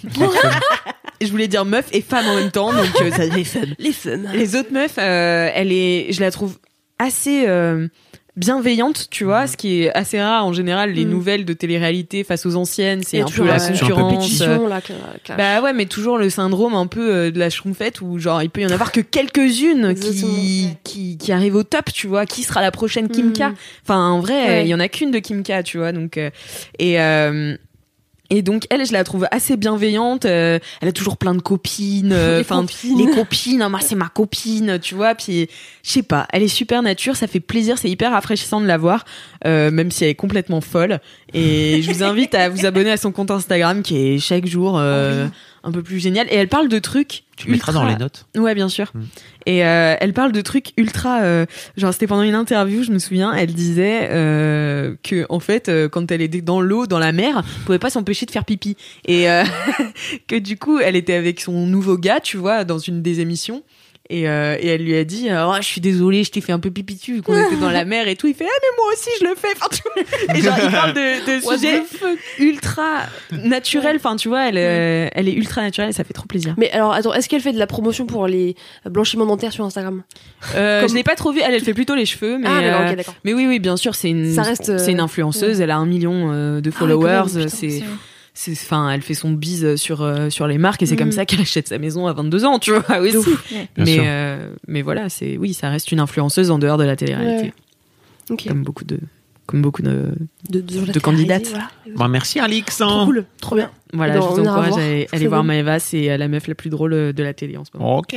Je voulais dire meuf et femme en même temps, donc euh, ça fait femmes. Les femmes. Les autres meufs, euh, elle est, je la trouve assez euh, bienveillante, tu vois, mmh. ce qui est assez rare en général. Les mmh. nouvelles de télé-réalité face aux anciennes, c'est un peu la ouais, concurrence. Un peu là, clash. Bah ouais, mais toujours le syndrome un peu euh, de la schtroumpfette où genre il peut y en avoir que quelques-unes qui, qui qui arrivent au top, tu vois. Qui sera la prochaine Kim K? Mmh. Enfin, en vrai, il ouais. y en a qu'une de Kim K, tu vois. Donc euh, et euh, Et donc elle, je la trouve assez bienveillante. Euh, elle a toujours plein de copines. Enfin, euh, les, les copines. Moi, c'est ma copine, tu vois. Puis, je sais pas. Elle est super nature. Ça fait plaisir. C'est hyper rafraîchissant de la voir, euh, même si elle est complètement folle. Et je vous invite à vous abonner à son compte Instagram, qui est chaque jour euh, un peu plus génial. Et elle parle de trucs. Tu le mettras dans les notes. Ouais, bien sûr. Mmh. Et euh, elle parle de trucs ultra. Euh, genre, c'était pendant une interview, je me souviens. Elle disait euh, que en fait, euh, quand elle était dans l'eau, dans la mer, elle pouvait pas s'empêcher de faire pipi. Et euh, que du coup, elle était avec son nouveau gars, tu vois, dans une des émissions. Et, euh, et elle lui a dit oh, je suis désolée, je t'ai fait un peu pipi dessus vu qu'on était dans la mer et tout. Il fait ah mais moi aussi je le fais. Enfin, tu vois. Et genre il parle de, de sujets ultra naturels. Enfin tu vois, elle, euh, elle est ultra naturelle et ça fait trop plaisir. Mais alors attends, est-ce qu'elle fait de la promotion pour les blanchiments dentaires sur Instagram? euh, Comme... Je l'ai pas trop vu. Elle, elle fait plutôt les cheveux. Mais, ah d'accord, euh, ok, d'accord. Mais oui oui bien sûr c'est une ça reste, euh... c'est une influenceuse. Ouais. Elle a un million euh, de followers. Ah, ouais, même, putain, c'est, c'est... c'est enfin elle fait son bise sur euh, sur les marques et c'est mmh. comme ça qu'elle achète sa maison à vingt-deux ans, tu vois aussi. Ouais. Mais euh, mais voilà, c'est oui, ça reste une influenceuse en dehors de la télé-réalité. Ouais. Okay. Comme beaucoup de comme beaucoup de de, de, de candidates. Voilà. Bon, merci Alix. Trop cool, trop bien. Voilà, donc, je vous encourage à aller, aller voir Maëva, c'est la meuf la plus drôle de la télé en ce moment. OK.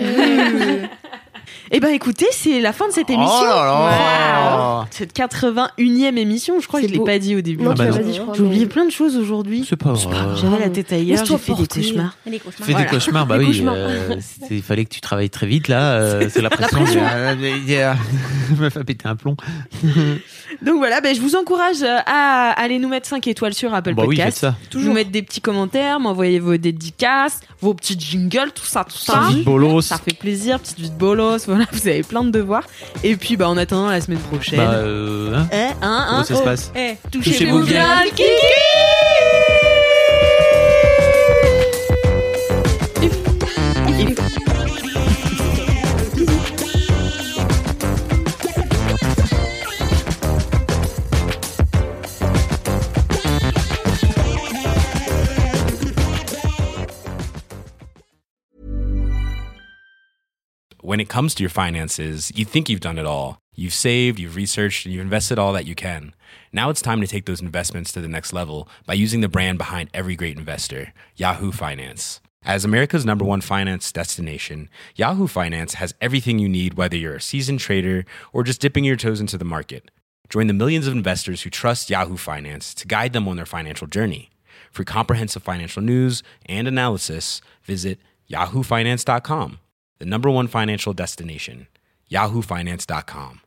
Eh ben écoutez, c'est la fin de cette émission. Oh là là. Wow. Cette quatre-vingt-unième émission, je crois c'est que je beau. l'ai pas dit au début. Non, ah bah non. Dit, J'ai oublié plein de choses aujourd'hui. C'est pas vrai. J'avais la tête ailleurs, j'ai fait des cauchemars. Des cauchemars. Fais voilà. des cauchemars, bah des oui. Cauchemars. Euh, il fallait que tu travailles très vite là. Euh, c'est la pression. La pression. Meuf a pété un plomb. Donc voilà, ben je vous encourage à aller nous mettre cinq étoiles sur Apple bah Podcast. Oui, faites ça. Toujours. Nous mettre des petits commentaires, m'envoyer vos dédicaces, vos petits jingles, tout ça, tout ça. Petite bolos. Ça fait plaisir, petite vie de bolos. Voilà, vous avez plein de devoirs. Et puis, bah, en attendant la semaine prochaine. Bah, euh, hein eh, hein, Comment hein, ça se oh, passe eh, touchez-vous, touchez-vous bien. bien. When it comes to your finances, you think you've done it all. You've saved, you've researched, and you've invested all that you can. Now it's time to take those investments to the next level by using the brand behind every great investor, Yahoo Finance. As America's number one finance destination, Yahoo Finance has everything you need, whether you're a seasoned trader or just dipping your toes into the market. Join the millions of investors who trust Yahoo Finance to guide them on their financial journey. For comprehensive financial news and analysis, visit yahoo finance dot com. The number one financial destination, yahoo finance dot com.